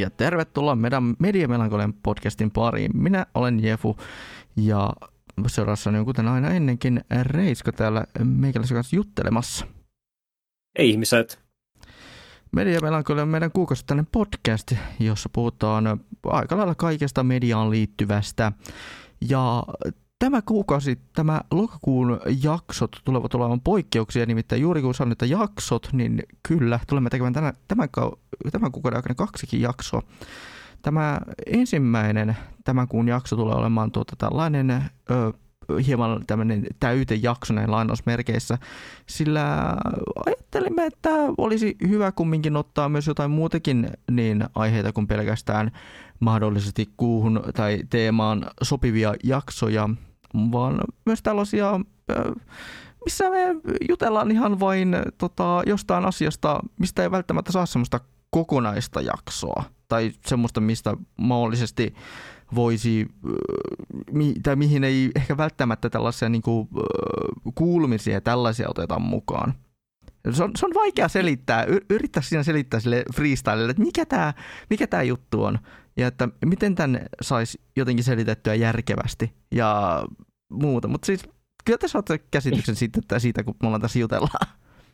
ja tervetuloa meidän Mediamelankolian podcastin pariin. Minä olen Jefu ja seurassani on kuten aina ennenkin Reisko täällä meikäläisen kanssa juttelemassa. Ei ihmiset. Mediamelankolia on meidän kuukausittainen podcast, jossa puhutaan aika lailla kaikesta mediaan liittyvästä. Ja tämä kuukausi, tämä lokakuun jaksot tulevat olemaan poikkeuksia, nimittäin juuri kun sanoin, että jaksot, niin kyllä, tulemme tekemään tämän kuukauden aikana 2 jaksoa. Tämä ensimmäinen tämän kuun jakso tulee olemaan tällainen hieman tämmöinen täytejakso näin lainausmerkeissä, sillä ajattelimme, että olisi hyvä kumminkin ottaa myös jotain muutakin niin aiheita kuin pelkästään mahdollisesti kuuhun tai teemaan sopivia jaksoja, vaan myös tällaisia, missä me jutellaan ihan vain jostain asiasta, mistä ei välttämättä saa semmoista kokonaista jaksoa tai semmoista, mistä mahdollisesti voisi, tai mihin ei ehkä välttämättä tällaisia niin kuin, kuulumisia ja tällaisia otetaan mukaan. Se on vaikea selittää, yrittää siinä selittää sille freestylelle, että mikä tämä juttu on ja että miten tämän saisi jotenkin selitettyä järkevästi ja muuta. Mutta siis kyllä te saatte käsityksen siitä, kun me ollaan tässä jutellaan.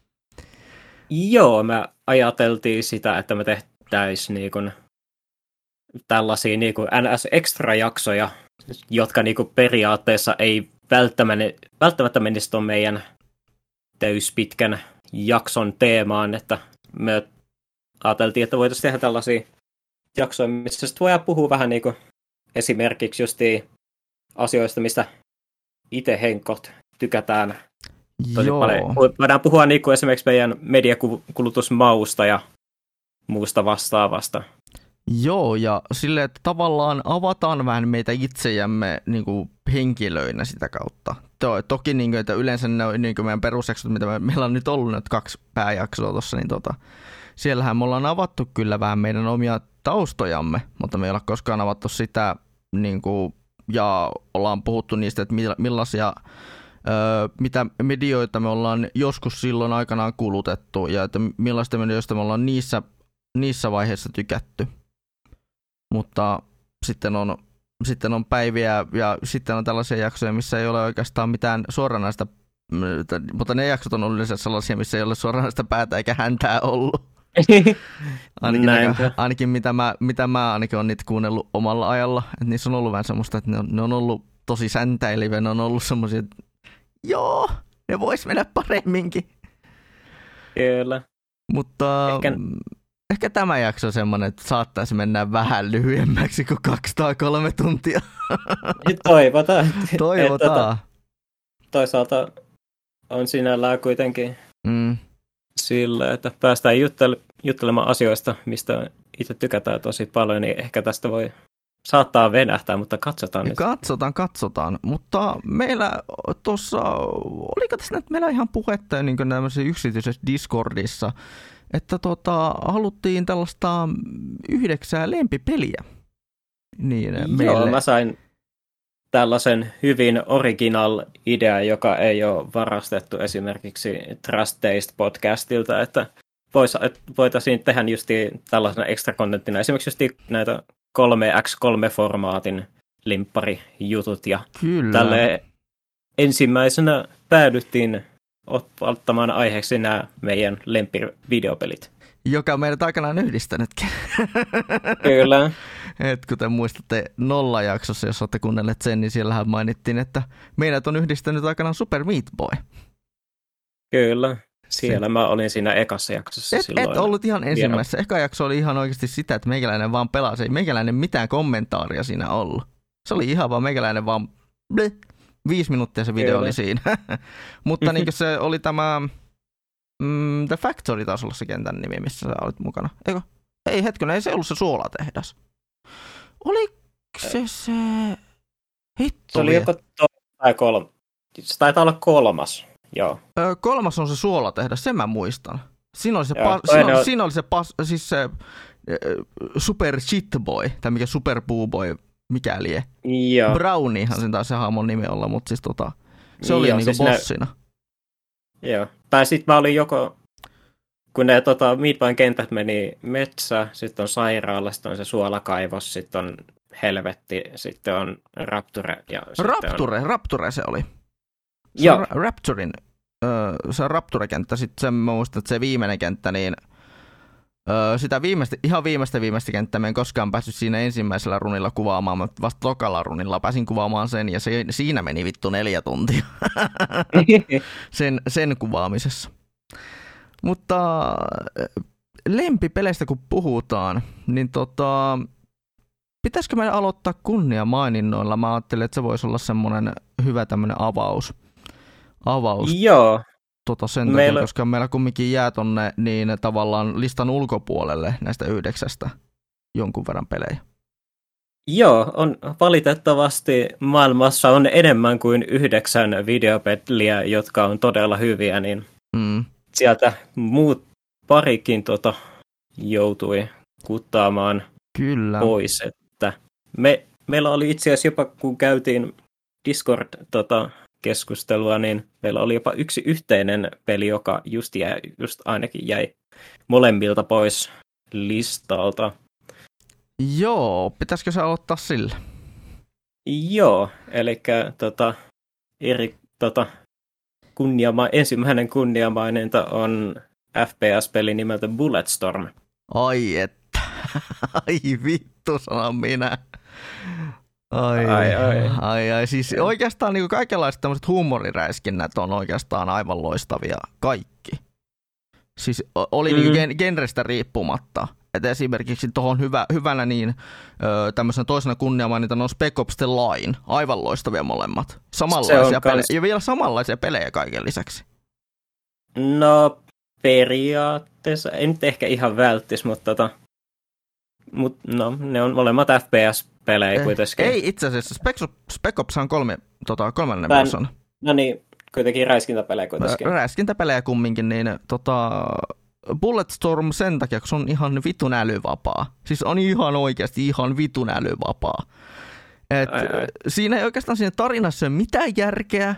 Joo, me ajateltiin sitä, että me tehtäisiin niin kuin tällaisia niin kuin NS-extra-jaksoja, jotka niin kuin periaatteessa ei välttämättä menisi tuon meidän täyspitkän jakson teemaan, että me ajateltiin, että voitaisiin tehdä tällaisia jaksoja, missä sitten voidaan puhua vähän niin kuin esimerkiksi justiin asioista, mistä itse henkot tykätään tosi paljon. Voidaan puhua niin kuin esimerkiksi meidän mediakulutusmausta ja muusta vastaavasta. Joo, ja silleen, että tavallaan avataan vähän meitä itseämme niin kuin henkilöinä sitä kautta. Toki niin kuin, että yleensä ne niin kuin meidän perusjaksot, mitä meillä on nyt ollut nyt 2 pääjaksoa tuossa, niin siellähän me ollaan avattu kyllä vähän meidän omia taustojamme, mutta me ei olla koskaan avattu sitä, niin kuin, ja ollaan puhuttu niistä, että millaisia, mitä medioita me ollaan joskus silloin aikanaan kulutettu, ja että millaista medioista me ollaan niissä vaiheissa tykätty. Mutta sitten on päiviä ja sitten on tällaisia jaksoja, missä ei ole oikeastaan mitään suoranaista, mutta ne jaksot on ollut yleensä sellaisia, missä ei ole suoranaista päätä eikä häntää ollut. Ainakin mitä mä ainakin olen niitä kuunnellut omalla ajalla. Että niissä on ollut vähän semmoista, että ne on ollut tosi säntäileviä, ne on ollut semmoisia, että joo, ne vois mennä paremminkin. Kyllä. Mutta ehkä tämä jakso on semmoinen, että saattaisi mennä vähän lyhyemmäksi kuin 203 tuntia. Toivotaan. Toisaalta on sinällään kuitenkin sillä, että päästään juttelemaan asioista, mistä itse tykätään tosi paljon, niin ehkä tästä voi saattaa venähtää, mutta katsotaan nyt. Katsotaan. Mutta meillä tuossa, oliko tässä nyt meillä ihan puhetta niin kuin tämmöisessä yksityisessä Discordissa, että haluttiin tällaista 9 lempipeliä. Niin, joo, mä sain tällaisen hyvin original idea, joka ei ole varastettu esimerkiksi Trust Taste podcastilta, että voitaisiin tehdä justiin tällaisena extra contenttina esimerkiksi justiin näitä 3x3-formaatin limpparijutut ja tälle ensimmäisenä päädyttiin ottamaan aiheeksi nämä meidän lemppirivideopelit. Joka meidät aikanaan yhdistänytkin. Kyllä. Et kuten muistatte Nolla-jaksossa, jos olette kuunnelleet sen, niin siellähän mainittiin, että meidät on yhdistänyt aikanaan Super Meat Boy. Kyllä. Siellä mä olin siinä ekassa jaksossa silloin. Et ollut ihan ensimmäisessä. Eka jakso oli ihan oikeasti sitä, että meikäläinen vaan pelasi. Ei meikäläinen mitään kommentaaria siinä ollut. Se oli ihan vaan meikäläinen vaan 5 minuuttia se video oli siinä. Mutta niin se oli tämä The Factory taisi olla se kentän nimi, missä sä olit mukana. Eikö? Ei hetkinen, ei se ollut se suolatehdas. Oliko se? Hitto. Se oli joko tai 3. Se taitaa olla 3. Joo. 3 on se suolatehdas, sen mä muistan. Siinä oli se Super Shit Boy, tai mikä Super Boo Boy, mikä lie. Joo. Browniehan sen taisi se hahmon nimi olla, mutta siis se oli niinku siis bossina. Joo. Tai sit mä olin joko kun ne Midwayn kentät meni metsä, sitten on sairaala, sitten on se suolakaivos, sitten on helvetti, sitten on Rapture. Ja Rapture se oli. Joo. Rapturin, se on Rapture-kenttä, sitten sen mä muistan, että se viimeinen kenttä, niin sitä ihan viimeistä kenttää mä en koskaan päässyt siinä ensimmäisellä runilla kuvaamaan, mutta vasta tokalla runilla pääsin kuvaamaan sen, ja siinä meni vittu 4 tuntia sen kuvaamisessa. Mutta lempipeleistä kun puhutaan, niin pitäisikö meidän aloittaa kunniamaininnoilla? Mä ajattelin, että se voisi olla semmoinen hyvä tämmöinen avaus. Joo. Sen takia, koska meillä kumminkin jää tonne niin tavallaan listan ulkopuolelle näistä 9 jonkun verran pelejä. Joo, on valitettavasti maailmassa on enemmän kuin 9 videopeliä, jotka on todella hyviä, niin sieltä muut parikin joutui kuttaamaan pois. Että meillä oli itse asiassa jopa, kun käytiin Discord-keskustelua, niin meillä oli jopa yksi yhteinen peli, joka just ainakin jäi molemmilta pois listalta. Joo, pitäisikö se aloittaa sillä? Joo, eli ensimmäinen kunniamaininta on FPS-peli nimeltä Bulletstorm. Ai että, ai vittu sanon minä. Ai. Siis oikeastaan niin kaikenlaiset tämmöiset huumoriräiskinnät on oikeastaan aivan loistavia kaikki. Siis oli niin genrestä riippumatta. Että esimerkiksi tuohon hyvänä niin tämmöisenä toisena kunniamainintana on Spec Ops The Line. Aivan loistavia molemmat. Samanlaisia pelejä. Ja vielä samanlaisia pelejä kaiken lisäksi. No periaatteessa, en nyt ehkä ihan välttis, mutta ne on molemmat FPS-pelejä kuitenkin. Ei itse asiassa, Spec Ops on kolmannen persoonan. No niin, kuitenkin räiskintäpelejä kuitenkin. Räiskintäpelejä kumminkin, niin Bulletstorm sen takia, kun se on ihan vitun älyvapaa. Siis on ihan oikeasti ihan vitun älyvapaa. Siinä ei oikeastaan siinä tarinassa ole mitään järkeä.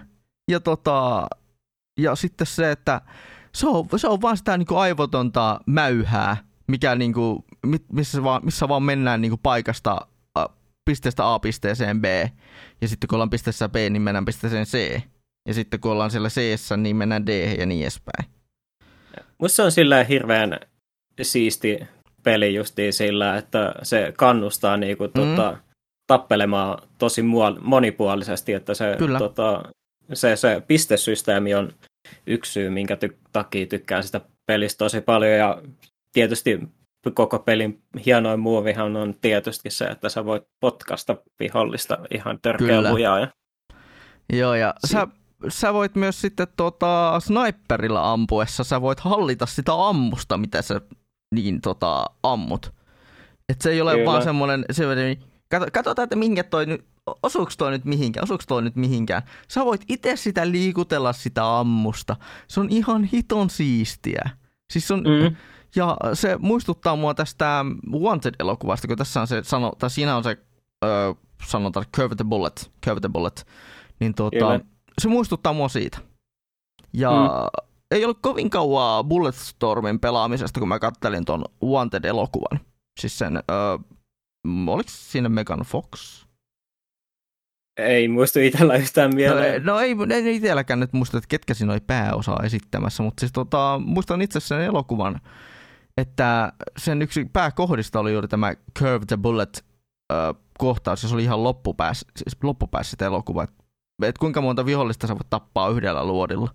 Ja sitten se, että se on vaan sitä niinku aivotonta mäyhää, mikä niinku, missä vaan mennään niinku paikasta pisteestä A pisteeseen B. Ja sitten kun ollaan pisteessä B, niin mennään pisteeseen C. Ja sitten kun ollaan siellä C, niin mennään D ja niin edespäin. Musta se on sillä hirveän siisti peli justiin sillä, että se kannustaa niinku tappelemaan tosi monipuolisesti, että se pistesysteemi on yksi syy, minkä takia tykkään sitä pelistä tosi paljon, ja tietysti koko pelin hienoin muovihan on tietysti se, että sä voit potkasta vihollista ihan törkeä lujaa. Joo, ja sä voit myös sitten sniperilla ampuessa, sä voit hallita sitä ammusta, mitä sä ammut. Että se ei ole vaan semmoinen, katsotaan, että minkä osuuko toi nyt mihinkään. Sä voit itse sitä liikutella sitä ammusta. Se on ihan hiton siistiä. Siis ja se muistuttaa mua tästä Wanted-elokuvasta, kun tässä on se siinä on se sanotaan Curve the Bullet, niin se muistuttaa mua siitä. Ja ei ollut kovin kauaa Bulletstormin pelaamisesta, kun mä kattelin ton Wanted-elokuvan. Siis sen, oliko siinä Megan Fox? Ei muistu itsellä yhtään mieleen. No ei itselläkään nyt muista, että ketkä siinä oli pääosaa esittämässä, mutta siis muistan itse sen elokuvan, että sen yksi pääkohdista oli juuri tämä Curve the Bullet kohtaus, ja se oli ihan loppupäässä sitä elokuvaa. Että kuinka monta vihollista sä voit tappaa yhdellä luodilla.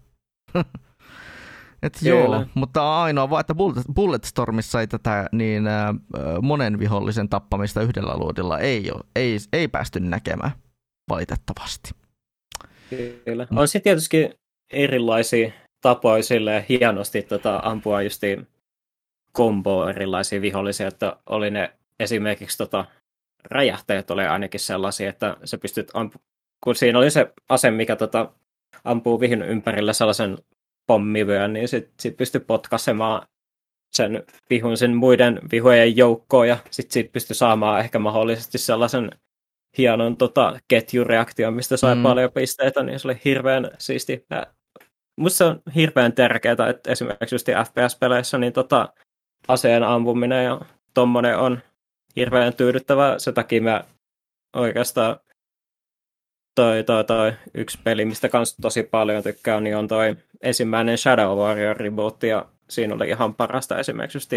Joo, mutta ainoa vaan, että Bulletstormissa ei tätä niin monen vihollisen tappamista yhdellä luodilla ei päästy näkemään. Valitettavasti. Kyllä. On sitten tietysti erilaisia tapoja silleen hienosti ampua justiin komboa erilaisia vihollisia, että oli ne esimerkiksi räjähteet oli ainakin sellaisia, että sä pystyt kun siinä oli se ase, mikä ampuu vihun ympärillä sellaisen pommivyön, niin sit pystyy potkaisemaan sen vihun sen muiden vihojen joukkoon, ja sit siitä pystyi saamaan ehkä mahdollisesti sellaisen hienon ketjureaktion, mistä sai paljon pisteitä, niin se oli hirveän siisti. musta se on hirveän tärkeää, että esimerkiksi just FPS-peleissä niin aseen ampuminen ja tommonen on hirveän tyydyttävää. Se takia mä oikeastaan toi yksi peli, mistä kans tosi paljon tykkään, niin on toi ensimmäinen Shadow Warrior reboot, ja siinä oli ihan parasta esimerkiksi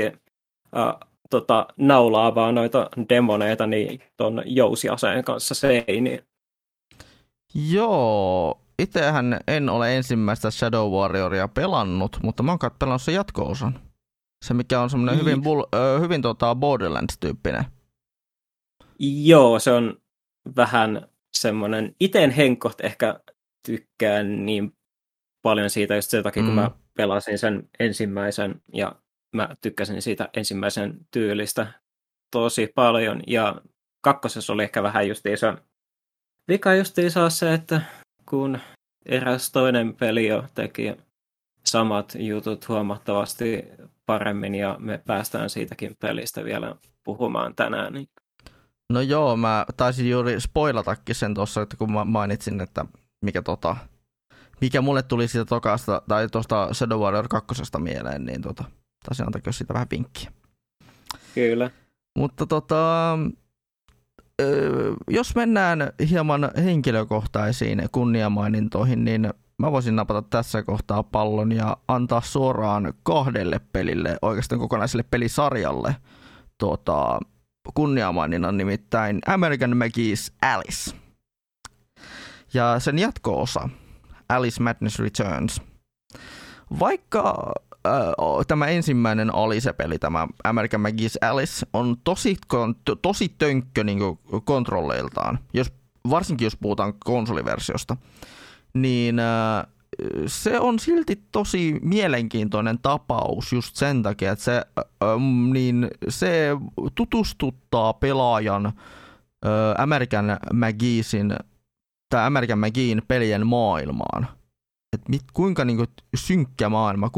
naulaa vaan noita demoneita niin ton jousiaseen kanssa seiniin. Joo, itsehän en ole ensimmäistä Shadow Warrioria pelannut, mutta mä oon pelannut sen jatko-osan. Se mikä on semmoinen hyvin Borderlands-tyyppinen. Joo, se on vähän semmoinen, iten henkot ehkä tykkään niin paljon siitä just sen takia, kun mä pelasin sen ensimmäisen ja mä tykkäsin siitä ensimmäisen tyylistä tosi paljon. Ja kakkosessa oli ehkä vähän justiinsa vika justiinsa se, että kun eräs toinen peli jo teki samat jutut huomattavasti paremmin ja me päästään siitäkin pelistä vielä puhumaan tänään. Niin. No joo, mä taisin juuri spoilatakin sen tuossa, että kun mä mainitsin, että mikä mulle tuli siitä tokasta tai tuosta Shadow Warrior 2 mieleen, niin taisin antaa siitä vähän vinkkiä. Kyllä. Mutta jos mennään hieman henkilökohtaisiin kunniamainintoihin, niin mä voisin napata tässä kohtaa pallon ja antaa suoraan 2 pelille, oikeastaan kokonaiselle pelisarjalle kunniamaininnan, nimittäin American McGee's Alice. Ja sen jatko-osa, Alice Madness Returns. Vaikka tämä ensimmäinen Alice-peli, tämä American McGee's Alice, on tosi tönkkö niin kontrolleiltaan, varsinkin jos puhutaan konsoliversiosta, niin se on silti tosi mielenkiintoinen tapaus just sen takia, että se tutustuttaa pelaajan American McGee'n pelien maailmaan. Et kuinka niinku synkkä maailma,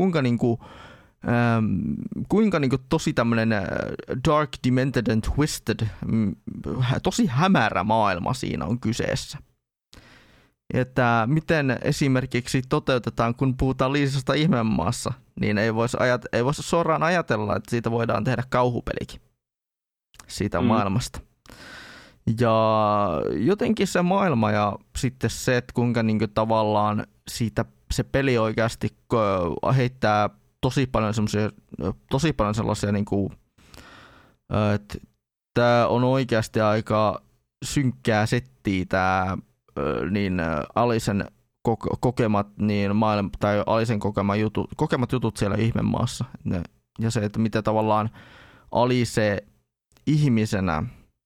kuinka tosi tämmöinen dark, demented and twisted, tosi hämärä maailma siinä on kyseessä. Että miten esimerkiksi toteutetaan, kun puhutaan Liisasta ihmemaassa, niin ei voisi suoraan ajatella, että siitä voidaan tehdä kauhupelikin siitä maailmasta. Ja jotenkin se maailma ja sitten se, että kuinka niinku tavallaan siitä se peli oikeasti heittää tosi paljon sellaisia niinku, että tämä on oikeasti aika synkkää settiä tämä niin Alicen kokemat niin tai Alicen kokemat jutut siellä ihmemaassa. Ja se, että miten tavallaan Alice ihmisenä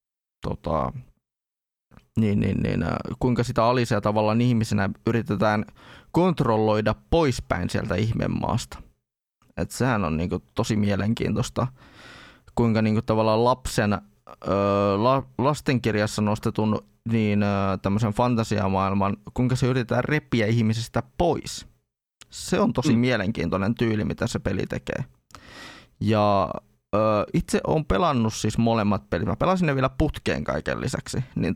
kuinka sitä Alicea tavallaan ihmisenä yritetään kontrolloida poispäin sieltä ihmemaasta. Että sehän on niinku tosi mielenkiintoista, kuinka niinku tavallaan lastenkirjassa nostetun niin tämmöisen fantasiamaailman, kuinka se yritetään repiä ihmisestä pois. Se on tosi mielenkiintoinen tyyli, mitä se peli tekee. Ja itse olen pelannut siis molemmat pelit. Mä pelasin ne vielä putkeen kaiken lisäksi. Niin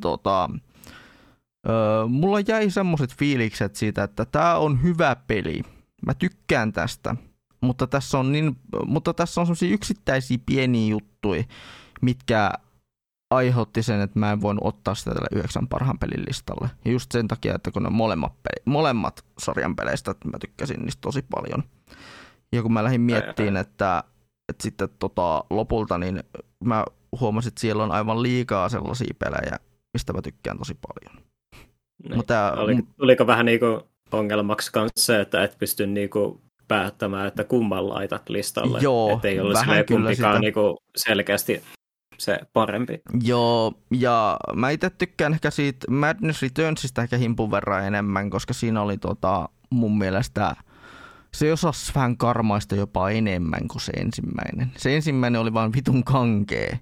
mulla jäi semmoiset fiilikset siitä, että tää on hyvä peli. Mä tykkään tästä. Mutta tässä on semmoisia yksittäisiä pieniä juttuja, mitkä aiheutti sen, että mä en voinut ottaa sitä tälle 9 parhaan pelin listalle. Ja just sen takia, että kun ne molemmat sarjan peleistä, että mä tykkäsin niistä tosi paljon. Ja kun mä lähdin miettimään, että sitten lopulta, niin mä huomasin, että siellä on aivan liikaa sellaisia pelejä, mistä mä tykkään tosi paljon. Oliko vähän niinku ongelmaksi kanssa se, että et pysty niinku päättämään, että kumman laitat listalle? Joo, että ei ollut kumpikaan niinku selkeästi se parempi. Joo, ja mä itse tykkään ehkä siitä Madness Returnsista ehkä himpun verran enemmän, koska siinä oli mun mielestä se osasi vähän karmaista jopa enemmän kuin se ensimmäinen. Se ensimmäinen oli vaan vitun kankee.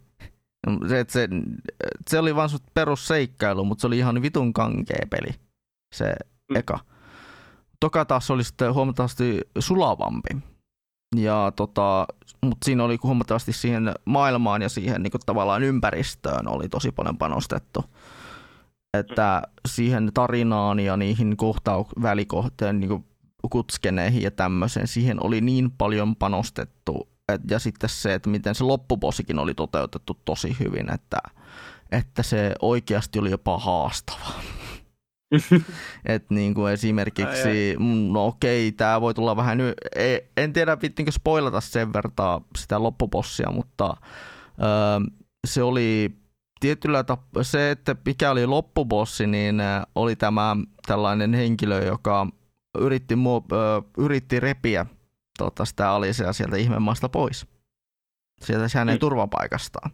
Se oli vaan perusseikkailu, mutta se oli ihan vitun kankee peli, se eka. Toka taas oli sitten huomattavasti sulavampi. Ja mutta siinä oli huomattavasti siihen maailmaan ja siihen niin kuin tavallaan ympäristöön oli tosi paljon panostettu. Että siihen tarinaan ja niihin välikohteen niin kuin kutskeneihin ja tämmöiseen. Siihen oli niin paljon panostettu. Ja sitten se, että miten se loppubossikin oli toteutettu tosi hyvin, että se oikeasti oli jopa haastavaa. Että niin kuin esimerkiksi, no okei, tämä voi tulla vähän, en tiedä pittinkö spoilata sen verran sitä loppubossia, mutta se oli tietyllä se, että mikä oli loppubossi, niin oli tämä tällainen henkilö, joka yritti repiä sitä Alicea sieltä ihmemaasta pois. Sieltä hänen turvapaikastaan.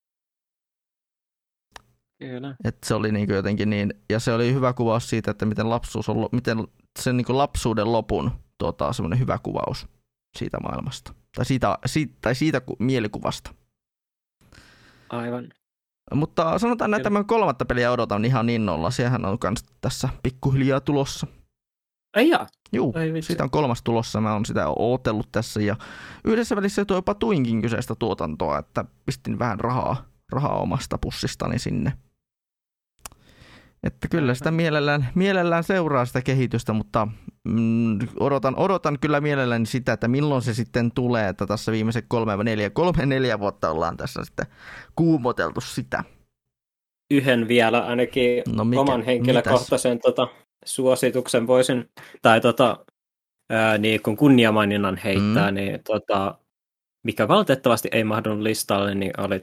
Kyllä. Että se oli niinku jotenkin niin, ja se oli hyvä kuvaus siitä, että miten sen niinku lapsuuden lopun semmoinen hyvä kuvaus siitä maailmasta. Tai siitä mielikuvasta. Aivan. Mutta sanotaan, että tämän 3. peliä odotan ihan innolla. Sehän on myös tässä pikkuhiljaa tulossa. Ai jaa. Juu, siitä on 3. tulossa. Mä oon sitä ootellut tässä. Ja yhdessä välissä tuo jopa tuinkin kyseistä tuotantoa, että pistin vähän rahaa omasta pussistani sinne. Että kyllä sitä mielellään seuraa sitä kehitystä, mutta odotan kyllä mielelläni sitä, että milloin se sitten tulee, että tässä viimeiset 3-4 vuotta ollaan tässä sitten kuumoteltu sitä. Yhden vielä ainakin oman henkilökohtaisen suosituksen voisin, tai niin kun kunniamaininnan heittää, niin mikä valitettavasti ei mahdunut listalle, niin oli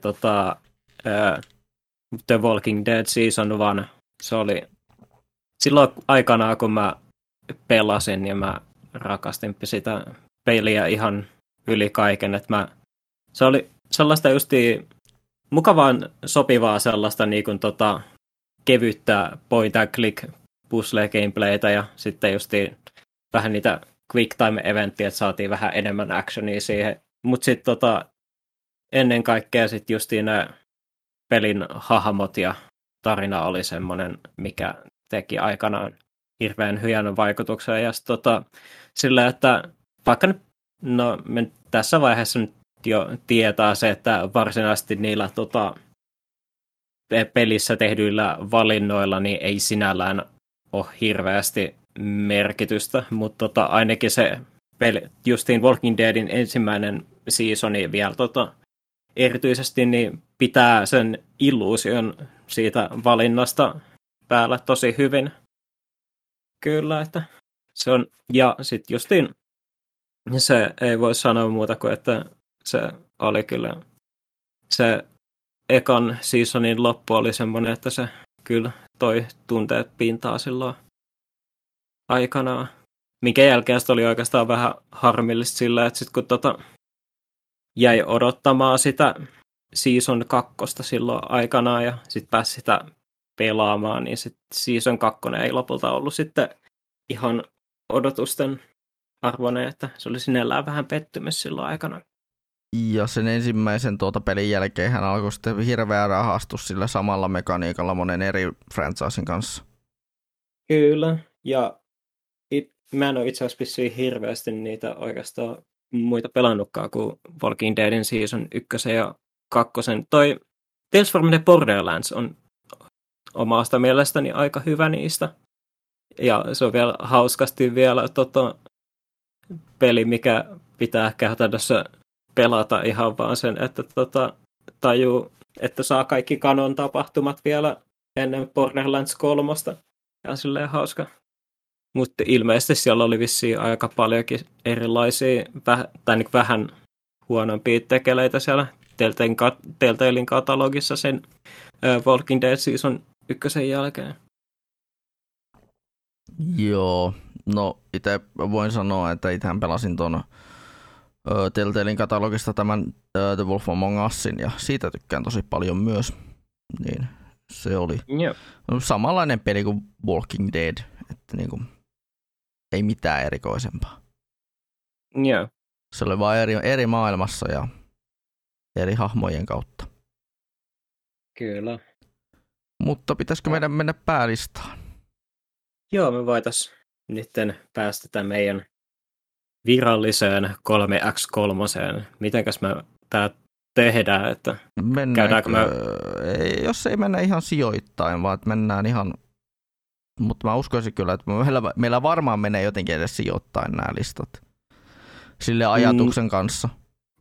The Walking Dead Season 1. Se oli silloin aikanaan, kun mä pelasin ja mä rakastin sitä peliä ihan yli kaiken. Että se oli sellaista justiin mukavaan sopivaa sellaista niin kuin kevyttä point and click puzzle gameplaytä ja sitten justiin vähän niitä quick time eventtiä, että saatiin vähän enemmän actionia siihen. Mutta sitten ennen kaikkea sitten justiin nämä pelin hahmot ja tarina oli semmoinen, mikä teki aikanaan hirveän hyvän vaikutuksen. Ja sillä, että vaikka nyt, me tässä vaiheessa nyt jo tietää se, että varsinaisesti niillä pelissä tehdyillä valinnoilla niin ei sinällään ole hirveästi merkitystä, mutta ainakin se peli, justiin Walking Deadin ensimmäinen seasoni vielä erityisesti niin pitää sen illuusion siitä valinnasta päällä tosi hyvin. Kyllä, että se on, ja sitten justiin se ei voi sanoa muuta kuin, että se oli kyllä, se ekan seasonin loppu oli semmoinen, että se kyllä toi tunteet pintaa silloin aikanaan. Minkä jälkeen oli oikeastaan vähän harmillista sillä, että sitten kun jäi odottamaan sitä Season 2 silloin aikanaan ja sitten pääsi sitä pelaamaan, niin sitten Season 2 ei lopulta ollut sitten ihan odotusten arvoinen, että se oli sinällään vähän pettymys silloin aikana. Ja sen ensimmäisen pelin jälkeen hän alkoi sitten hirveä rahastus sillä samalla mekaniikalla monen eri franchisen kanssa. Kyllä, ja mä en ole itse asiassa hirveästi niitä oikeastaan muita pelannutkaan kuin Walking Deadin Season 1 ja 2. Toi Tales from the Borderlands on omasta mielestäni aika hyvä niistä. Ja se on vielä hauskasti vielä peli, mikä pitää käytännössä pelata ihan vaan sen, että tajuu, että saa kaikki kanon tapahtumat vielä ennen Borderlands 3. Ja silleen hauska. Mutta ilmeisesti siellä oli vissiin aika paljonkin erilaisia, tai niin vähän huonompia tekeleitä siellä Telltalein katalogissa sen Walking Dead Season 1 jälkeen. Joo, no itse voin sanoa, että itsehän pelasin tuon Telltalein katalogista tämän The Wolf Among Usin, ja siitä tykkään tosi paljon myös. Niin se oli samanlainen peli kuin Walking Dead, että niinku ei mitään erikoisempaa. Joo. Se oli vain eri maailmassa ja eri hahmojen kautta. Kyllä. Mutta pitäisikö meidän mennä päälistaan? Joo, me voitaisiin nyt päästä tämän meidän viralliseen 3x3. Mitenkäs me tää tehdään? Että käydäänkö me... Jos ei mennä ihan sijoittain, vaan että mennään ihan Mutta mä uskoisin kyllä, että meillä varmaan menee jotenkin edes sijoittain nämä listat. Sille ajatuksen kanssa.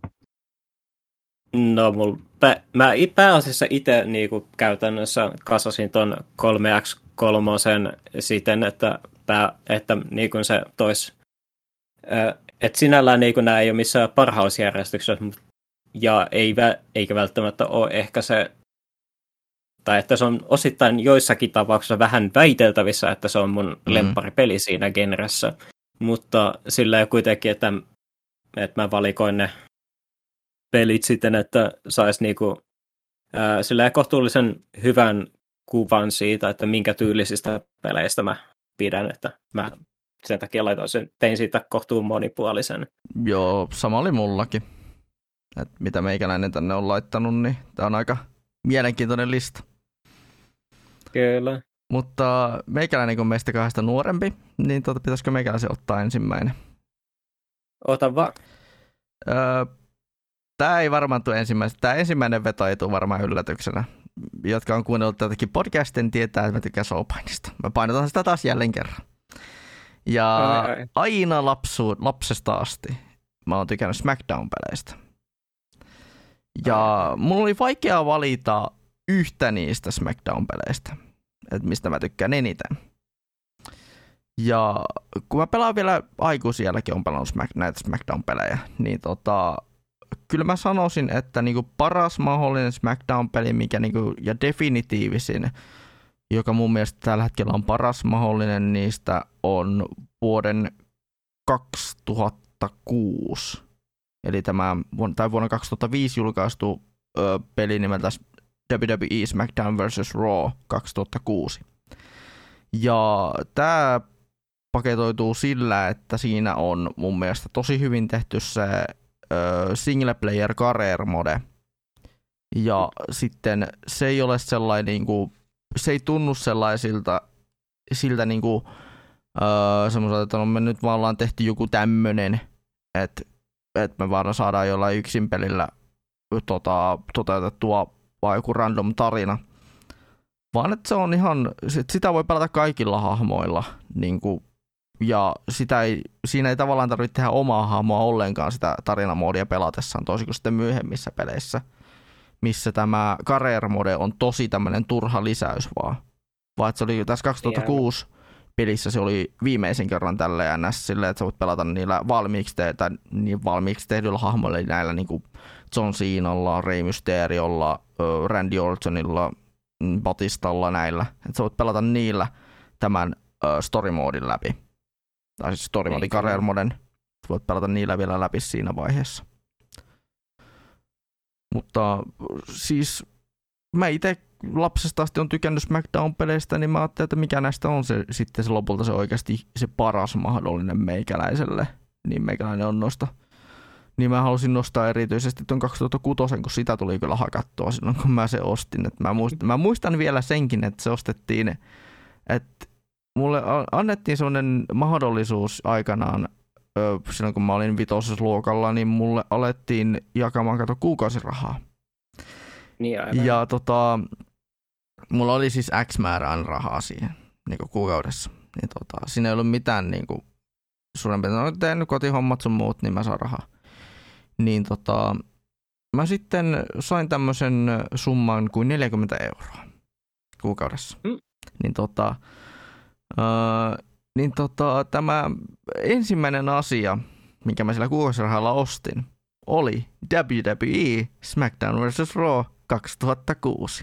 No, mä pääasiassa itse niinku käytännössä kasasin ton 3x3 siten, että niinku se tois. Että sinällään niinku nämä ei ole missään parhausjärjestyksessä, ja eikä välttämättä ole ehkä se, tai että se on osittain joissakin tapauksissa vähän väiteltävissä, että se on mun lempparipeli siinä genressä, mutta sillä kuitenkin, että mä valikoin ne pelit siten, että saisi niinku, sillä kohtuullisen hyvän kuvan siitä, että minkä tyylisistä peleistä mä pidän, että mä sen takia tein siitä kohtuun monipuolisen. Joo, sama oli mullakin. Et mitä meikäläinen tänne on laittanut, niin tää on aika mielenkiintoinen lista. Kyllä. Mutta meikäläinen, kun meistä kahdesta nuorempi, niin pitäisikö meikäläisen ottaa ensimmäinen? Ota vaan. Tää ei varmaan tule ensimmäisenä. Tää ensimmäinen veto ei tule varmaan yllätyksenä. Jotka on kuunnellut tätäkin podcastin, tietää, että mä tykkään showpainista. Mä painotan sitä taas jälleen kerran. Ja aina lapsesta asti mä oon tykännyt SmackDown-peleistä. Ja mulla oli vaikea valita yhtä niistä SmackDown-peleistä, että mistä mä tykkään eniten. Ja kun mä pelaan vielä aikuisielläkin, on pelannut näitä SmackDown-pelejä, niin kyllä mä sanoisin, että niinku paras mahdollinen SmackDown-peli, mikä niinku, ja definitiivisin, joka mun mielestä tällä hetkellä on paras mahdollinen niistä, on vuoden 2006. Eli vuonna 2005 julkaistu peli nimeltä WWE SmackDown vs. Raw 2006. Ja tää paketoituu sillä, että siinä on mun mielestä tosi hyvin tehty se single player career mode. Ja sitten se ei ole sellainen niinku, se ei tunnu sellaisilta siltä niinku semmoiselta, että me nyt vaan ollaan tehty joku tämmönen, että me vaan saadaan jollain yksin pelillä toteutettua vai joku random tarina. Vaan että se on ihan, sitä voi pelata kaikilla hahmoilla niinku, ja siinä ei tavallaan tarvitse tehdä omaa hahmoa ollenkaan sitä tarinamoodia pelatessaan, toisin kuin sitten myöhemmissä peleissä, missä tämä career mode on tosi tämmöinen turha lisäys vaan. Vaan että se oli tässä 2006 pelissä, se oli viimeisen kerran tällä NS silleen, että sä voit pelata niillä valmiiksi tehdyillä hahmoilla, näillä niin kuin John Cenalla, Rey Mysteriolla, Randy Ortonilla, Batistalla näillä. Että sä voit pelata niillä tämän story-moodin läpi. Tai siis story-moodin career moden. Sä voit pelata niillä vielä läpi siinä vaiheessa. Mutta siis mä itse lapsesta asti on tykännyt SmackDown-peleistä, niin mä ajattelin, että mikä näistä on sitten se lopulta se oikeasti se paras mahdollinen meikäläiselle. Niin meikäläinen on noista. Niin mä halusin nostaa erityisesti tuon 2006, kun sitä tuli kyllä hakattua silloin, kun mä se ostin. Että mä muistan vielä senkin, että se ostettiin, että mulle annettiin sellainen mahdollisuus aikanaan, silloin kun mä olin 5. luokalla, niin mulle alettiin jakamaan kuukausirahaa. Niin aivan. Ja mulla oli siis X määrään rahaa siihen niin kuukaudessa. Niin siinä ei ollut mitään niin suurempi, että olen tehnyt kotihommat sun muut, niin mä saan rahaa. Niin mä sitten sain tämmöisen summan kuin 40 € kuukaudessa. Niin tämä ensimmäinen asia, minkä mä sillä kuukausirahalla ostin, oli WWE SmackDown vs. Raw 2006.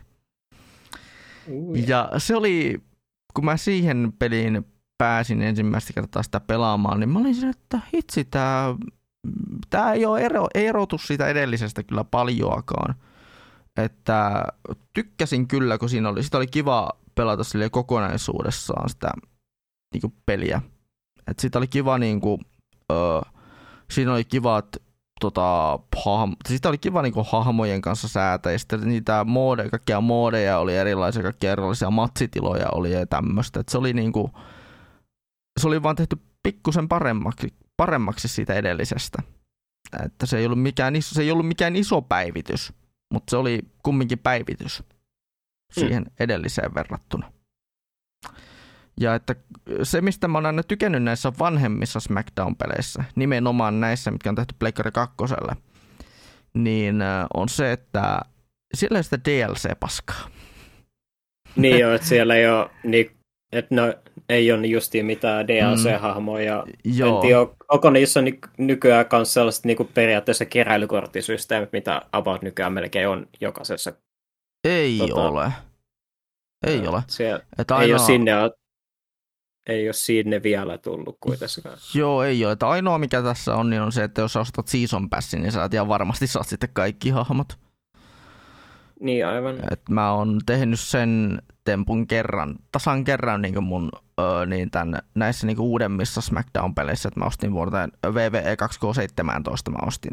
Ja se oli, kun mä siihen peliin pääsin ensimmäistä kertaa sitä pelaamaan, niin mä olin siinä, että hitsi, tää ei ole erotu siitä edellisestä kyllä paljoakaan. Että tykkäsin kyllä, kun sitä oli kiva pelata sille kokonaisuudessaan sitä niinku peliä. Että siitä oli kiva niinku, siinä oli kivat siitä oli kiva niinku hahmojen kanssa säätää, ja sitten niitä kaikkia moodeja oli erilaisia, kaikkia erilaisia matsitiloja oli ja tämmöistä. Se oli niinku, se oli vaan tehty pikkusen paremmaksi siitä edellisestä. Että se ei ollut mikään iso päivitys, mutta se oli kumminkin päivitys siihen edelliseen verrattuna. Ja että se, mistä mä oon aina tykännyt näissä vanhemmissa SmackDown-peleissä, nimenomaan näissä, mitkä on tehty Pleikkari 2, niin on se, että siellä ei sitä DLC-paskaa. Niin joo, että siellä ei ole, että ei ole justiin mitään DLC-hahmoja. Joo. En tiedä, onko niissä nykyään myös sellaiset niin periaatteessa keräilykorttisysteemit, mitä about nykyään melkein on jokaisessa. Ei ole. Ei ole. Että ei ole sinne vielä tullut kuitenkaan. Joo, ei ole. Että ainoa mikä tässä on, niin on se, että jos ostat Season Passin, niin sä ihan varmasti saat sitten kaikki hahmot. Niin, aivan. Et mä oon tehnyt sen tempun tasan kerran niin kuin mun näissä niin kuin uudemmissa SmackDown-peleissä, että mä ostin vuoteen WWE 2K17, mä ostin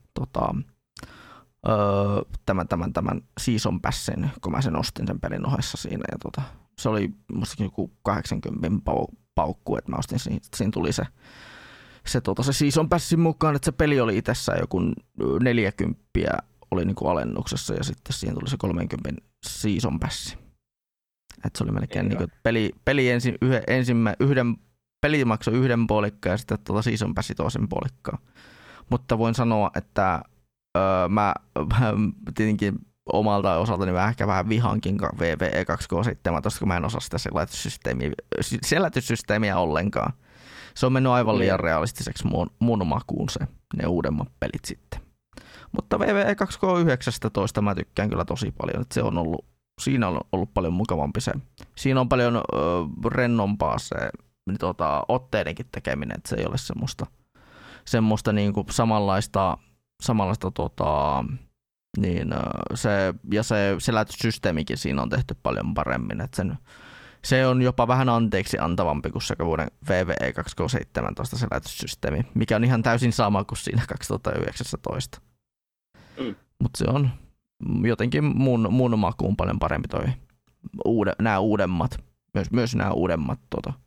tämän Season Passin, kun mä sen ostin sen pelin ohessa siinä. Ja se oli mustakin joku 80 paukku, että mä ostin siinä tuli se Season Passin mukaan, että se peli oli itsessään joku 40 oli niinku alennuksessa ja sitten siihen tuli se 30 Season Passi. Et se oli melkein niinku peli maksoi yhden puolikkaan ja sitten Season Passi toisen puolikkaan. Mutta voin sanoa, että mä tietenkin omalta osaltani vähän vihankin WWE 2K17, kun mä en osaa sitä selätyssysteemiä ollenkaan. Se on mennyt aivan liian realistiseksi mun makuun ne uudemmat pelit sitten. Mutta WWE 2K19 mä tykkään kyllä tosi paljon, että siinä on ollut paljon mukavampi se. Siinä on paljon rennompaa se otteidenkin tekeminen, että se ei ole semmoista niinku samanlaista se selätyssysteemikin siinä on tehty paljon paremmin, että se on jopa vähän anteeksi antavampi kuin se vuoden WWE 2K17 selätyssysteemi, mikä on ihan täysin sama kuin siinä 2019. Mutta se on jotenkin mun makuun paljon parempi nämä uudemmat, myös nämä uudemmat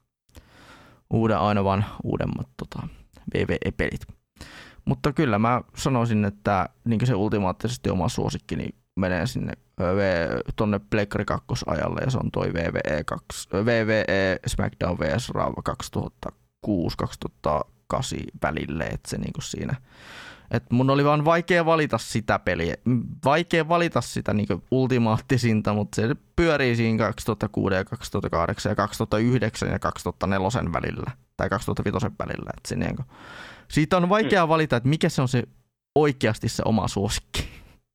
aina vaan uudemmat WWE-pelit. Mutta kyllä mä sanoisin, että niin se ultimaattisesti oma suosikki niin menee sinne tuonne Pleikkari 2-ajalle ja se on toi WWE SmackDown vs. Raw 2006-2008 välille, että se niin kuin siinä. Et mun oli vaan vaikea valita sitä peliä, vaikea valita sitä niin kuin ultimaattisinta, mutta se pyörii siinä 2006 ja 2008 ja 2009 ja 2004 välillä tai 2005 välillä. Et se niin kuin, siitä on vaikea valita, että mikä se on se oikeasti se oma suosikki.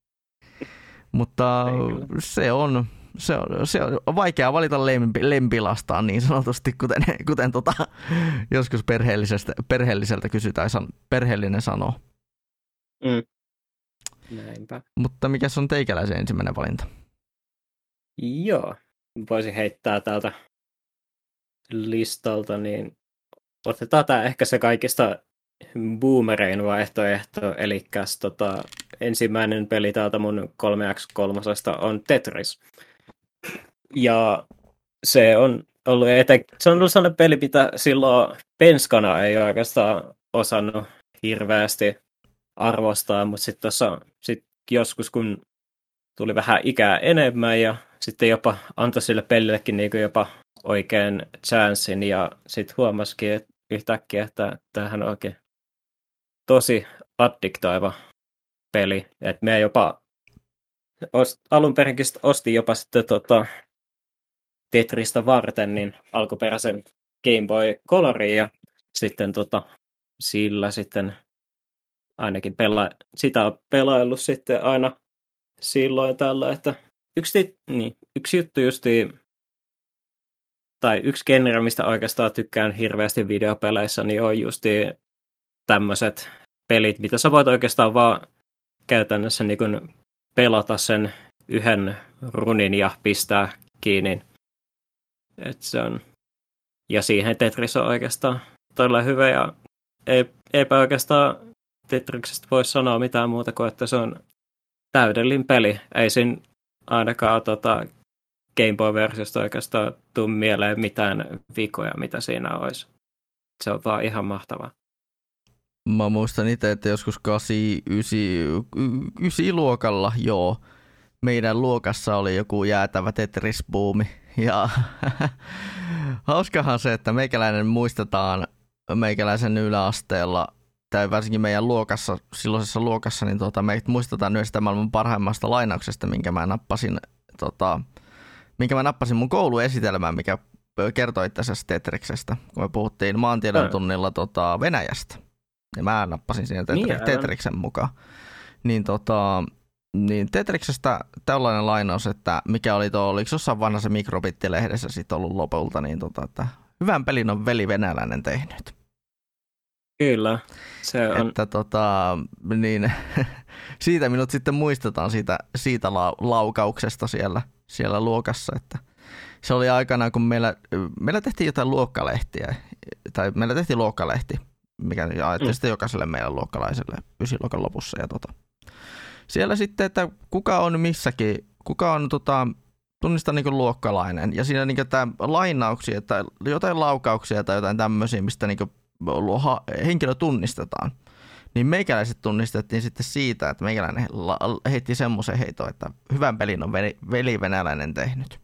Mutta se on vaikea valita lempilastaan niin sanotusti, kuten joskus perheelliseltä kysytään tai perheellinen sanoo. Näinpä. Mutta mikä on teikäläisen ensimmäinen valinta? Joo, voisin heittää täältä listalta, niin otetaan tämä ehkä se kaikista boomerein vaihtoehto, eli ensimmäinen peli täältä mun 3x3 on Tetris. Ja se on ollut sellainen peli, mitä silloin penskana ei oikeastaan osannut hirveästi arvostaa, mutta sitten joskus kun tuli vähän ikää enemmän ja sitten jopa antoi sille pelillekin niin kuin jopa oikein chanssin ja sitten huomasikin että yhtäkkiä, että tämähän on oikein tosi addiktoiva peli. Et me jopa alun perinkin ostin jopa sitten Tetristä varten niin alkuperäisen Game Boy Colorin ja sitten sillä sitten ainakin sitä on pelaillut sitten aina silloin tällä, että yksi juttu justiin, tai yksi genre, mistä oikeastaan tykkään hirveästi videopeleissä, niin on justiin tämmöiset pelit, mitä sä voit oikeastaan vaan käytännössä niin kuin pelata sen yhden runin ja pistää kiinni. Et se on. Ja siihen Tetris on oikeastaan todella hyvä ja eipä oikeastaan Tetriksestä voi sanoa mitään muuta kuin, että se on täydellinen peli. Ei siinä ainakaan Game Boy-versiosta oikeastaan tule mieleen mitään vikoja, mitä siinä olisi. Se on vaan ihan mahtavaa. Mä muistan itse, että joskus 9 luokalla, meidän luokassa oli joku jäätävä Tetris-buumi. Ja hauskahan se, että meikäläinen muistetaan meikäläisen yläasteella, tai varsinkin meidän luokassa, silloisessa luokassa, niin meitä muistetaan yhdestä maailman parhaimmasta lainauksesta, minkä mä nappasin mun kouluesitelmään, mikä kertoi itse asiassa Tetriksestä, kun me puhuttiin maantiedon tunnilla Venäjästä. Ja mä nappasin siinä Tetriksen mukaan. Niin Tetriksestä tällainen lainaus, että mikä oli oliko jossain vanhassa mikrobittilehdessä sitten ollut lopulta, niin että hyvän pelin on veli venäläinen tehnyt. Kyllä, se on. Että niin, siitä minut sitten muistetaan siitä laukauksesta siellä luokassa, että se oli aikanaan, kun meillä tehtiin jotain luokkalehtiä, tai meillä tehtiin luokkalehti, mikä jaettiin sitten jokaiselle meidän luokkalaiselle ysiluokan lopussa. Ja siellä sitten, että kuka on missäkin, kuka on tunnistaa niin kuin luokkalainen. Ja siinä niin tämä lainauksia, tai jotain laukauksia tai jotain tämmöisiä, mistä niin kuin henkilö tunnistetaan. Niin meikäläiset tunnistettiin sitten siitä, että meikäläinen heitti semmoisen heiton, että hyvän pelin on veli venäläinen tehnyt.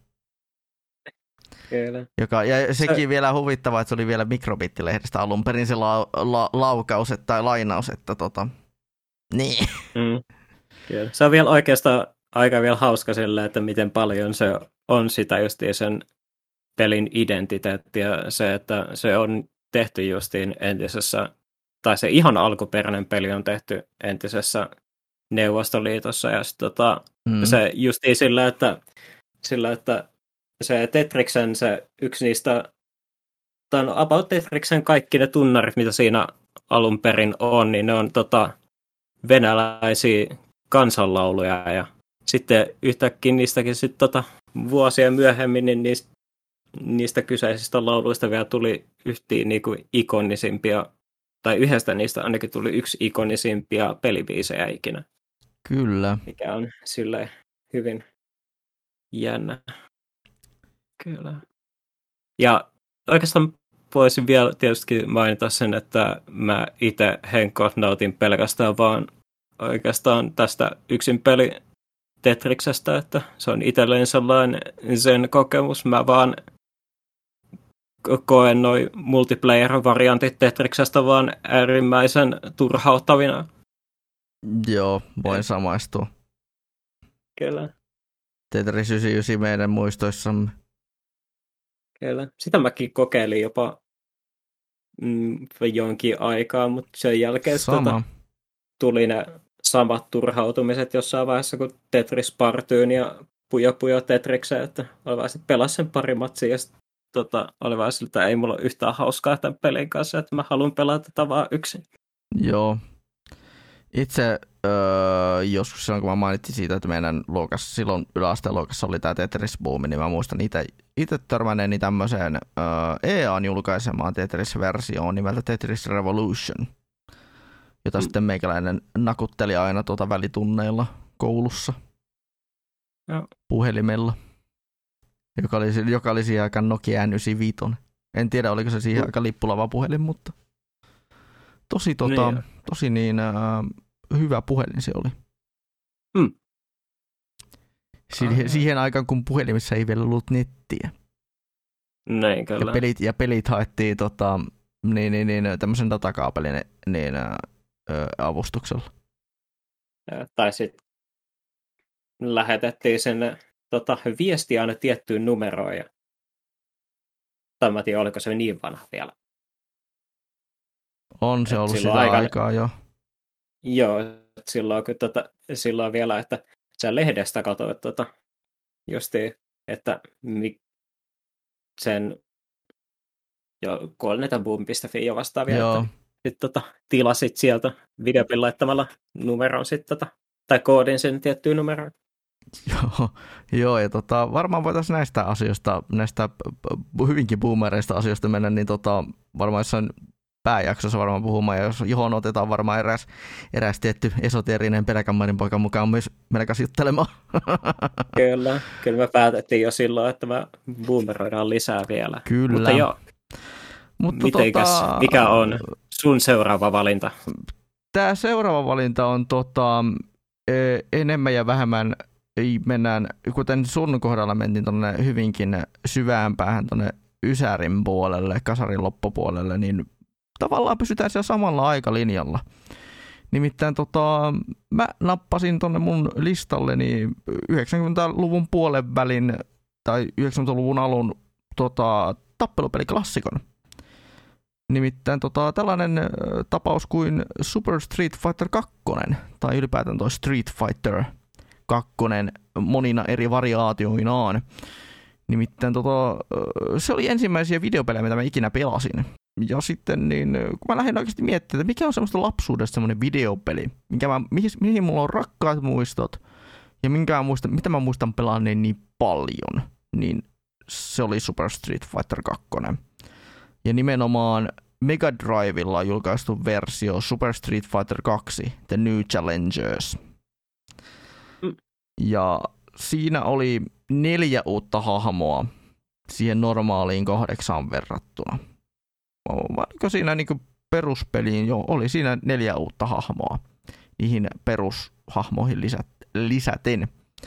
Kyllä. Ja sekin vielä huvittavaa, että se oli vielä mikrobittilehdestä alun perin se laukaus tai lainaus, että niin. Kyllä. Se on vielä oikeastaan aika vielä hauska sillä, että miten paljon se on sitä justiin sen pelin identiteettiä, se, että se on tehty justiin entisessä, tai se ihan alkuperäinen peli on tehty entisessä Neuvostoliitossa, ja se justiin sillä, että se Tetriksen, se yksi niistä, tai about Tetriksen kaikki ne tunnarit, mitä siinä alun perin on, niin ne on venäläisiä kansanlauluja, ja sitten yhtäkkiä niistäkin sitten vuosia myöhemmin, niin niistä kyseisistä lauluista vielä tuli yhtiä niinku ikonisimpia, tai yhdestä niistä ainakin tuli yksi ikonisimpia pelibiisejä ikinä. Kyllä. Mikä on silleen hyvin jännä. Kyllä. Ja oikeastaan voisin vielä tietysti mainita sen, että mä itse henkot nautin pelkästään vaan oikeastaan tästä yksin peli Tetriksestä, että se on itselleen sellainen sen kokemus. Mä vaan koen noi multiplayer-variantit Tetriksestä vaan äärimmäisen turhauttavina. Joo, voin samaistua. Kyllä. Tetris 99 meidän muistoissamme. Kyllä. Sitä mäkin kokeilin jopa jonkin aikaa, mutta sen jälkeen tuli ne samat turhautumiset jossain vaiheessa kuin Tetris Partyyn ja Puyo Tetrikseen, että oli vaan sitten pelasi sen pari matsia ja sitten oli vaan sillä, että ei mulla ole yhtään hauskaa tämän pelin kanssa, että mä haluan pelata tätä vaan yksin. Joo. Itse joskus silloin, kun mä mainitsin siitä, että meidän luokassa, silloin yläasteen luokassa oli tämä Tetris-buumi, niin mä muistan itse törmänneeni tämmöiseen EA:n julkaisemaan Tetris-versioon nimeltä Tetris Revolution, jota sitten meikäläinen nakutteli aina välitunneilla koulussa puhelimella, joka oli siihen aikaan Nokia N95. En tiedä, oliko se siihen aika lippulava puhelin, mutta tosi hyvä puhelin se oli. Siihen aikaan, kun puhelimissa ei vielä ollut nettiä. Näin kyllä. Ja pelit haettiin tämmöisen datakaapelin avustuksella. Tai sitten lähetettiin sen viestiä aina tiettyyn numeroon. Ja en tiedä, oliko se niin vanha vielä. On se ollut sitä aikaa jo. Joo, silloin vielä, että sä lehdestä katsoit justiin, että sen kun oli näitä boom.fi ja vastaavia, että tilasit sieltä videopin laittamalla numeron sitten tai koodin sen tiettyyn numeroon. Joo, ja varmaan voitaisiin näistä asioista, näistä hyvinkin boomereista asioista mennä, niin varmaan jossain pääjaksossa varmaan puhumaan, ja johon otetaan varmaan eräs tietty esoteerinen peräkammarin poika mukaan myös meidän kanssa juttelemaan. Kyllä me päätettiin jo silloin, että me boomeroidaan lisää vielä. Kyllä. Mutta joo, mikä on sun seuraava valinta? Tämä seuraava valinta on enemmän ja vähemmän mennään, kuten sun kohdalla mentiin tuonne hyvinkin syvään päähän tuonne Ysärin puolelle, kasarin loppupuolelle, niin tavallaan pysytään siellä samalla aikalinjalla. Nimittäin mä nappasin tuonne mun listalleni 90-luvun puolen välin tai 90-luvun alun tappelupeliklassikon. Nimittäin tällainen tapaus kuin Super Street Fighter 2, tai ylipäätään toi Street Fighter 2 monina eri variaatioinaan. Nimittäin se oli ensimmäisiä videopelejä, mitä mä ikinä pelasin. Ja sitten niin, kun mä lähdin oikeasti miettimään, että mikä on semmoista lapsuudesta semmoinen videopeli, mihin mulla on rakkaat muistot ja mitä mä muistan pelanneen niin paljon, niin se oli Super Street Fighter 2. Ja nimenomaan Mega Drivella julkaistu versio Super Street Fighter 2, The New Challengers. Ja siinä oli 4 uutta hahmoa siihen normaaliin 8 verrattuna. Vaikka siinä niin peruspeliin oli siinä 4 uutta hahmoa niihin perushahmoihin lisäten.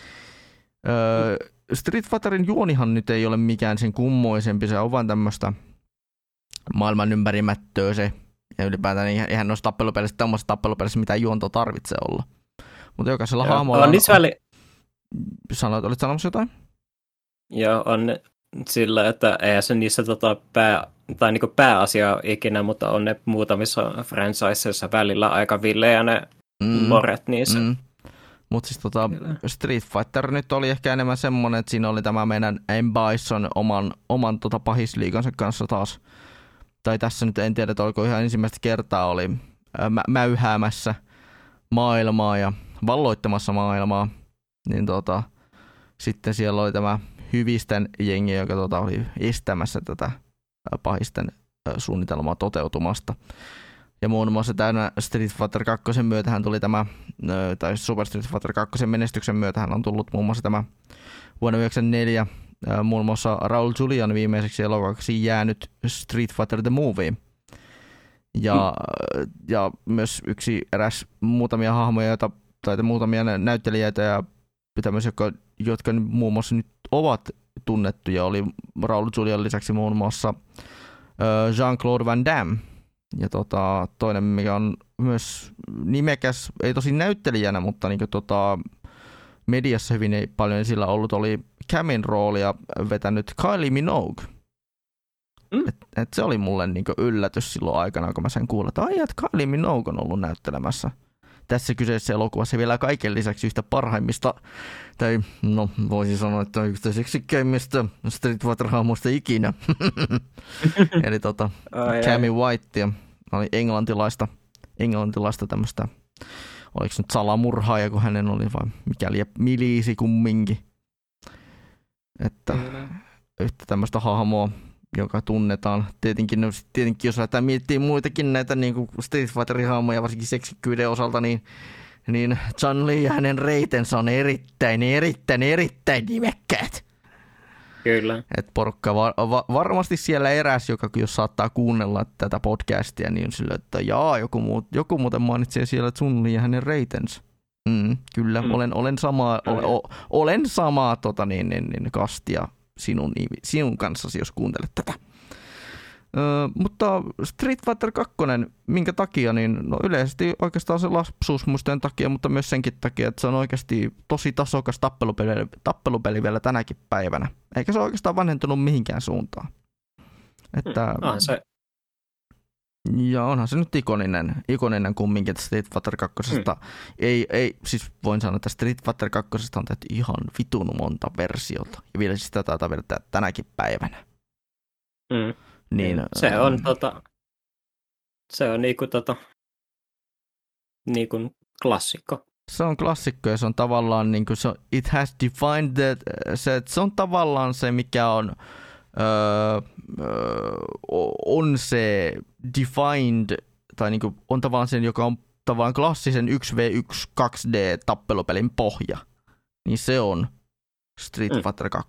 Street Fighterin juonihan nyt ei ole mikään sen kummoisempi, se on vaan tämmöistä maailman ympärimättöä se. Ja ylipäätään eihän noissa tappelupelissä, tämmöisessä tappelupelissä mitään juontoa tarvitse olla. Mutta jokaisella hahmolla on... Olit sanomassa jotain? Joo, on sillä, että eihän se niissä niinku pääasia ikinä, mutta on ne muutamissa franchiseissa välillä aika villejä ne loret niissä. Mutta siis Street Fighter nyt oli ehkä enemmän semmoinen, että siinä oli tämä meidän M. Bison oman pahisliigansa kanssa taas. Tai tässä nyt en tiedä, että oliko ihan ensimmäistä kertaa oli mäyhäämässä maailmaa ja valloittamassa maailmaa. Niin sitten siellä oli tämä hyvisten jengi, joka oli estämässä tätä pahisten suunnitelmaa toteutumasta. Ja muun muassa täynnä Street Fighter 2 myötähän tuli tämä, tai Super Street Fighter 2 menestyksen myötähän on tullut muun muassa tämä vuonna 1994 muun muassa Raul Julian viimeiseksi elokuvaksi jäänyt Street Fighter The Movie. Ja myös eräs muutamia hahmoja, tai muutamia näyttelijöitä ja tämmöisiä, jotka muun muassa nyt ovat tunnettuja, oli Raul Julian lisäksi muun muassa Jean-Claude Van Damme. Ja toinen, mikä on myös nimekäs, ei tosin näyttelijänä, mutta niin mediassa hyvin ei paljon esillä ollut, oli Camin roolia vetänyt Kylie Minogue. Et se oli mulle niin yllätys silloin aikana, kun mä sen kuulin, että Kylie Minogue on ollut näyttelemässä tässä kyseisessä elokuvassa vielä kaiken lisäksi yhtä parhaimmista, tai no voisin sanoa, että yhtä seksikkäimmistä Street Fighter-hahmoista ikinä. Eli Cammy White ja oli englantilaista tämmöistä, oliko se nyt salamurhaaja, kun hänen oli vai mikäli miliisi kumminkin. Että yhtä tämmöistä hahmoa, joka tunnetaan. Tietenkin jos lähdetään miettimään muitakin näitä niin kuin Street Fighter-hahmoja, varsinkin seksikkyyden osalta, niin Chun Li ja hänen reitensä on erittäin nimekkäät. Kyllä. Et porukka varmasti siellä eräs, joka jos saattaa kuunnella tätä podcastia, niin on sillä, että joku muuten mainitsee siellä Chun Li ja hänen reitensä. Kyllä, olen samaa kastia sinun kanssasi, jos kuuntelet tätä. Mutta Street Fighter 2, minkä takia, niin no yleisesti oikeastaan se lapsuusmuistojen takia, mutta myös senkin takia, että se on oikeasti tosi tasokas tappelupeli vielä tänäkin päivänä. Eikä se oikeastaan vanhentunut mihinkään suuntaan. Että, se. Ja onhan se nyt ikoninen kumminkin, että Street Fighter 2. Ei, siis voin sanoa, että Street Fighter 2. on tehty ihan vitun monta versiota. Ja vielä siis tätä taitaa tänäkin päivänä. Niin, se on niinku klassikko. Se on klassikko ja se on tavallaan niinku it has defined that, se on tavallaan se, mikä on se defined, tai niinku on tavallaan sen, joka on tavallaan klassisen 1v1 2D tappelupelin pohja. Niin se on Street Fighter 2.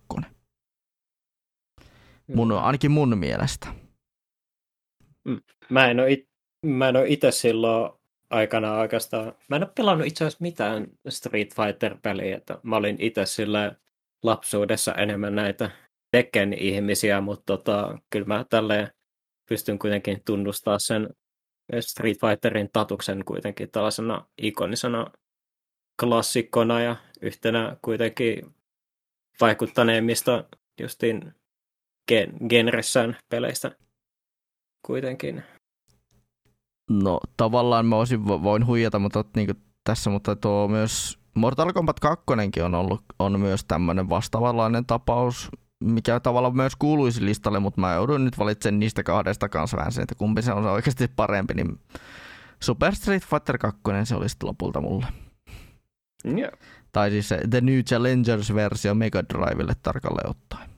Ainakin mun mielestä. Mä en ole itse silloin aikana oikeastaan, mä en ole pelannut itse asiassa mitään Street Fighter-peliä, että mä olin itse sillä lapsuudessa enemmän näitä Tekken-ihmisiä, mutta kyllä mä tälleen pystyn kuitenkin tunnustamaan sen Street Fighterin tatuksen kuitenkin tällaisena ikonisena klassikkona ja yhtenä kuitenkin vaikuttaneimmista justiin genressään peleistä kuitenkin. No tavallaan mä voin huijata mutta, niin tässä, mutta tuo myös Mortal Kombat 2 on myös tämmöinen vastaavanlainen tapaus, mikä tavallaan myös kuuluisi listalle, mutta mä joudun nyt valitsemaan niistä kahdesta kanssa vähän sen, että kumpi se on oikeasti parempi, niin Super Street Fighter 2 se oli sitten lopulta mulle. Yeah. Tai siis se The New Challengers-versio Mega Drivelle tarkalleen ottaen.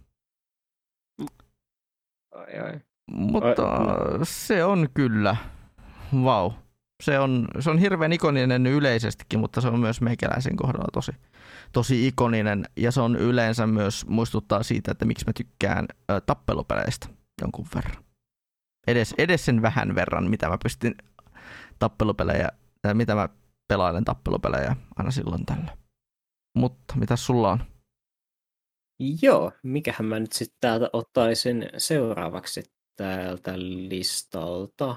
Ai. Mutta se on kyllä, vau. Se on hirveän ikoninen yleisestikin, mutta se on myös meikäläisen kohdalla tosi ikoninen. Ja se on yleensä myös muistuttaa siitä, että miksi mä tykkään tappelupeleistä jonkun verran. Edes sen vähän verran, mitä mä pystyn mitä mä pelailen tappelupelejä aina silloin tällä. Mutta mitä sulla on? Joo, mikähän mä nyt sitten täältä ottaisin seuraavaksi täältä listalta.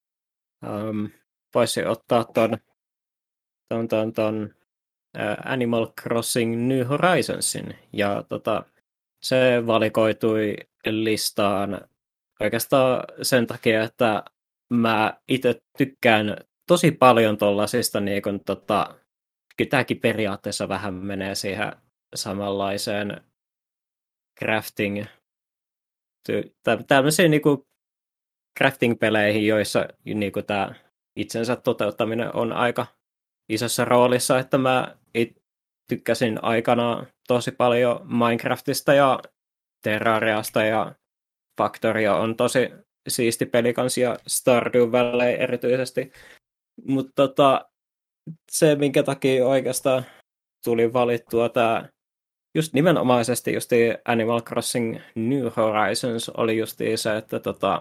Voisin ottaa ton Animal Crossing New Horizonsin. Ja se valikoitui listaan oikeastaan sen takia, että mä itse tykkään tosi paljon tollasista, niin kun kyllä tämäkin periaatteessa vähän menee siihen samanlaiseen crafting, tämmöisiin niinku crafting-peleihin, joissa niinku tämä itsensä toteuttaminen on aika isossa roolissa, että mä tykkäsin aikanaan tosi paljon Minecraftista ja Terrariasta ja Factoria on tosi siisti peli kans ja Stardew Valley erityisesti, mutta se minkä takia oikeastaan tuli valittua tämä just nimenomaisesti Animal Crossing New Horizons oli justiin se, että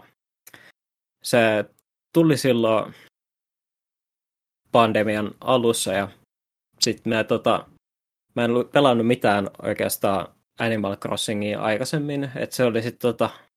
se tuli silloin pandemian alussa ja sitten mä en pelannut mitään oikeastaan Animal Crossingia aikaisemmin, että se oli sitten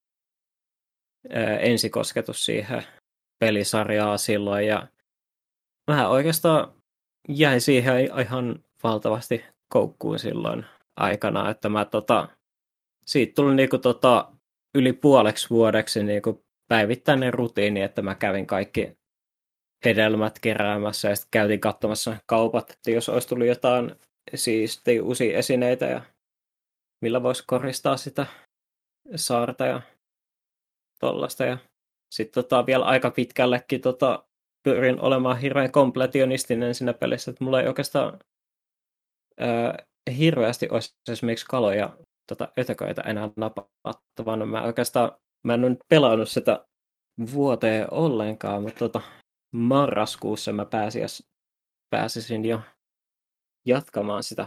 ensikosketus siihen pelisarjaan silloin ja mä oikeastaan jäin siihen ihan valtavasti koukkuun silloin aikana, että mä siitä tuli niinku yli puoleksi vuodeksi niinku päivittäinen rutiini, että mä kävin kaikki hedelmät keräämässä ja sitten käytiin katsomassa kaupat, että jos olisi tullut jotain siistiä uusia esineitä ja millä voisi koristaa sitä saarta ja tollaista. Ja sitten vielä aika pitkällekin pyrin olemaan hirveän kompletionistinen siinä pelissä, että mulla ei oikeastaan hirveästi olisi esimerkiksi kaloja ötököitä enää napattavana. Mä en ole nyt pelannut sitä vuoteen ollenkaan, mutta marraskuussa mä pääsisin jo jatkamaan sitä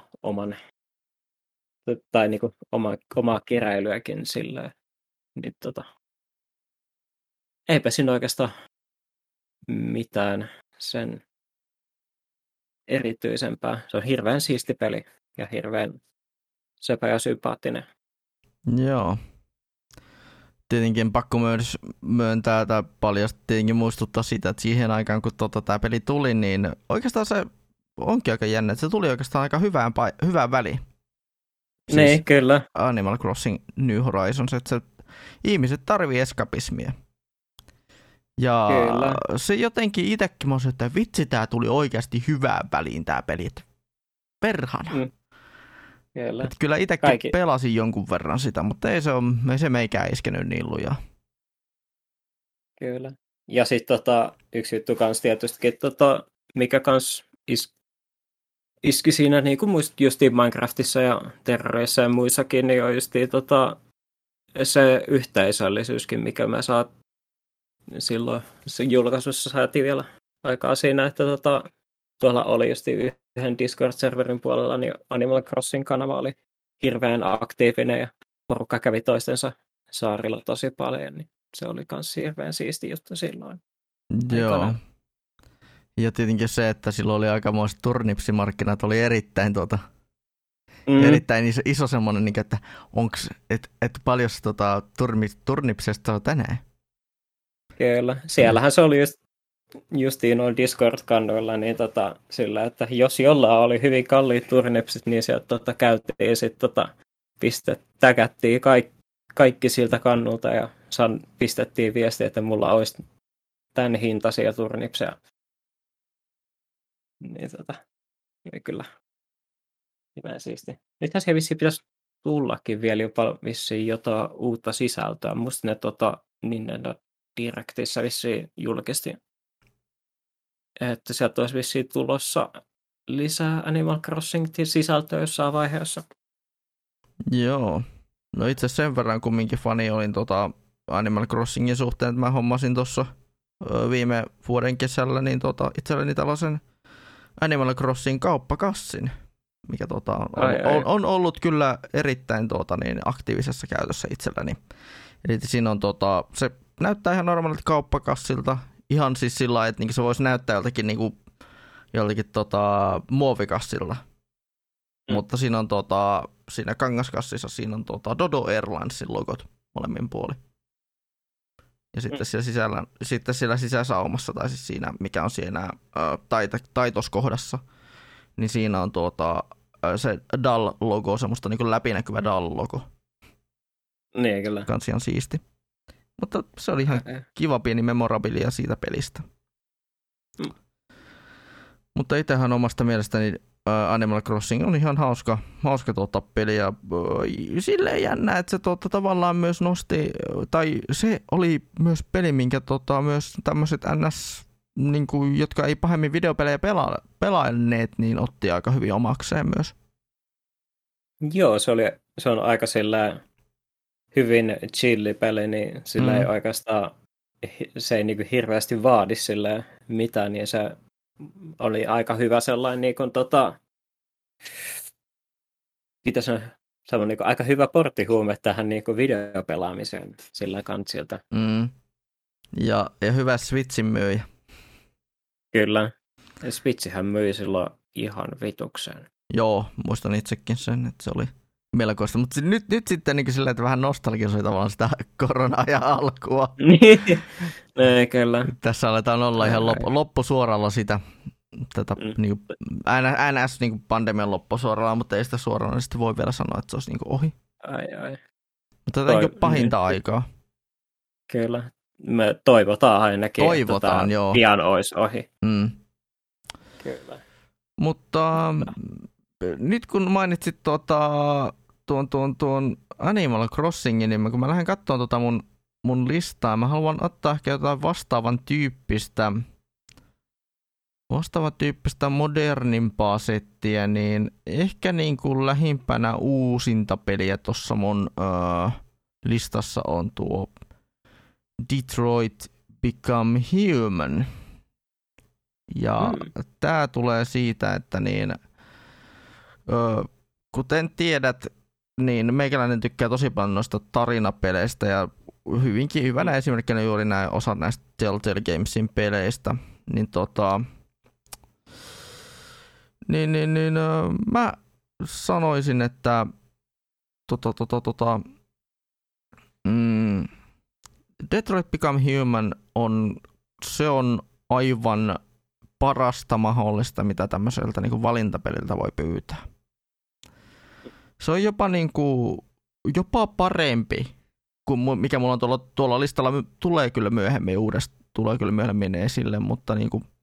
niinku omaa keräilyäkin silleen. Niin eipä siinä oikeastaan mitään sen erityisempää. Se on hirveän siisti peli ja hirveän söpö ja sympaattinen. Joo. Tietenkin pakko myös myöntää tai paljasti tietenkin muistuttaa sitä, että siihen aikaan kun tämä peli tuli, niin oikeastaan se onkin aika jännä, että se tuli oikeastaan aika hyvään väliin. Siis niin, kyllä. Animal Crossing New Horizons, että ihmiset tarvii eskapismia. Ja kyllä. Se jotenkin itsekin mä sanoin, että vitsi, tää tuli oikeasti hyvään väliin tää peli. Perhana. Kyllä. Että kyllä itsekin pelasin jonkun verran sitä, mutta ei se meikään iskenyt niin lujaa. Kyllä. Ja sitten yksi juttu kans tietystikin, mikä kans iski siinä niin kuin justiin Minecraftissa ja Terrorissa ja muissakin, niin on justiin se yhteisöllisyyskin, mikä me silloin julkaisussa saatiin vielä aikaa siinä, että tuolla oli just yhden Discord-serverin puolella, niin Animal Crossing-kanava oli hirveän aktiivinen ja porukka kävi toistensa saarilla tosi paljon, niin se oli myös hirveän siisti juttu silloin. Joo. Aikana. Ja tietenkin se, että silloin oli aikamoiset turnipsimarkkinat, oli erittäin iso semmoinen, niin että onks, et paljon turnipsesta saa tänään. Kyllä, siellähän se oli justiin noilla Discord-kannoilla niin sillä, että jos jollain oli hyvin kalliit turnipsit, niin sieltä käytiin sitten täkättiin kaikki siltä kannulta ja pistettiin viestiä, että mulla olisi tämän hintaisia turnipseja. Niin oli kyllä hyvä siisti. Nythän se vissiin pitäisi tullakin vielä jopa vissiin jotain uutta sisältöä. Musta ne Nintendo Directissä vissiin julkisti, että sieltä olisi vissiin tulossa lisää Animal Crossing-sisältöä jossain vaiheessa. Joo. No itse sen verran kumminkin fani olin Animal Crossingin suhteen, että mä hommasin tuossa viime vuoden kesällä niin itselleni tällaisen Animal Crossing kauppakassin, mikä on ollut kyllä erittäin aktiivisessa käytössä itselläni. Eli siinä on se näyttää ihan normaalilta kauppakassilta, ihan siis sillä lailla, että niinku se voisi näyttää joltakin muovikassilta. Mutta siinä on siinä kangaskassissa siinä on Dodo Airlinesin logot molemmin puolin. Ja sitten siellä sisäsaumassa, tai siis siinä, mikä on siinä taitoskohdassa, niin siinä on se DAL-logo, semmoista niin kuin läpinäkyvä DAL-logo. Niin, kyllä. Kans ihan siisti. Mutta se oli ihan kiva pieni memorabilia siitä pelistä. Mutta itsehän omasta mielestäni Animal Crossing on ihan hauska peli ja silleen jännä, että se tavallaan myös nosti, tai se oli myös peli, minkä myös tämmöiset NS, niin kuin, jotka ei pahemmin videopelejä pelailleet, niin otti aika hyvin omakseen myös. Joo, se on aika sillä hyvin chilli-peli, niin sillä ei oikeastaan, se ei niin hirveästi vaadi sillä mitään, niin se oli aika hyvä sellainen niin kuin, se on niin aika hyvä porttihuume tähän niin kuin videopelaamiseen sillä kantsilta. Ja hyvä Switchin myyjä. Kyllä. Switchihän myi silloin ihan vitukseen. Joo, muistan itsekin sen, että se oli melkoista. Mutta nyt sitten niin silleen, että vähän nostalgisoi tavallaan sitä korona-ajan alkua. Niin, kyllä. Tässä aletaan olla ihan loppusuoralla sitä. Niin NS niin pandemian loppusuoralla, mutta ei sitä suoraan sitten voi vielä sanoa, että se olisi niin ohi. Ai. Mutta tätä on pahinta aikaa. Kyllä. Me toivotaan ainakin, että joo. Pian olisi ohi. Kyllä. Mutta nyt kun mainitsit tuon Animal Crossingin, niin kun mä lähden katsomaan mun listaa, mä haluan ottaa ehkä jotain vastaavan tyyppistä modernimpaa settiä, niin ehkä niin kuin lähimpänä uusinta peliä tuossa mun listassa on tuo Detroit Become Human. Ja tää tulee siitä, että kuten tiedät, niin meikäläinen tykkää tosi paljon noista tarinapeleistä ja hyvinkin hyvänä esimerkkinä juuri osa näistä Telltale Gamesin peleistä. Mä sanoisin, että Detroit Become Human on aivan parasta mahdollista, mitä tämmöiseltä niin kuin valintapeliltä voi pyytää. Se on jopa parempi kuin mikä mulla on tuolla listalla, tulee kyllä myöhemmin esille, mutta niin kuin,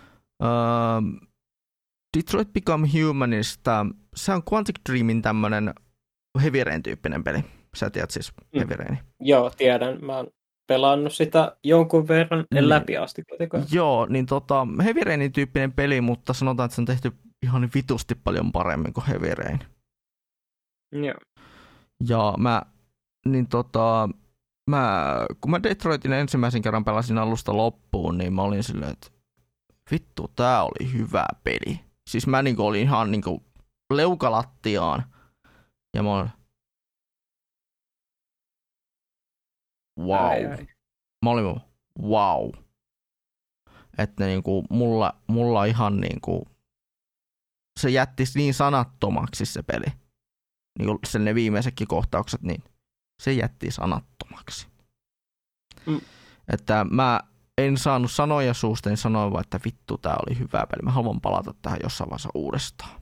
Detroit Become Humanista, se on Quantic Dreamin tämmönen Heavy Rain-tyyppinen peli. Sä tiedät siis Heavy Rain. Joo, tiedän. Mä oon pelannut sitä jonkun verran, en läpi asti kuitenkaan. Joo, niin Heavy Rainin tyyppinen peli, mutta sanotaan, että se on tehty ihan vitusti paljon paremmin kuin Heavy Rain. Joo. Ja kun mä Detroitin ensimmäisen kerran pelasin alusta loppuun, niin mä olin silleen, että vittu, tää oli hyvä peli. Siis mä olin ihan leukalattiaan. Ja mä olin, wow. Mä olin, wow. että niinku mulla ihan niinku, se jätti niin sanattomaksi se peli. Niinku sen ne viimeisetkin kohtaukset, niin se jätti sanattomaksi. Että mä en saanut sanoja suusta, niin sanoin vaan, että vittu, tää oli hyvä peli. Mä haluan palata tähän jossain vaiheessa uudestaan.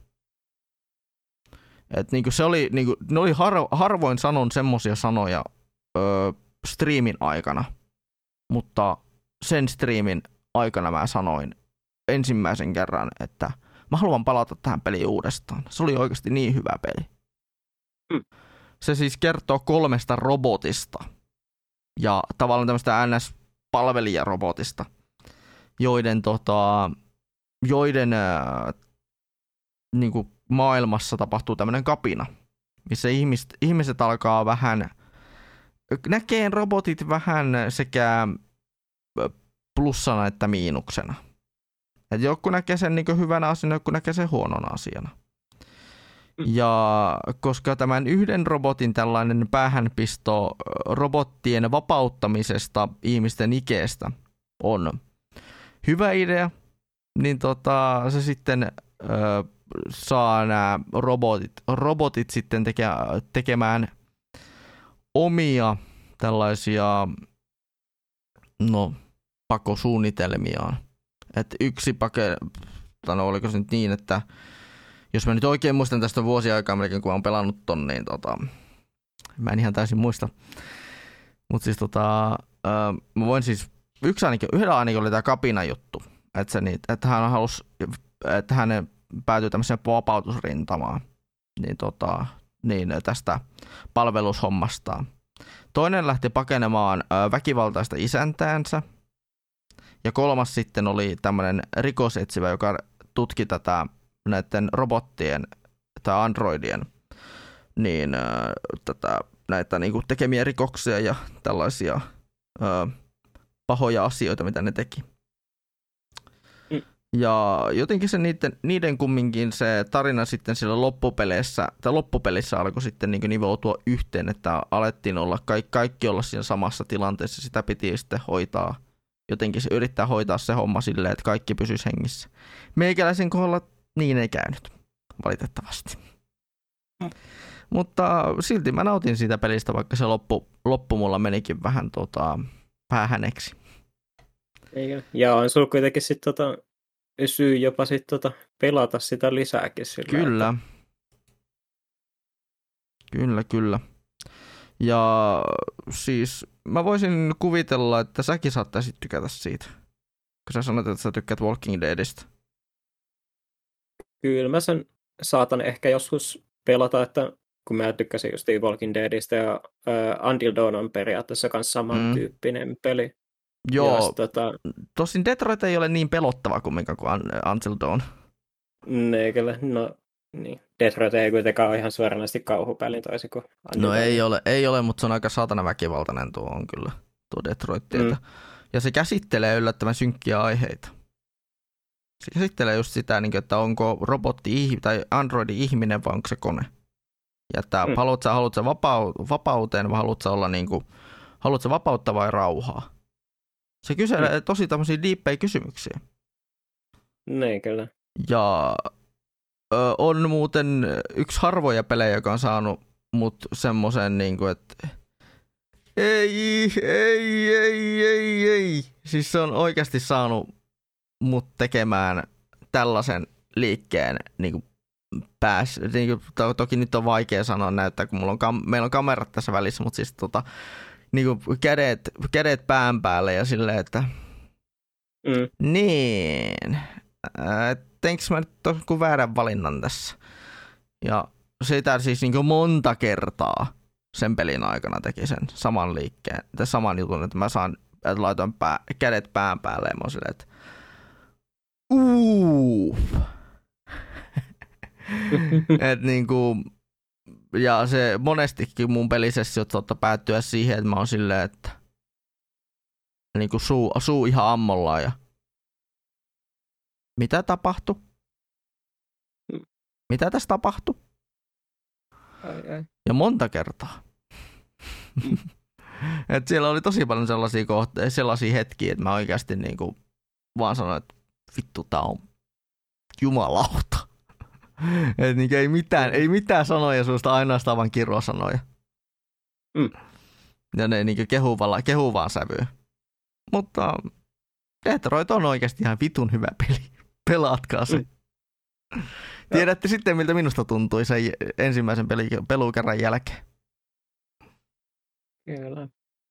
Et niinku se oli, niinku, ne oli harvoin sanon semmosia sanoja striimin aikana, mutta sen striimin aikana mä sanoin ensimmäisen kerran, että mä haluan palata tähän peliin uudestaan. Se oli oikeasti niin hyvä peli. Se siis kertoo 3 robotista ja tavallaan tämmöistä NS-palvelijarobotista, joiden niinku maailmassa tapahtuu tämmöinen kapina, missä ihmiset alkaa vähän, näkee robotit vähän sekä plussana että miinuksena. Et joku näkee sen niin hyvänä asiana, joku näkee sen huonona asiana. Ja koska tämän yhden robotin tällainen päähänpisto robottien vapauttamisesta ihmisten ikeestä on hyvä idea, niin se sitten saa nämä robotit sitten tekemään omia tällaisia pakosuunnitelmiaan. Että yksi oliko se nyt niin, että jos mä nyt oikein muistan tästä vuosia aikaa melkein, kun mä oon pelannut ton, niin mä en ihan täysin muista. Mutta siis mä voin siis, yhdellä ainakin oli tää kapina juttu, että hän halusi, että hän päätyi tämmöiseen vapautusrintamaan, niin tästä palvelushommasta. Toinen lähti pakenemaan väkivaltaista isäntäänsä, ja 3. sitten oli tämmöinen rikosetsivä, joka tutki näiden robottien tai androidien näitä niinku tekemiä rikoksia ja tällaisia pahoja asioita, mitä ne teki. Ja jotenkin se niiden kumminkin se tarina sitten siellä loppupelissä alkoi sitten niin nivoutua yhteen, että alettiin olla kaikki olla siinä samassa tilanteessa. Sitä piti sitten hoitaa. Jotenkin se yrittää hoitaa se homma silleen, että kaikki pysyisi hengissä. Meikäläisen kohdalla niin ei käynyt, valitettavasti. Mutta silti mä nautin siitä pelistä, vaikka se loppu mulla menikin vähän päähäneksi. Ja on sulla kuitenkin sitten syy jopa sitten pelata sitä lisääkin. Sillä, kyllä. Että... Kyllä. Ja siis mä voisin kuvitella, että säkin saattaisit tykätä siitä. Kun sä sanoit, että sä tykkäät Walking Deadistä. Kyllä mä sen saatan ehkä joskus pelata, että kun mä tykkäsin just Walking Deadistä ja Until Dawn on periaatteessa myös samantyyppinen peli. Joo, tosin Detroit ei ole niin pelottava kuin Until Dawn. Niin. Detroit ei kuitenkaan ole ihan suoranaisesti kauhupelin toisin kuin Until Dawn. Ei ole, mutta se on aika saatana väkivaltainen tuo Detroit. Ja se käsittelee yllättävän synkkiä aiheita. Se käsittelee just sitä, että onko robotti tai androidi ihminen vai onko se kone. Ja että haluatko sä vapauteen vai haluatko sä vapautta vai rauhaa. Se kyselee tosi tämmöisiä diippejä kysymyksiä. Niin, kyllä. Ja on muuten yksi harvoja pelejä, joka on saanut mut semmoisen, että ei. Siis se on oikeasti saanut mut tekemään tällaisen liikkeen toki nyt on vaikea sanoa näyttää, kun meillä on kamerat tässä välissä, mutta siis kädet pään päälle ja silleen, että niin, teinkö mä nyt väärän valinnan tässä? Ja sitä siis monta kertaa sen pelin aikana teki sen saman liikkeen, saman jutun, että mä laitoin kädet pään päälle ja mä oon silleen, että et ja se monestikin mun pelisessiot saattaa päättyä siihen, että mä oon silleen, että suu ihan ammollaan ja mitä tapahtui? Mitä tässä tapahtui? Ai. Ja monta kertaa. Et siellä oli tosi paljon sellaisia hetkiä, että mä oikeasti vaan sanoin, että vittu, tää on jumalauta. Että niin ei mitään sanoja suusta, ainoastaan vaan kirosanoja. Ja ne niin kehuu vaan sävyä. Mutta Detroit on oikeasti ihan vitun hyvä peli. Pelaatkaa se. Tiedätte sitten, miltä minusta tuntui sen ensimmäisen pelukerran jälkeen. Kyllä.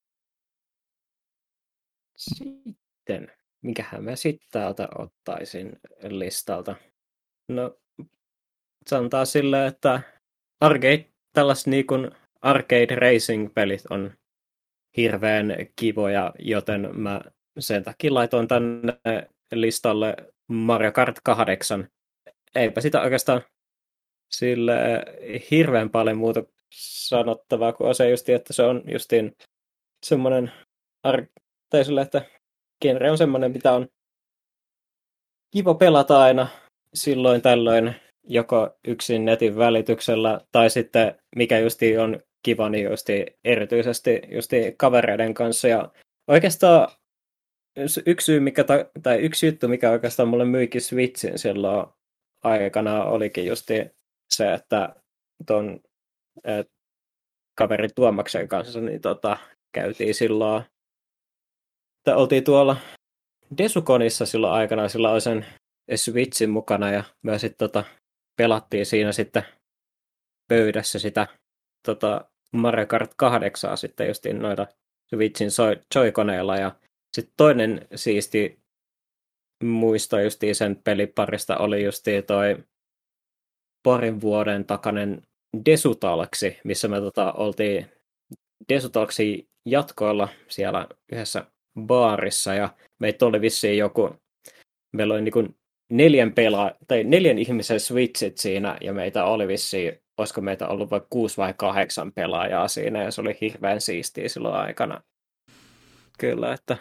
Sitten, mikähän mä sitten täältä ottaisin listalta? No, sanotaan silleen, että tällaiset niin kuin arcade racing-pelit on hirveän kivoja, joten mä sen takia laitoin tänne listalle Mario Kart 8. Eipä sitä oikeastaan sille hirveän paljon muuta sanottavaa kuin se justi, että se on justiin semmoinen tai sille, että genre on semmoinen, mitä on kiva pelata aina silloin tällöin joko yksin netin välityksellä tai sitten mikä justi on kiva, niin justi erityisesti justi kavereiden kanssa. Ja oikeastaan yksi juttu, mikä oikeastaan mulle myikin Switchin silloin aikana olikin justi se, että ton kaverin Tuomaksen kanssa niin käytiin silloin, että oltiin tuolla Desukonissa silloin aikana, sillä oli sen Switchin mukana ja myös sitten pelattiin siinä sitten pöydässä sitä Mario Kart 8 sitten justiin noita Switchin Joy-koneilla ja sitten toinen siisti muisto justiin sen peliparista oli justiin toi parin vuoden takainen Desutalksi, missä me oltiin Desutalksin jatkoilla siellä yhdessä baarissa ja meitä oli vissiin meillä oli niinku 4 ihmisen Switchit siinä ja meitä oli vissiin, olisiko meitä ollut vaikka 6 vai 8 pelaajaa siinä ja se oli hirveän siistiä silloin aikana. Kyllä, että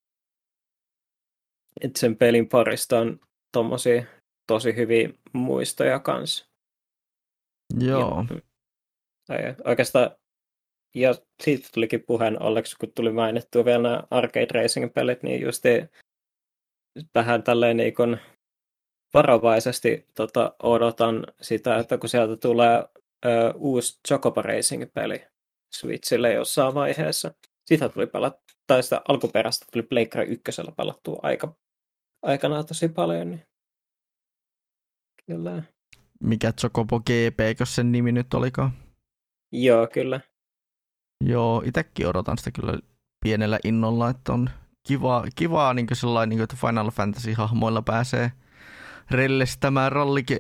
sen pelin parista on tommosia tosi hyviä muistoja kanssa. Joo. Ja oikeastaan, ja siitä tulikin puheen olleeksi, kun tuli mainittua vielä nämä arcade racing-pelit, niin just vähän tälleen niin kuin varovaisesti odotan sitä, että kun sieltä tulee uusi Chocobo Racing-peli Switchille jossain vaiheessa. Sitä tuli tai sitä alkuperäistä tuli Pleikkari 1 pelattua aikanaan tosi paljon. Niin. Kyllä. Mikä Chocobo GP, jos sen nimi nyt olikaan? Joo, kyllä. Joo, itsekin odotan sitä kyllä pienellä innolla, että on kivaa niin kuin sellainen, niin kuin, että Final Fantasy-hahmoilla pääsee rellestämään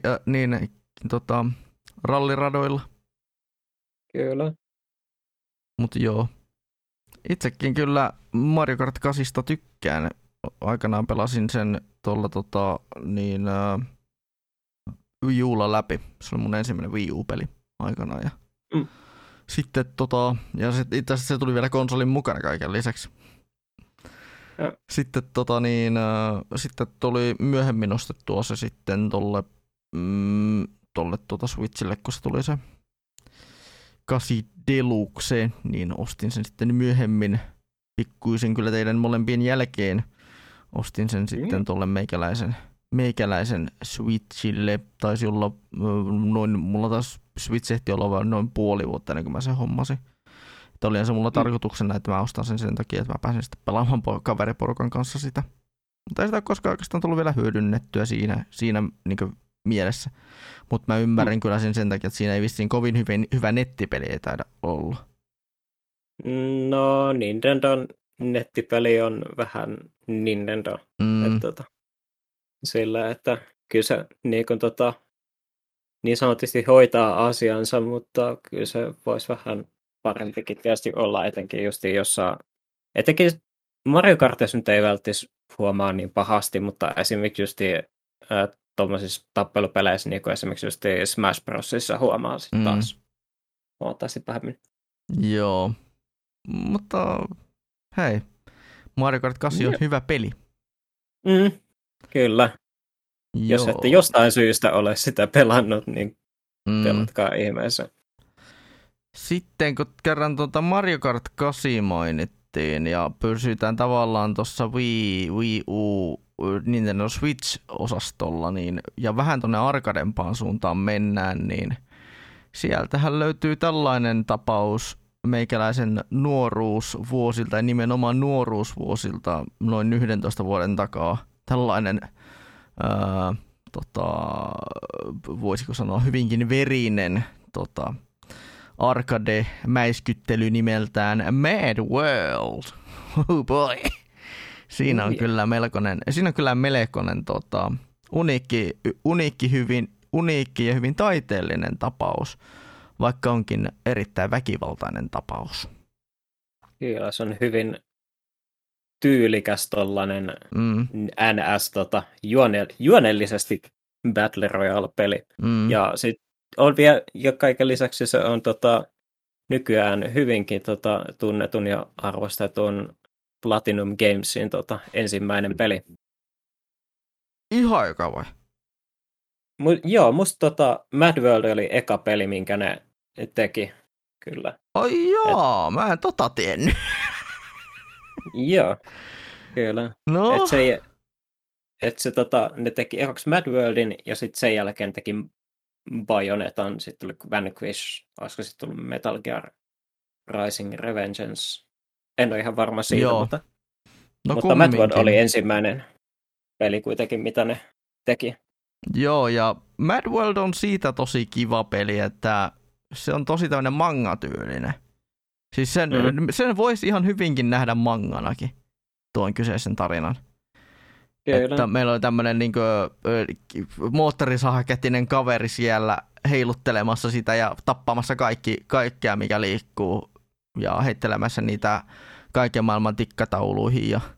ralliradoilla. Kyllä. Mutta joo, itsekin kyllä Mario Kart 8 tykkään. Aikanaan pelasin sen tuolla Wii Ulla läpi. Se oli mun ensimmäinen Wii U-peli aikanaan. Ja sitten itse asiassa se tuli vielä konsolin mukana kaiken lisäksi. Ja. Sitten sitten tuli myöhemmin ostettua se sitten tolle Switchille, kun se tuli se 8 Deluxe, niin ostin sen sitten myöhemmin pikkuisin kyllä teidän molempien jälkeen. Ostin sen sitten tolle meikäläisen Switchille. Taisi olla mulla taas Switch ehti olla noin puoli vuotta ennen kuin mä sen hommasin. Että oli se mulla tarkoituksena, että mä ostan sen takia, että mä pääsen sitten pelaamaan kaveriporukan kanssa sitä. Mutta ei sitä koskaan oikeastaan tullut vielä hyödynnettyä siinä niin mielessä. Mutta mä ymmärrän kyllä sen takia, että siinä ei vissiin kovin hyvä nettipeli ei taida olla. No, Nintendon nettipeli on vähän Nintendo. Sillä, että kyllä se niin sanotusti hoitaa asiansa, mutta kyllä se voisi vähän parempikin tietysti olla, etenkin etenkin Mario Kartissa nyt ei välttämättä huomaa niin pahasti, mutta esimerkiksi just tuollaisissa tappelupeleissä, niin kuin esimerkiksi just Smash Brosissa huomaa sitten taas huomattavasti pahemmin. Joo, mutta hei, Mario Kart 8 on hyvä peli. Kyllä. Joo. Jos ette jostain syystä ole sitä pelannut, niin pelatkaa ihmeessä. Sitten kun kerran Mario Kart 8 mainittiin ja pysytään tavallaan tuossa Wii U Nintendo Switch-osastolla niin, ja vähän tuonne arkadempaan suuntaan mennään, niin sieltähän löytyy tällainen tapaus meikäläisen nuoruusvuosilta ja nimenomaan nuoruusvuosilta noin 11 vuoden takaa. Tällainen, voisiko sanoa hyvinkin verinen arcade-mäiskyttely nimeltään Mad World. Oh boy. Siinä on kyllä melkoinen uniikki ja hyvin taiteellinen tapaus, vaikka onkin erittäin väkivaltainen tapaus. Kyllä, se on hyvin tyylikäs tollainen NS juonellisesti Battle Royale-peli. Ja sitten on vielä, ja kaiken lisäksi se on nykyään hyvinkin tunnetun ja arvostetun Platinum Gamesin ensimmäinen peli. Ihan eka vai? Joo, musta Mad World oli eka peli, minkä ne teki, kyllä. Ai joo, mä en tiennyt. Joo, kyllä. No. Ne teki ekaksi Mad Worldin ja sitten sen jälkeen teki Bayonetan, sitten tuli Vanquish, olisiko sitten tullut Metal Gear Rising Revengeance. En ole ihan varma siitä, Joo. mutta Mad World oli ensimmäinen peli kuitenkin, mitä ne teki. Joo, ja Mad World on siitä tosi kiva peli, että se on tosi tämmöinen manga-tyylinen. Siis sen voisi ihan hyvinkin nähdä manganakin, tuon kyseisen tarinan. Kyllä. Että meillä oli tämmöinen niin moottorisahakätinen kaveri siellä heiluttelemassa sitä ja tappamassa kaikkea, mikä liikkuu, ja heittelemässä niitä kaiken maailman tikkatauluihin ja,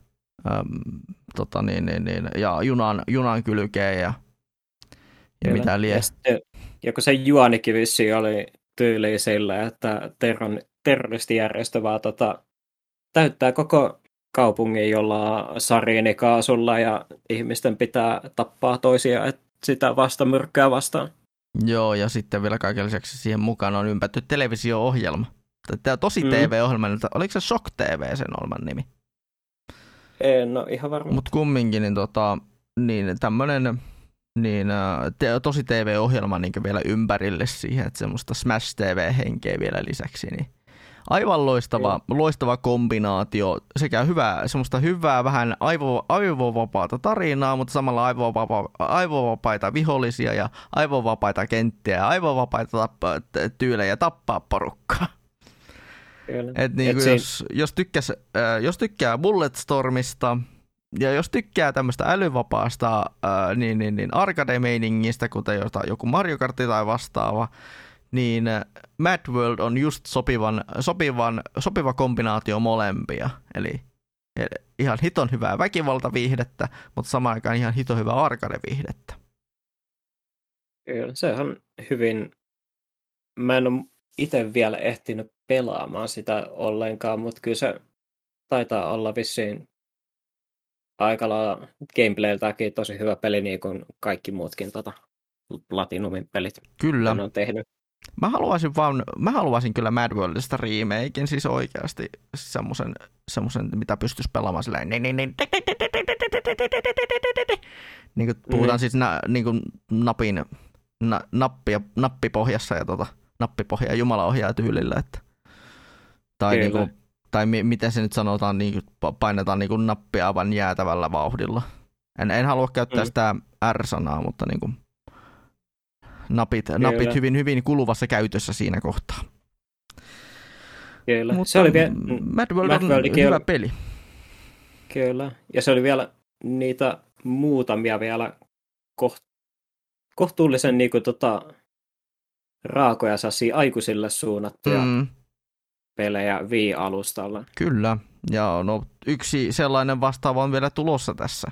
ja junan kylkeen ja mitä lie. Ja kun se juonikivissi oli tyyli sillä, että terroristijärjestö vaan täyttää koko kaupungin jollain sariinikaasulla ja ihmisten pitää tappaa toisia sitä vastamyrkkyä vastaan. Joo, ja sitten vielä kaiken lisäksi siihen mukaan on ympätty televisio-ohjelma. Tämä tosi TV-ohjelma, oliko se Shock TV sen ohjelman nimi? En ole ihan varma. Mutta kumminkin niin tämmöinen tosi TV-ohjelma niin vielä ympärille siihen, että semmoista Smash TV-henkeä vielä lisäksi, niin aivan loistava kombinaatio, sekä semmoista hyvää vähän aivovapaata tarinaa, mutta samalla aivovapaita vihollisia ja aivovapaita kenttiä ja aivovapaita tyylejä tappaa porukkaa. Et niinku jos tykkää Bulletstormista ja jos tykkää tämmöistä älyvapaasta niin arcade-meiningistä, kuten joku Mario Kart tai vastaava, niin Mad World on just sopiva kombinaatio molempia. Eli ihan hiton hyvää väkivaltaviihdettä, mutta samaan aikaan ihan hiton hyvää arcade-viihdettä. Kyllä, se on hyvin. Mä en ole itse vielä ehtinyt pelaamaan sitä ollenkaan, mutta kyllä se taitaa olla vissiin aika lailla gameplayltäkin tosi hyvä peli, niin kuin kaikki muutkin Platinumin pelit. Kyllä. On tehnyt. Mä haluaisin kyllä Mad Worldista remaken, siis oikeasti semmoisen, mitä pystyisi pelaamaan silleen, niin kuin puhutaan siis nappipohjassa ja nappipohjaa jumalaohjaa tyylillä, että tai miten se nyt sanotaan, niin painetaan niin nappia aivan jäätävällä vauhdilla. En halua käyttää sitä R-sanaa, mutta niin kuin napit hyvin, hyvin kuluvassa käytössä siinä kohtaa. Kyllä. Mutta se oli vielä Mad World on hyvä peli. Kyllä. Ja se oli vielä niitä muutamia vielä kohtuullisen niin kuin, raakoja aikuisille suunnattuja pelejä Wii-alustalla. Kyllä. Ja yksi sellainen vastaava on vielä tulossa tässä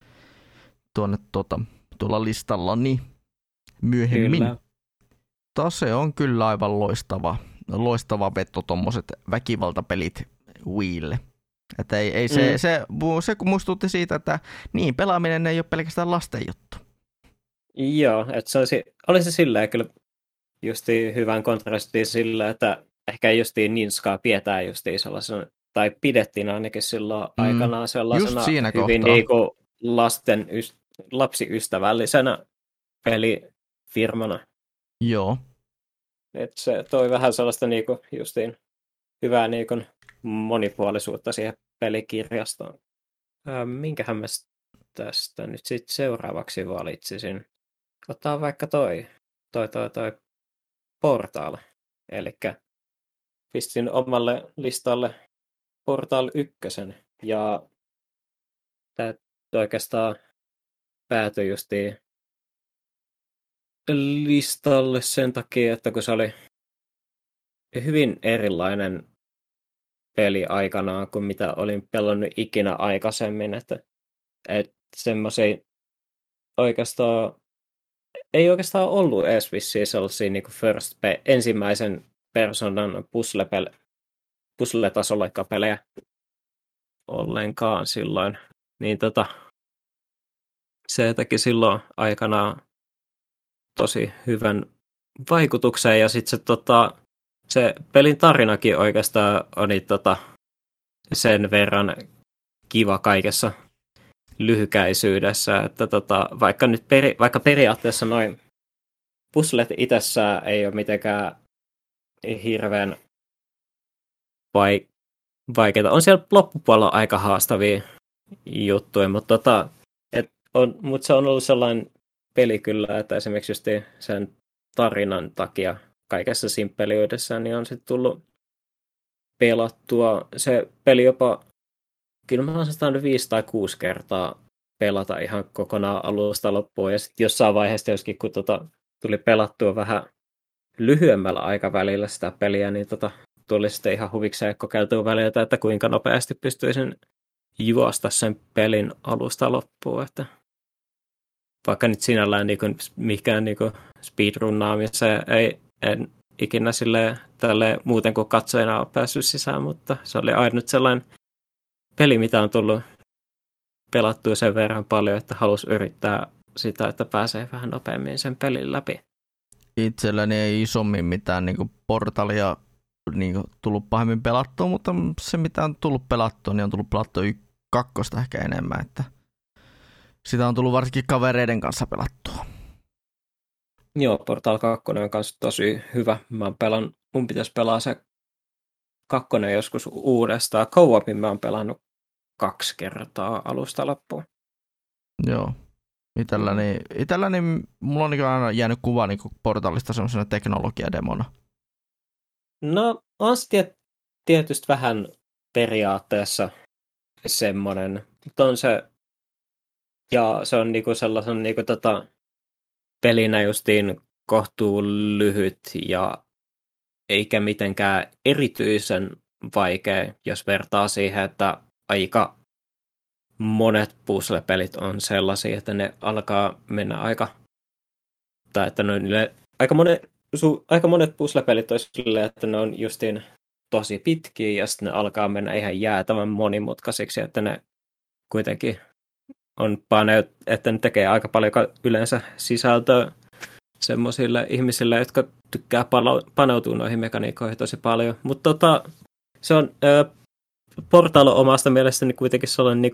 tuolla listallani myöhemmin. Kyllä. Se on kyllä aivan loistava veto tommoset väkivaltapelit Wiille. Että ei se kun muistutti siitä, että niin pelaaminen ei ole pelkästään lasten juttu. Joo, että oli se silleen kyllä justiin hyvän kontrastiin sillä, että ehkä justiin Ninskaa pidetään justiin sellaisen, tai pidettiin ainakin silloin aikanaan sellaisena hyvin niinku lapsiystävällisenä pelifirmana. Joo. Et se toi vähän sellaista niinku justiin hyvää niinku monipuolisuutta siihen pelikirjastoon. Minkähän mä tästä nyt sitten seuraavaksi valitsisin? Ottaa vaikka toi Portal. Elikkä pistin omalle listalle Portal 1. Ja tää oikeastaan päätyi justiin listalle sen takia, että kun se oli hyvin erilainen peli aikanaan kuin mitä olin pelannut ikinä aikaisemmin, että semmoisia ei oikeastaan ollut edes vissiin sellaisia niin kuin ensimmäisen persoonan puzzle-tasolla-pelejä ollenkaan silloin. Niin se teki silloin aikanaan tosi hyvän vaikutuksen ja sitten se pelin tarinakin oikeastaan oli sen verran kiva kaikessa lyhykäisyydessä, että vaikka nyt vaikka periaatteessa noin puzzlet itsessään ei ole mitenkään hirveän vaikeita. On siellä loppupuolella aika haastavia juttuja, mutta se on ollut sellainen peli kyllä, että esimerkiksi just sen tarinan takia kaikessa simppeliydessään niin on sitten tullut pelattua. Se peli jopa, kyllä mä olen sitä 5 tai 6 kertaa pelata ihan kokonaan alusta loppuun. Ja sitten jossain vaiheessa joskin, kun tuli pelattua vähän lyhyemmällä aikavälillä sitä peliä, niin tuli sitten ihan huvikseen kokeiltua välillä, että kuinka nopeasti pystyisin juosta sen pelin alusta loppuun. Että vaikka nyt sinällään mikään speedrunnaamiseen en ikinä tälleen muuten kuin katsojana ole päässyt sisään, mutta se oli ainut sellainen peli, mitä on tullut pelattua sen verran paljon, että halusi yrittää sitä, että pääsee vähän nopeammin sen pelin läpi. Itselläni ei isommin mitään Portalia tullut pahemmin pelattua, mutta se mitä on tullut pelattua, niin on tullut pelattua 2 ehkä enemmän, että sitä on tullut varsinkin kavereiden kanssa pelattua. Joo, Portal 2 on kanssa tosi hyvä. Mun pitäisi pelaa se 2 joskus uudestaan. Co-opin mä oon pelannut 2 kertaa alusta loppuun. Joo. Itselläni mulla on aina jäänyt kuva Portalista semmoisena teknologiademona. No, on se tietysti vähän periaatteessa semmoinen. Mutta on se, ja se on sellaisen pelinä justiin kohtuu lyhyt ja eikä mitenkään erityisen vaikea, jos vertaa siihen, että aika monet puzzle-pelit on sellaisia, että ne alkaa mennä aika monet puzzle-pelit on silleen, että ne on justiin tosi pitkiä ja sitten ne alkaa mennä ihan jäätävän monimutkaisiksi, että ne kuitenkin on että ne tekee aika paljon yleensä sisältöä semmoisille ihmisille, jotka tykkää paneutua noihin mekaniikoihin tosi paljon. Mutta se on Portal omasta mielestäni kuitenkin sellainen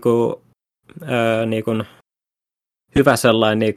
hyvä sellainen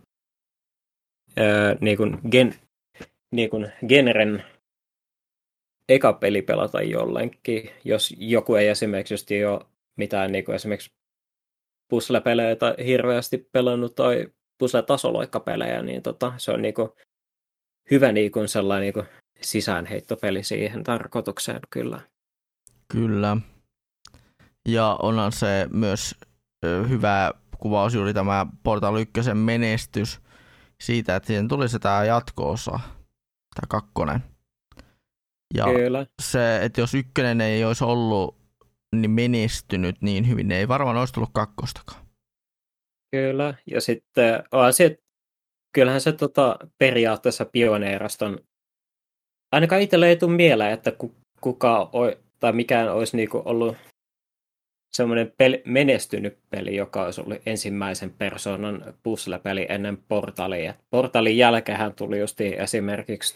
genren eka peli pelata jollekin, jos joku ei esimerkiksi just ole mitään esimerkiksi puzzle-pelejä hirveästi pelannut tai puzzle-tasoloikkapelejä, niin se on hyvä sellainen sisäänheittopeli siihen tarkoitukseen kyllä. Kyllä. Ja onhan se myös hyvä kuvaus juuri tämä Portal 1 menestys siitä, että siihen tuli se tämä jatko-osa, tämä 2. Ja kyllä. Se, että jos 1 ei olisi ollut niin menestynyt niin hyvin, niin ei varmaan olisi tullut 2. Kyllä, ja sitten kyllähän se periaatteessa pioneeraston, ainakaan itselle ei tule mieleen, että tai mikään olisi ollut semmoinen menestynyt peli, joka olisi ollut ensimmäisen persoonan puzzle-peli ennen Portalia. Portalin jälkeenhän tuli justiin esimerkiksi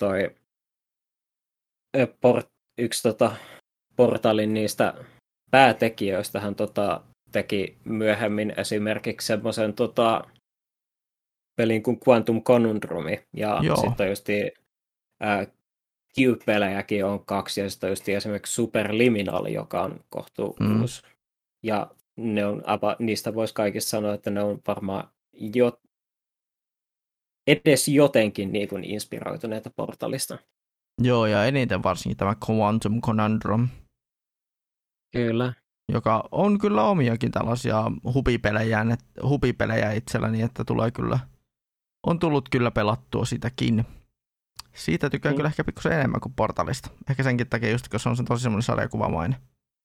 yksi Portalin niistä päätekijöistähän teki myöhemmin esimerkiksi semmoisen pelin kuin Quantum Conundrumi, ja Joo. sitten just Cube-pelejäkin on 2, ja sitten just esimerkiksi Superliminal, joka on kohtuu uusi. Ja ne on, niistä voisi kaikista sanoa, että ne on varmaan edes jotenkin niin kuin inspiroituneita Portalista. Joo, ja eniten varsinkin tämä Quantum Conundrum. Kyllä. Joka on kyllä omiakin tällaisia hupipelejä itselläni, että on tullut kyllä pelattua sitäkin. Siitä tykkään kyllä ehkä pikkusen enemmän kuin Portalista. Ehkä senkin takia just, kun se on tosi semmoinen sarjakuvamainen.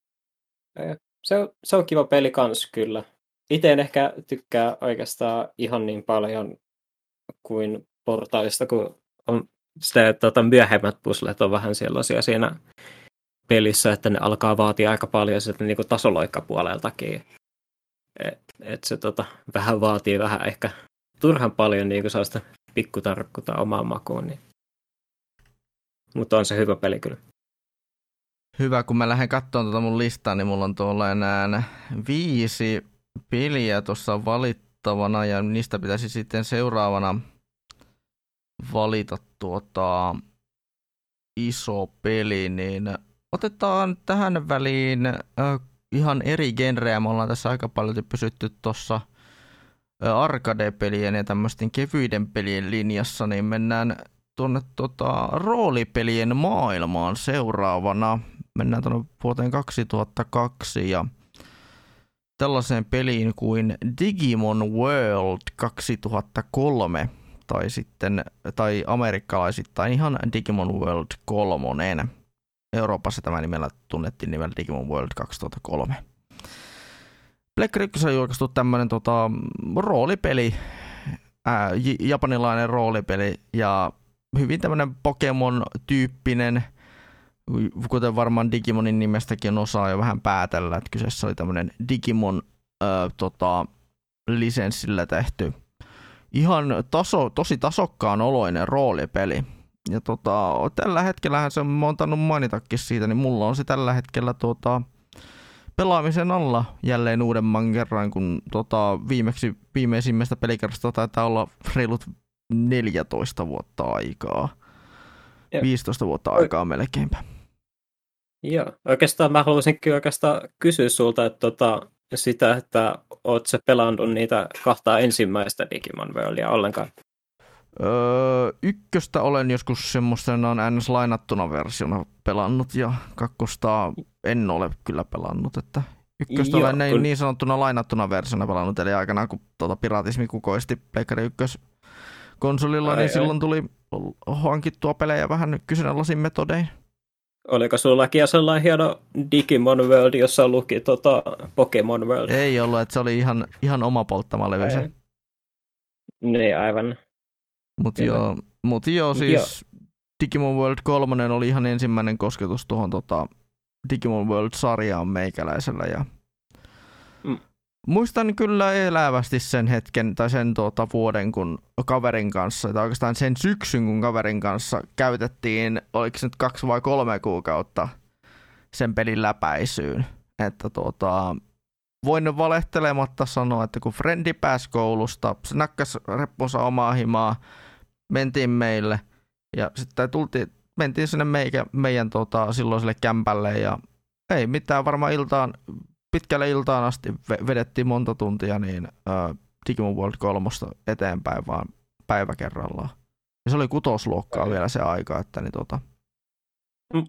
Se on kiva peli kans kyllä. Itse en ehkä tykkää oikeastaan ihan niin paljon kuin Portalista, kun on sitä, myöhemmät puzzlet on vähän sellaisia siinä pelissä, että ne alkaa vaatia aika paljon sitä niin kuin tasoloikkapuoleltakin. Et se vähän vaatii vähän ehkä turhan paljon niin kuin sellaista pikkutarkkuutta omaan makuun. Niin. Mutta on se hyvä peli kyllä. Hyvä, kun mä lähden katsomaan mun listaa, niin mulla on tuolla enää 5 peliä tuossa valittavana, ja niistä pitäisi sitten seuraavana valita iso peli, niin otetaan tähän väliin ihan eri genrejä. Me ollaan tässä aika paljon pysytty tuossa arcade-pelien ja tämmöisten kevyiden pelien linjassa, niin mennään tuonne roolipelien maailmaan seuraavana. Mennään tuonne vuoteen 2002 ja tällaiseen peliin kuin Digimon World 2003 tai amerikkalaisittain ihan Digimon World 3. Euroopassa tämä nimellä tunnettiin nimellä Digimon World 2003. Pleikkari 1 on julkaistu tämmöinen roolipeli, japanilainen roolipeli ja hyvin tämmöinen Pokemon-tyyppinen, kuten varmaan Digimonin nimestäkin osaa jo vähän päätellä, että kyseessä oli tämmöinen Digimon lisenssillä tehty tosi tasokkaan oloinen roolipeli. Ja tällä hetkellähän se on tainnut mainitakin siitä, niin mulla on se tällä hetkellä pelaamisen alla jälleen uudemman kerran, kun viimeisimmästä pelikerrasta taitaa olla reilut 14 vuotta aikaa. Joo. 15 vuotta aikaa melkeinpä. Joo, oikeastaan mä haluaisinkin kysyä sulta, että että oot sä pelannut niitä 2 ensimmäistä Digimon Worldia ollenkaan? Ykköstä olen joskus semmoisena NS-lainattuna versiona pelannut ja 2 en ole kyllä pelannut, että ykköstä olen niin sanottuna lainattuna versiona pelannut, eli aikanaan kun piratismi kukoisti Pleikkari 1 konsolilla, niin silloin tuli hankittua pelejä vähän kyseenalaisin metodein. Oliko sullakin sellainen hieno Digimon World, jossa luki Pokemon World? Ei ollut, että se oli ihan oma polttama levy se. Niin, aivan. Mutta joo, siis Digimon World 3 oli ihan ensimmäinen kosketus tuohon Digimon World-sarjaan meikäläisellä. Ja muistan kyllä elävästi sen hetken tai sen vuoden, kun kaverin kanssa, tai oikeastaan sen syksyn, kun kaverin kanssa käytettiin, oliko se nyt 2 vai 3 kuukautta sen pelin läpäisyyn. Että voin valehtelematta sanoa, että kun frendi pääsi koulusta, se nakkas reppunsa omaa himaa, mentiin meille ja sitten mentiin sinne meidän silloiselle kämpälle ja ei mitään, varmaan pitkälle iltaan asti vedettiin monta tuntia niin Digimon World 3 eteenpäin vaan päivä kerrallaan. Ja se oli 6. luokkaa vielä se aika, että niin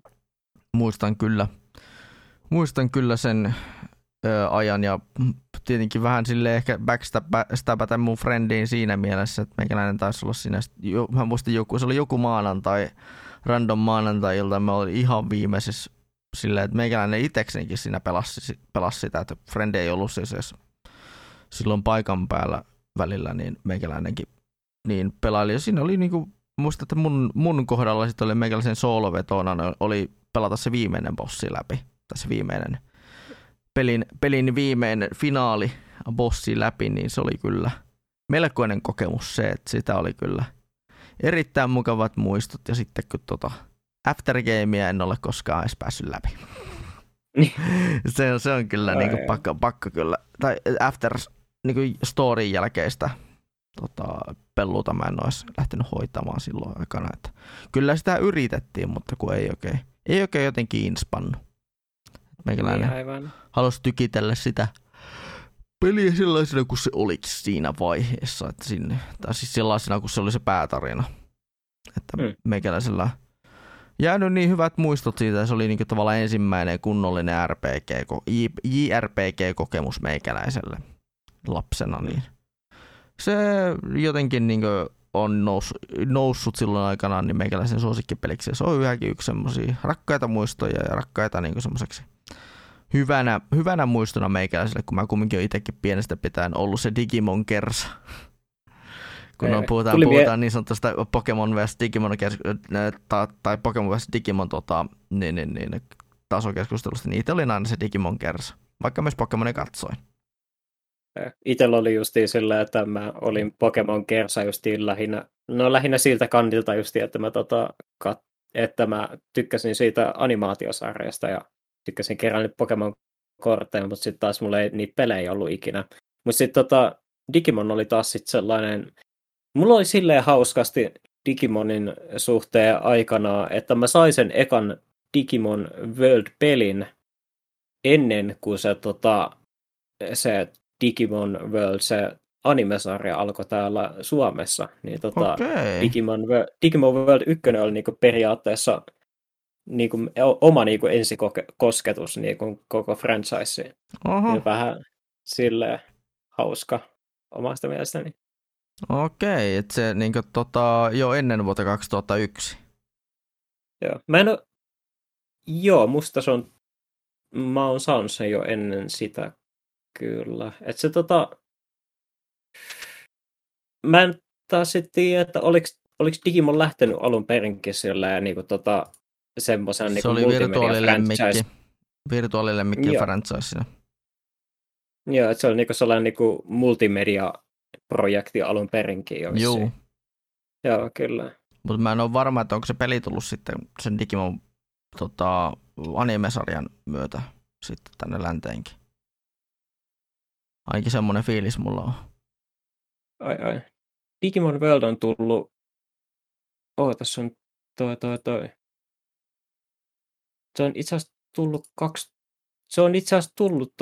muistan kyllä sen ajan ja tietenkin vähän silleen ehkä backstabata mun friendiin siinä mielessä, että meikäläinen taisi olla siinä, mä muistin se oli joku maanantai, random maanantai-ilta, mä olin ihan viimeisessä silleen, että meikäläinen itseksenikin siinä pelasi sitä, että frendi ei ollut siis silloin paikan päällä välillä, niin meikäläinenkin niin pelaili. Ja siinä oli niinku, muistan, että mun kohdalla sitten oli meikäläisen soolovetona, oli pelata se viimeinen bossi läpi, tai se viimeinen pelin viimeinen finaali bossi läpi, niin se oli kyllä melkoinen kokemus se, että sitä oli kyllä erittäin mukavat muistot, ja sitten kun aftergamea en ole koskaan edes päässyt läpi. Se on kyllä niinku pakko kyllä. Tai after niinku storyn jälkeistä pelluuta mä en olisi lähtenyt hoitamaan silloin aikana. Että kyllä sitä yritettiin, mutta kun ei oikein jotenkin inspannu. Meikäläinen halusi tykitellä sitä peliä sellaisena kuin se olikin siinä vaiheessa. Että sinne, tai siis sellaisena kuin se oli se päätarina. Että meikäläisellä jäänyt niin hyvät muistot siitä. Se oli niinku tavallaan ensimmäinen kunnollinen JRPG-kokemus meikäläiselle lapsena. Niin se jotenkin niinku on noussut silloin aikanaan niin meikäläisen suosikkipeliksi. Se on yhäkin yksi semmoisia rakkaita muistoja ja rakkaita niinku semmoiseksi hyvänä muistona meikäläiselle, kun mä kumminkin olen itsekin pienestä pitäen ollut se Digimon kersa. Kun puhutaan niin sanotusta Pokemon vs. Digimon tai Pokemon vs. Digimon tasokeskustelusta, niin itse olin aina se Digimon kersa, vaikka myös Pokemonia katsoin. Itsellä oli justiin sillä, että mä olin Pokemon kersa justiin lähinnä siltä kantilta justiin, että mä tykkäsin siitä animaatiosarjasta ja tykkäsin kerran Pokemon kortteja, mutta sitten taas mulla ei niitä pelejä ollut ikinä. Mutta sitten Digimon oli taas sitten sellainen, mulla oli silleen hauskasti Digimonin suhteen aikana, että mä sain sen ekan Digimon World-pelin ennen kuin se Digimon World, se animesarja alkoi täällä Suomessa. Niin Digimon World 1 oli niinku periaatteessa niinku oma niinku ensikosketus niinku koko franchiseen. Niin vähän silleen hauska omasta mielestäni. Okei, että se niinku jo ennen vuotta 2001. Joo, musta se on, mä oon saanut sen jo ennen sitä kyllä. Että se mä en taas sitten tiedä, että oliko Digimon lähtenyt alun perinkin sillä niinku semmoisen niinku multimedia-franchise. Virtuaalilemmikki franchisena. Joo, että se oli niinku sellainen niinku multimedia-projekti alun perinkin jo. Joo, kyllä. Mutta mä en ole varma, että onko se peli tullut sitten sen Digimon anime-sarjan myötä sitten tänne länteenkin. Ainakin semmoinen fiilis mulla on. Ai. Digimon World on tullut. Tässä on toi. Se on itse asiassa tullut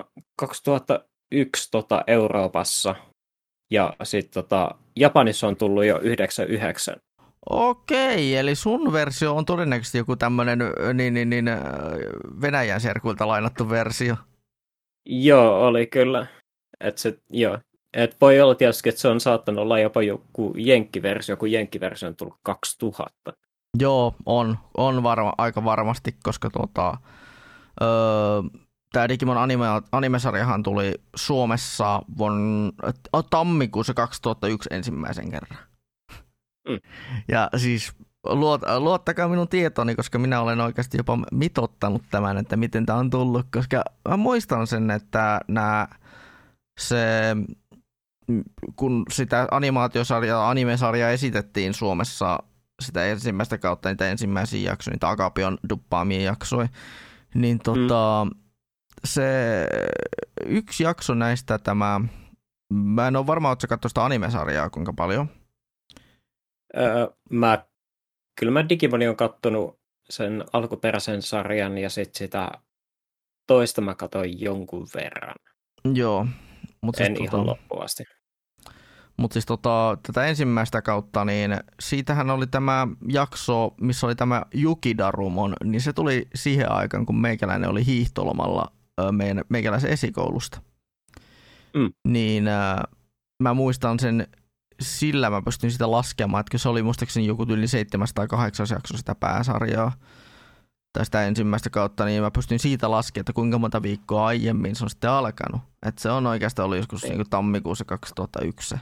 2001 Euroopassa. Ja sitten Japanissa on tullut jo 99. Okei, eli sun versio on todennäköisesti joku tämmöinen Venäjän serkuilta lainattu versio. Joo, oli kyllä. Et voi olla tietysti, että se on saattanut olla jopa joku jenkkiversio, kun jenkkiversio on tullut 2000. Joo, on aika varmasti, koska tämä Digimon animesarjahan tuli Suomessa tammikuussa 2001 ensimmäisen kerran. Ja siis luottakaa minun tietoni, koska minä olen oikeasti jopa mitottanut tämän, että miten tämä on tullut, koska mä muistan sen, että kun sitä animesarjaa esitettiin Suomessa sitä ensimmäistä kautta, niitä ensimmäisiä jaksoja, niitä Agapion duppaamia jaksoja, niin se yksi jakso näistä mä en ole varma, että sä katsoit sitä animesarjaa kuinka paljon. Kyllä mä Digimonin on kattonut sen alkuperäisen sarjan ja sitten sitä toista mä katsoin jonkun verran. Joo. En ihan loppuun asti. Mutta siis tätä ensimmäistä kautta, niin siitähän oli tämä jakso, missä oli tämä Yukidarumon, niin se tuli siihen aikaan, kun meikäläinen oli hiihtolomalla meikäläisen esikoulusta. Niin mä muistan sen, sillä mä pystyn sitä laskemaan, että se oli muistaakseni joku yli 708 jakso sitä pääsarjaa, tai sitä ensimmäistä kautta, niin mä pystyn siitä laskemaan, että kuinka monta viikkoa aiemmin se on sitten alkanut. Että se on oikeastaan ollut joskus niin kuin tammikuussa 2001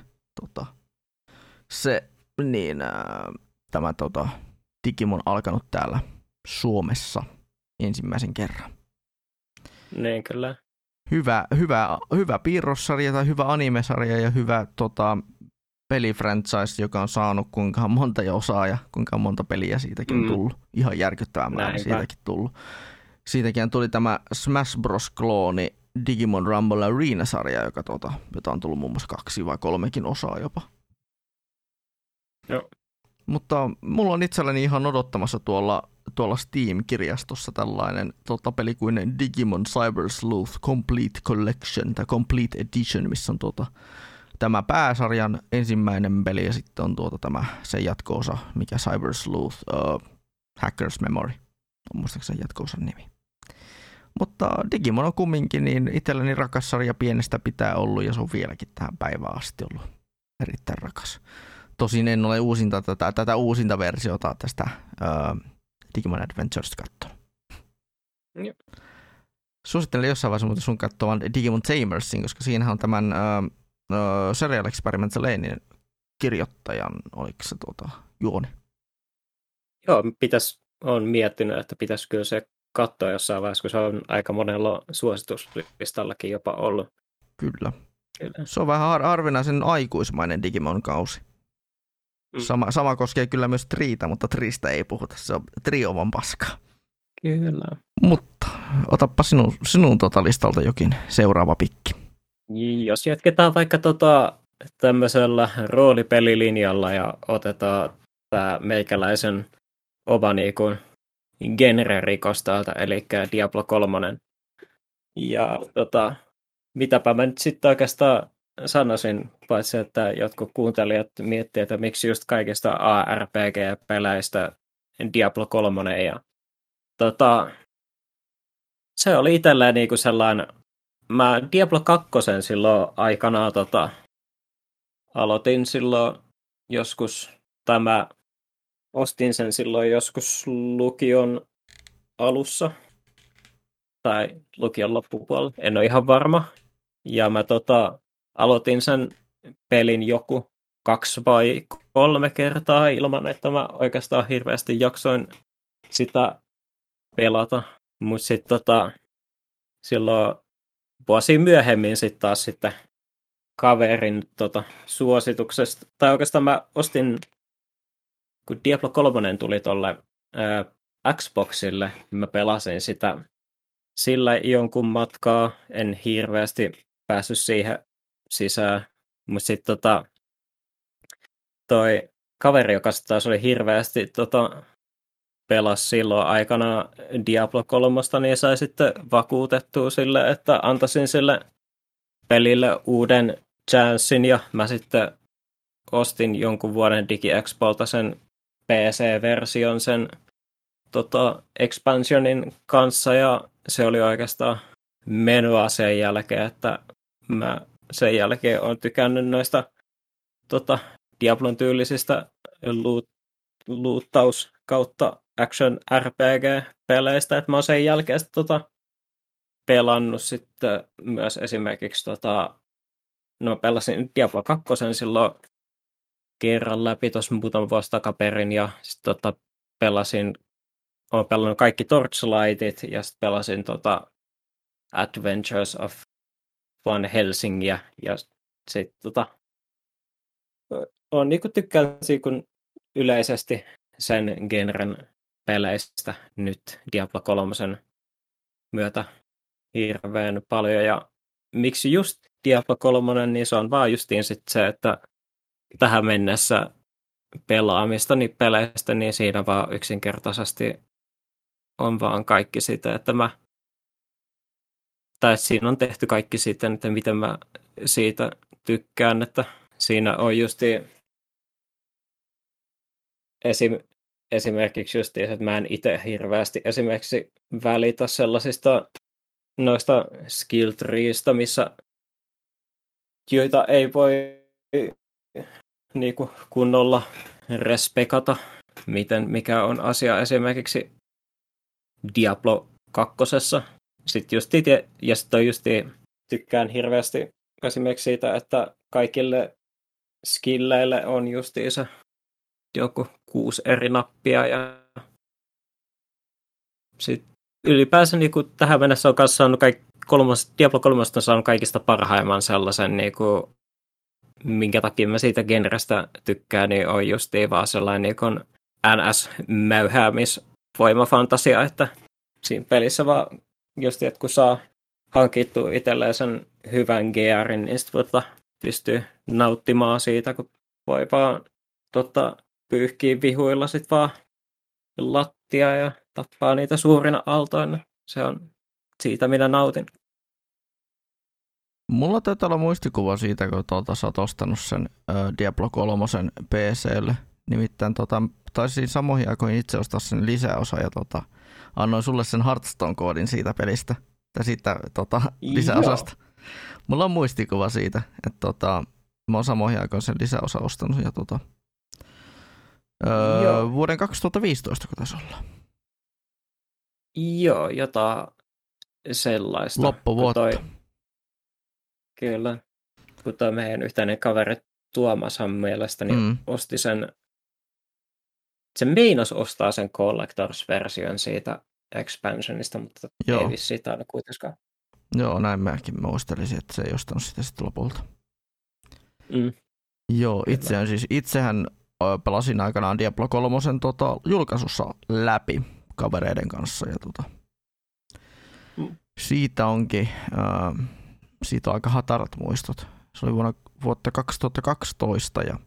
tämä Digimon alkanut täällä Suomessa ensimmäisen kerran. Niin, kyllä. Hyvä piirrossarja tai hyvä animesarja ja hyvä pelifranchise, joka on saanut kuinka monta osaa ja kuinka monta peliä siitäkin on tullut. Ihan järkyttävää määrä siitäkin tullut. Siitäkin tuli tämä Smash Bros-klooni Digimon Rumble Arena-sarja, jota on tullut muun muassa 2 vai 3 osaa jopa. Joo. Mutta mulla on itselläni ihan odottamassa tuolla Steam-kirjastossa tällainen peli kuin Digimon Cyber Sleuth Complete Collection tai Complete Edition, missä on tämä pääsarjan ensimmäinen peli ja sitten on sen jatko-osa, mikä Cyber Sleuth Hacker's Memory on muistaakseni jatko-osan nimi. Mutta Digimon on kumminkin niin itselleni rakas sarja pienestä pitää ollut ja se on vieläkin tähän päivään asti ollut erittäin rakas. Tosin en ole tätä uusinta versiota tästä Digimon Adventures kattonut. Suosittelen jossain vaiheessa muuten sun katsomaan Digimon Tamersin, koska siinähän on tämän Serial Experiments Lanein kirjoittajan, oliko se juoni? Joo, olen miettinyt, että pitäisi kyllä se katsoa jossain vaiheessa, kun se on aika monella suosituslistallakin jopa ollut. Kyllä. Se on vähän harvinaisen aikuismainen Digimon-kausi. Sama koskee kyllä myös Triitä, mutta Tristä ei puhuta. Se on Trio paskaa. Kyllä. Mutta otappa sinun listalta jokin seuraava pikki. Jos jatketaan vaikka tämmöisellä roolipelilinjalla ja otetaan tämä meikäläisen oma niinku genre-rikos täältä, eli Diablo 3. Ja mitäpä mä nyt sitten oikeastaan sanoisin, paitsi että jotkut kuuntelijat miettii, että miksi just kaikista ARPG-peleistä Diablo 3. Ja se oli itselleen niinku sellainen, mä Diablo 2 silloin aikanaan aloitin silloin joskus, tai mä ostin sen silloin joskus lukion alussa, tai lukion loppupuolella, en ole ihan varma. Ja mä aloitin sen pelin joku 2 vai 3 kertaa ilman, että mä oikeastaan hirveästi jaksoin sitä pelata. Mutta sitten silloin vuosia myöhemmin sitten taas kaverin suosituksesta, tai oikeastaan mä ostin, kun Diablo 3 tuli tolle Xboxille, mä pelasin sitä sillä jonkun matkaa, en hirveästi päässyt siihen sisään, mutta sitten toi kaveri, joka taas oli hirveästi pelasi silloin aikana Diablo 3, niin sai sitten vakuutettua sille, että antaisin sille pelille uuden chanssin, ja mä sitten ostin jonkun vuoden DigiExpolta sen PC-version sen expansionin kanssa, ja se oli oikeastaan menoa sen jälkeen, että mä sen jälkeen olen tykännyt noista Diablon tyylisistä luuttaus kautta action RPG-peleistä, että mä oon sen jälkeen pelannut sitten myös esimerkiksi mä pelasin Diablo 2 silloin kerran läpi tuossa muutaman vuosi takaperin, ja sitten olen pelannut kaikki Torchlightit, ja sitten pelasin Adventures of Van Helsingiä, ja sitten on niinku tykkään yleisesti sen genren peleistä nyt Diablo 3 myötä hirveän paljon, ja miksi just Diablo 3, niin se on vaan justiin sit se, että tähän mennessä pelaamista niin peleistä, niin siinä vaan yksinkertaisesti on vaan kaikki sitä, että siinä on tehty kaikki siitä, että miten mä siitä tykkään, että siinä on justiin esimerkiksi justiin, että mä en itse hirveästi esimerkiksi välitä sellaisista noista skill treeista, joita ei voi niinku kunnolla respekata, mikä on asia esimerkiksi Diablo 2. Sitten justiin tykkään hirveästi esimerkiksi siitä, että kaikille skilleille on justiinsa joku 6 eri nappia, ja sitten ylipäänsä niinku tähän mennessä on kanssa saanut Diablo 3 on saanut kaikista parhaimman sellaisen, niinku, minkä takia mä siitä genrestä tykkään, niin on justiin vaan sellainen niinku NS-mäyhäämisvoimafantasia, että siinä pelissä vaan just, että kun saa hankittua itselleen sen hyvän gearin, niin sitten pystyy nauttimaan siitä, kun voi vaan pyyhkiä vihuilla sit vaan lattia ja tappaa niitä suurina aaltoina. Se on siitä, minä nautin. Mulla taitaa olla muistikuva siitä, kun sä oot ostanut sen Diablo 3 PC:lle. Nimittäin taisin samoihin aikoihin itse ostaa sen lisäosa ja annoin sulle sen Hearthstone-koodin siitä pelistä. Tai siitä lisäosasta. Mulla on muistikuva siitä, että mä oon samoihin aikoihin sen lisäosa ostanut ja vuoden 2015, kun tässä ollaan. Joo, jotain sellaista. Loppuvuotta. Kyllä. Kun toi meidän yhteinen kaveri Tuomashan mielestäni osti sen, se meinas ostaa sen Collectors-version siitä expansionista, mutta ei vissiin taida kuitenkaan. Joo, näin mäkin muistelisin, että se ei ostanut sitä sitten lopulta. Joo, itsehän pelasin aikanaan Diablo 3 julkaisussa läpi kavereiden kanssa ja siitä onkin siitä on aika hatarat muistot. Se oli vuotta 2012 ja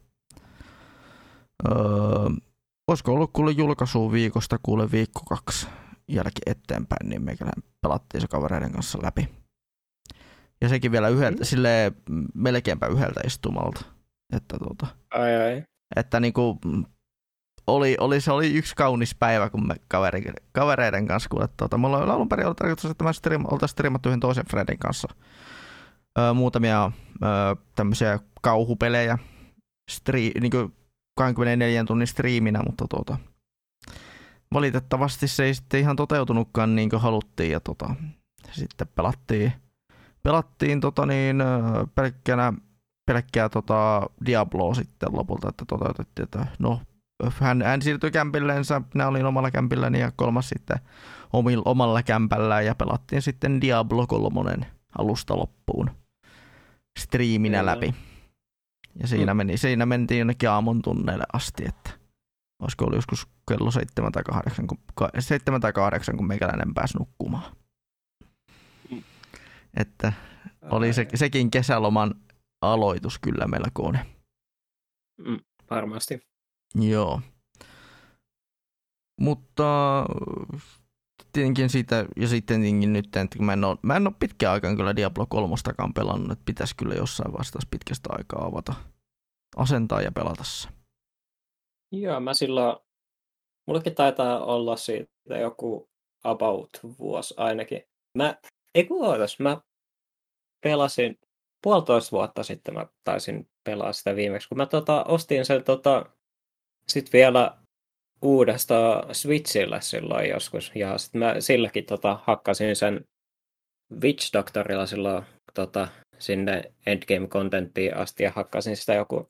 olisiko ollut kuule julkaisuun viikosta kuule viikko 2 jälkeen eteenpäin, niin meikälään pelattiin se kavereiden kanssa läpi. Ja sekin vielä silleen melkeinpä yhdeltä istumalta. Että että niinku se oli yksi kaunis päivä, kun me kavereiden kanssa kuule mulla oli alun perin ollut tarkoitus, että me oltaisiin striimattu yhden toisen Fredin kanssa muutamia tämmöisiä kauhupelejä niinku 24 tunnin striiminä, mutta valitettavasti se ei sitten ihan toteutunutkaan niin kuin haluttiin ja sitten pelattiin pelkkää Diabloa sitten lopulta, että toteutettiin, että no hän siirtyi kämpilleensä, minä olin omalla kämpilläni ja kolmas sitten omalla kämpällään ja pelattiin sitten Diablo 3 alusta loppuun striiminä läpi. Ja siinä mentiin jonnekin aamun tunneille asti, että olisiko ollut joskus kello 7 tai 8, kun meikäläinen pääsi nukkumaan. Että oli sekin kesäloman aloitus kyllä melkoinen. Varmasti. Joo. Mutta tietenkin siitä, ja sitten tietenkin nyt, että mä en ole pitkään aikaan kyllä Diablo 3:stakaan pelannut, että pitäisi kyllä jossain vaiheessa pitkästä aikaa asentaa ja pelata se. Joo, mullakin taitaa olla siitä joku about vuosi ainakin. Mä pelasin 1,5 vuotta sitten, mä taisin pelaa sitä viimeksi, kun mä ostin sen sit vielä uudestaan Switchillä silloin joskus, ja sitten mä silläkin hakkasin sen Witch Doctorilla silloin sinne Endgame-kontenttiin asti, ja hakkasin sitä joku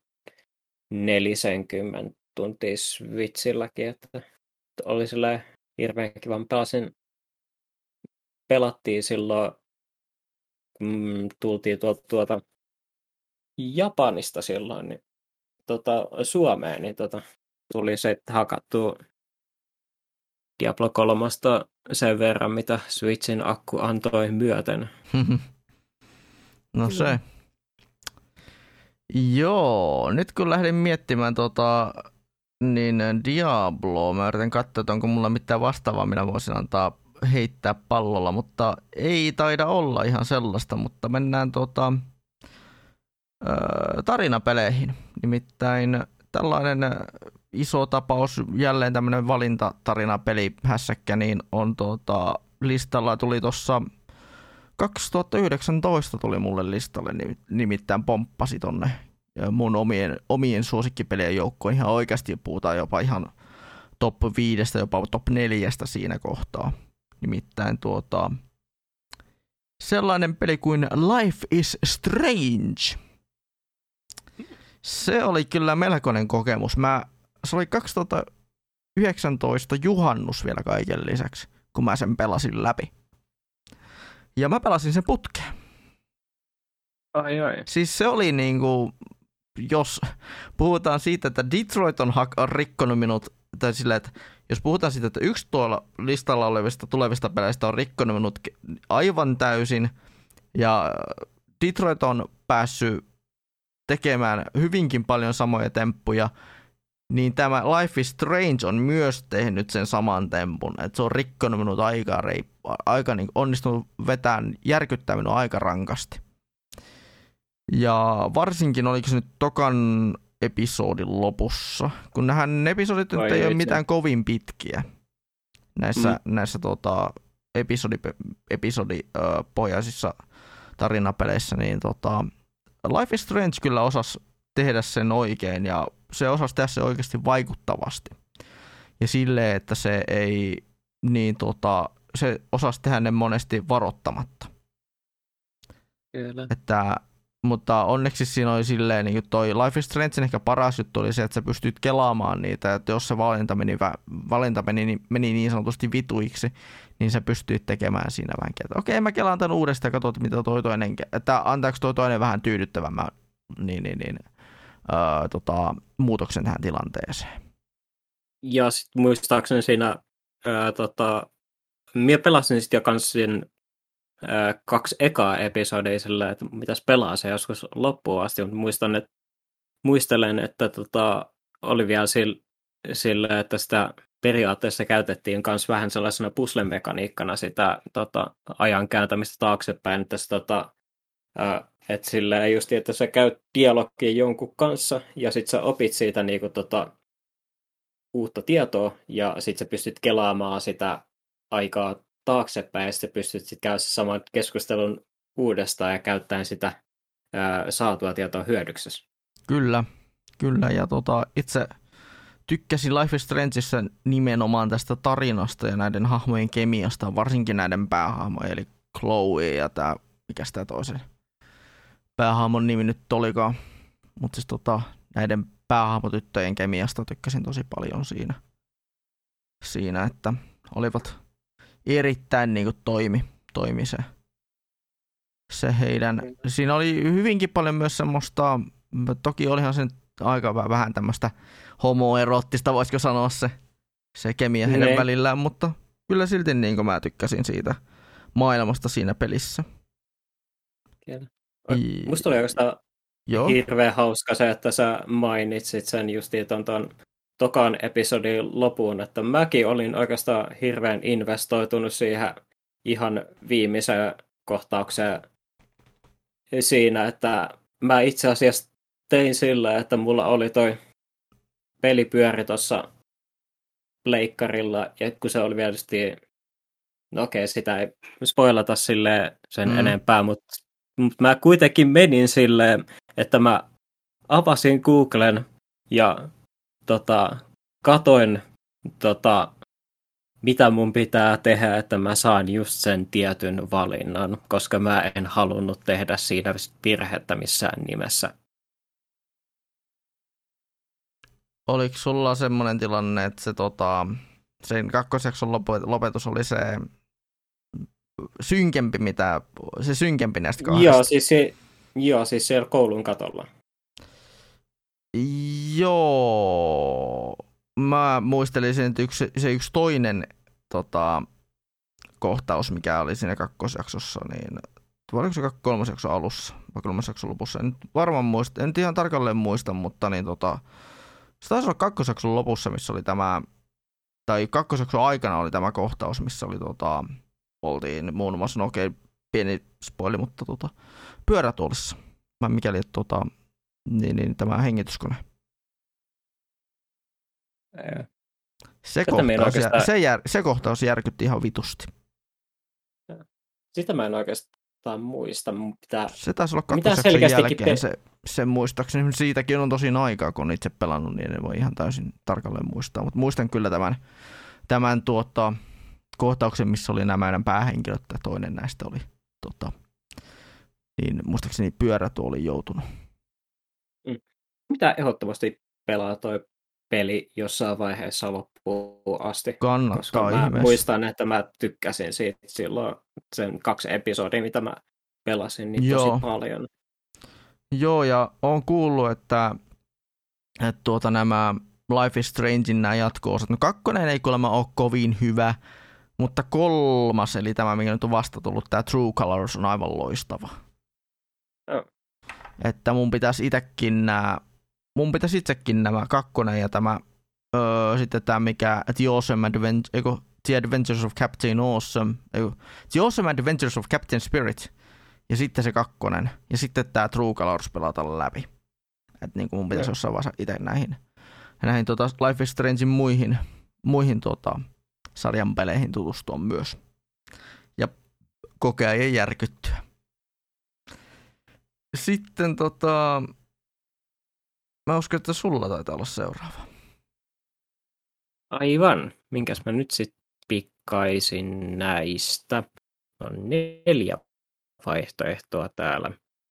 40 tuntia Switchilläkin, että oli silleen hirveän kiva. Mä pelattiin silloin, tultiin tuolta Japanista silloin, niin Suomeen, niin tuli se hakattua Diablo 3 sen verran, mitä Switchin akku antoi myöten. No se. Joo, nyt kun lähdin miettimään niin Diablo, mä yritän katsoa, että onko mulla mitään vastaavaa, minä voisin antaa heittää pallolla, mutta ei taida olla ihan sellaista, mutta mennään tarinapeleihin. Nimittäin tällainen iso tapaus, jälleen tämmöinen valintatarinapeli hässäkkä, niin on listalla, tuli tuossa 2019 tuli mulle listalle, nimittäin pomppasi tonne mun omien suosikkipelien joukkoon. Ihan oikeasti puhutaan jopa ihan top 5, jopa top 4 siinä kohtaa. Nimittäin sellainen peli kuin Life is Strange. Se oli kyllä melkoinen kokemus. Se oli 2019 juhannus vielä kaiken lisäksi, kun mä sen pelasin läpi. Ja mä pelasin sen putkeen. Ai. Siis se oli niinku, jos puhutaan siitä, että Detroit on rikkonut minut tai sillä, että jos puhutaan siitä, että yksi tuolla listalla olevista tulevista peleistä on rikkonut minut aivan täysin, ja Detroit on päässyt tekemään hyvinkin paljon samoja temppuja, niin tämä Life is Strange on myös tehnyt sen saman tempun, että se on rikkonut minut aika niin onnistunut vetämään, järkyttää minut aika rankasti. Ja varsinkin oliko se nyt tokan episodin lopussa, kun nähdään episodit nyt ei ole mitään kovin pitkiä näissä episodipohjaisissa tarinapeleissä, niin Life is Strange kyllä osasi tehdä sen oikein ja se osasi tehdä se oikeasti vaikuttavasti. Ja silleen, että se ei niin se osasi tehdä ne monesti varoittamatta. Kyllä. Mutta onneksi siinä oli silleen, niin toi Life is Strangein ehkä paras juttu oli se, että sä pystyt kelaamaan niitä, että jos se valinta meni niin sanotusti vituiksi, niin sä pystyt tekemään siinä vähän, että okei, mä kelaan tämän uudestaan ja katsot, mitä toi toinen, että antaako toi toinen vähän tyydyttävämmän muutoksen tähän tilanteeseen. Ja sitten muistaakseni siinä, minä pelasin sitten jo kanssa 2 ekaa episodia sillä, että mitäs pelaa se joskus loppuun asti, mutta muistelen, että oli vielä sillä, että sitä periaatteessa käytettiin myös vähän sellaisena puzzle-mekaniikkana sitä ajan kääntämistä taaksepäin, että sillä just, että sä käyt dialogiin jonkun kanssa ja sit sä opit siitä niinku uutta tietoa ja sit sä pystyt kelaamaan sitä aikaa taaksepäin ja sitten pystyt sitten käydä saman keskustelun uudestaan ja käyttäen sitä saatua tietoa hyödyksessä. Kyllä. Ja itse tykkäsin Life is Strangeissa nimenomaan tästä tarinasta ja näiden hahmojen kemiasta, varsinkin näiden päähahmojen, eli Chloe ja tämä, mikäs tämä toisen päähahmon nimi nyt olikaan, mutta siis näiden päähahmotyttöjen kemiasta tykkäsin tosi paljon siinä että olivat erittäin niin kuin toimi se heidän. Siinä oli hyvinkin paljon myös semmoista, toki olihan se aika vähän tämmöistä homoeroottista, voisiko sanoa se kemia heidän välillään, mutta kyllä silti niin kuin mä tykkäsin siitä maailmasta siinä pelissä. Musta oli oikeastaan hirveän hauska se, että sä mainitsit sen justiin tuon tokan episodin lopuun, että mäkin olin oikeastaan hirveän investoitunut siihen ihan viimeiseen kohtaukseen siinä, että mä itse asiassa tein sillä, että mulla oli toi pelipyöri tuossa pleikkarilla, ja kun se oli vielä no okei, sitä ei spoilata silleen sen enempää, mutta mä kuitenkin menin silleen, että mä avasin Googlen ja katoin, mitä mun pitää tehdä, että mä saan just sen tietyn valinnan, koska mä en halunnut tehdä siinä virhettä missään nimessä. Oliko sulla semmoinen tilanne, että sen kakkosjakson lopetus oli se synkempi, näistä kahdesta? Siis siellä koulun katolla. Joo, mä muistelisin, että se yksi toinen kohtaus, mikä oli siinä kakkosjaksossa, niin oliko se kolmosjakson alussa vai kolmosjakson lopussa, en varmaan muista, en ihan tarkalleen muista, mutta niin se taisi olla kakkosjakson lopussa, missä oli tai kakkosjakson aikana oli tämä kohtaus, missä oli oltiin muun muassa, no okei, pieni spoili, mutta pyörätuolissa, mikäli niin tämä hengityskone. Se kohtaus järkytti ihan vitusti. Sitä mä en oikeastaan muista. Se taisi olla kakkosjakson jälkeen se muistaakseni. Siitäkin on tosin aikaa, kun on itse pelannut, niin en voi ihan täysin tarkalleen muistaa. Mutta muistan kyllä tämän kohtauksen, missä oli nämä meidän päähenkilöt, ja toinen näistä oli niin muistaakseni pyörätuoliin joutunut. Mitä ehdottomasti pelaa toi peli jossain vaiheessa loppuun asti? Kannattaa koska mä muistan, että mä tykkäsin siitä silloin sen 2 episodia, mitä mä pelasin, niin tosi paljon. Joo, ja oon kuullut, että nämä Life is Strangein nämä jatko-osat. No 2 ei kuulemma ole kovin hyvä, mutta 3, eli tämä, mikä nyt on vasta tullut, tämä True Colors on aivan loistava. Oh. Että mun pitäisi itsekin nämä 2 ja tämä sitten tämä mikä The Adventures of Captain Awesome, The Awesome Adventures of Captain Spirit ja sitten se 2 ja sitten tämä True Colors pelata läpi. Että niin kuin mun pitäisi jossain vaiheessa itse näihin Life is Strangein muihin sarjan peleihin tutustua myös ja kokea ja järkyttyä. Sitten mä uskon, että sulla taitaa olla seuraava. Aivan. Minkäs mä nyt sitten pikkaisin näistä? On 4 vaihtoehtoa täällä.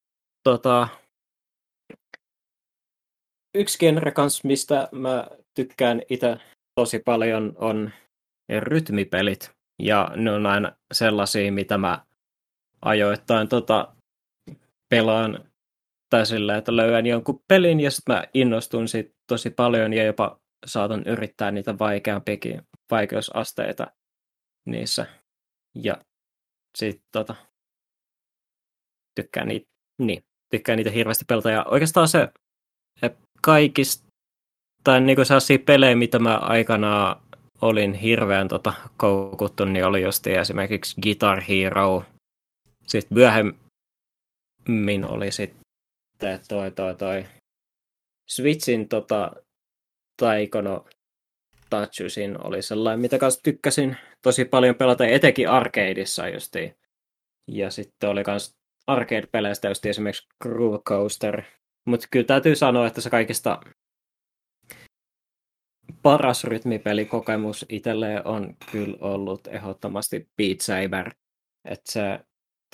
Yksi genre kans, mistä mä tykkään itse tosi paljon, on rytmipelit. Ja ne on aina sellaisia, mitä mä ajoittain pelaan tai sillä, että löydän jonkun pelin ja sitten mä innostun siitä tosi paljon ja jopa saatan yrittää niitä vaikeampiakin vaikeusasteita niissä. Ja sitten tykkään niitä hirveästi pelata. Ja oikeastaan se kaikista, tai niinku sellaisia pelejä, mitä mä aikanaan olin hirveän koukuttu, niin oli just esimerkiksi Guitar Hero. Sitten myöhemmin oli sitten toi Switchin Taikono Tatsujin oli sellainen, mitä kanssa tykkäsin tosi paljon pelata, etenkin arcadeissa justiin. Ja sitten oli kans arcade-peleistä just esimerkiksi Groove Coaster. Mutta kyllä täytyy sanoa, että se kaikista paras rytmipelikokemus itselleen on kyllä ollut ehdottomasti Beat Saber. Että se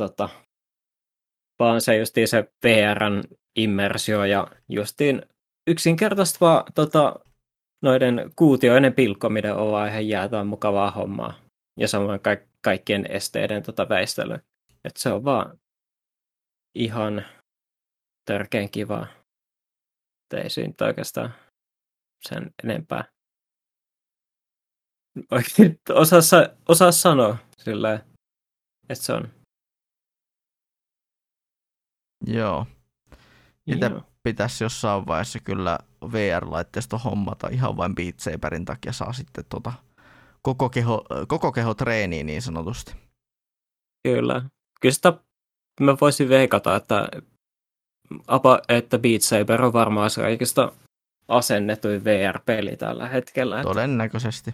vaan se justiin se VR:n immersio ja justiin yksinkertaisesti vaan noiden kuutioiden pilkkominen on vaan ihan jäätään mukavaa hommaa. Ja samoin kaikkien esteiden väistely. Että se on vaan ihan törkeän kivaa. Ei siinä oikeastaan sen enempää. Oikein osaa sanoa sillä, että se on. Joo. Itse pitäisi jossain vaiheessa kyllä VR-laitteisto hommata ihan vain Beat Saberin takia saa sitten koko keho treeniin niin sanotusti. Kyllä. Kyllä sitä mä voisin veikata, että Beat Saber on varmaan se kaikista asennetuin VR-peli tällä hetkellä. Todennäköisesti.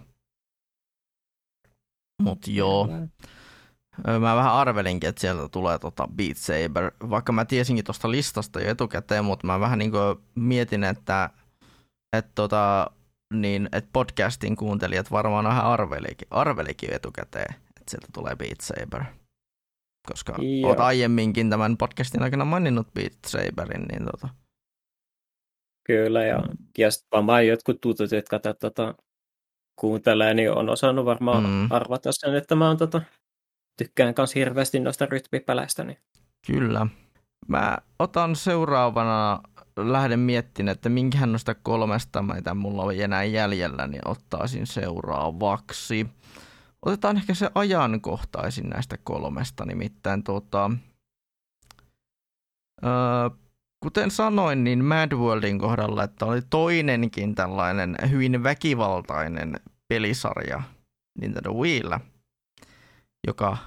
Mut joo. Mä vähän arvelinkin, että sieltä tulee Beat Saber, vaikka mä tiesinkin tuosta listasta jo etukäteen, mutta mä vähän niin kuin mietin, että podcastin kuuntelijat varmaan vähän arvelikin etukäteen, että sieltä tulee Beat Saber. Koska oot aiemminkin tämän podcastin aikana maininnut Beat Saberin, niin Kyllä, ja sitten varmaan jotkut tutut, jotka tätä kuuntelee, niin on osannut varmaan arvata sen, että mä oon tykkään myös hirveästi noista rytmipeleistä. Niin. Kyllä. Mä otan seuraavana, lähden miettimään, että minkähän noista 3, mitä mulla on enää jäljellä, niin ottaisin seuraavaksi. Otetaan ehkä se ajankohtaisin näistä 3, nimittäin kuten sanoin, niin Mad Worldin kohdalla, että oli toinenkin tällainen hyvin väkivaltainen pelisarja Nintendo Wiillä, joka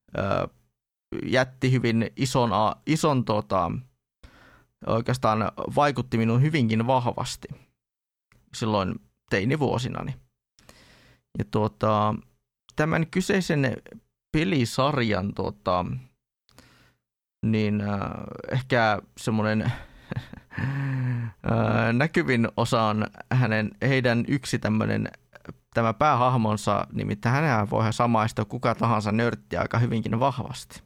jätti hyvin ison oikeastaan vaikutti minuun hyvinkin vahvasti silloin teinivuosinani. Ja tämän kyseisen pelisarjan niin ehkä semmoinen näkyvin osa on heidän yksi tämä päähahmonsa, nimittäin hänellä voi samaistua kuka tahansa nörtti aika hyvinkin vahvasti.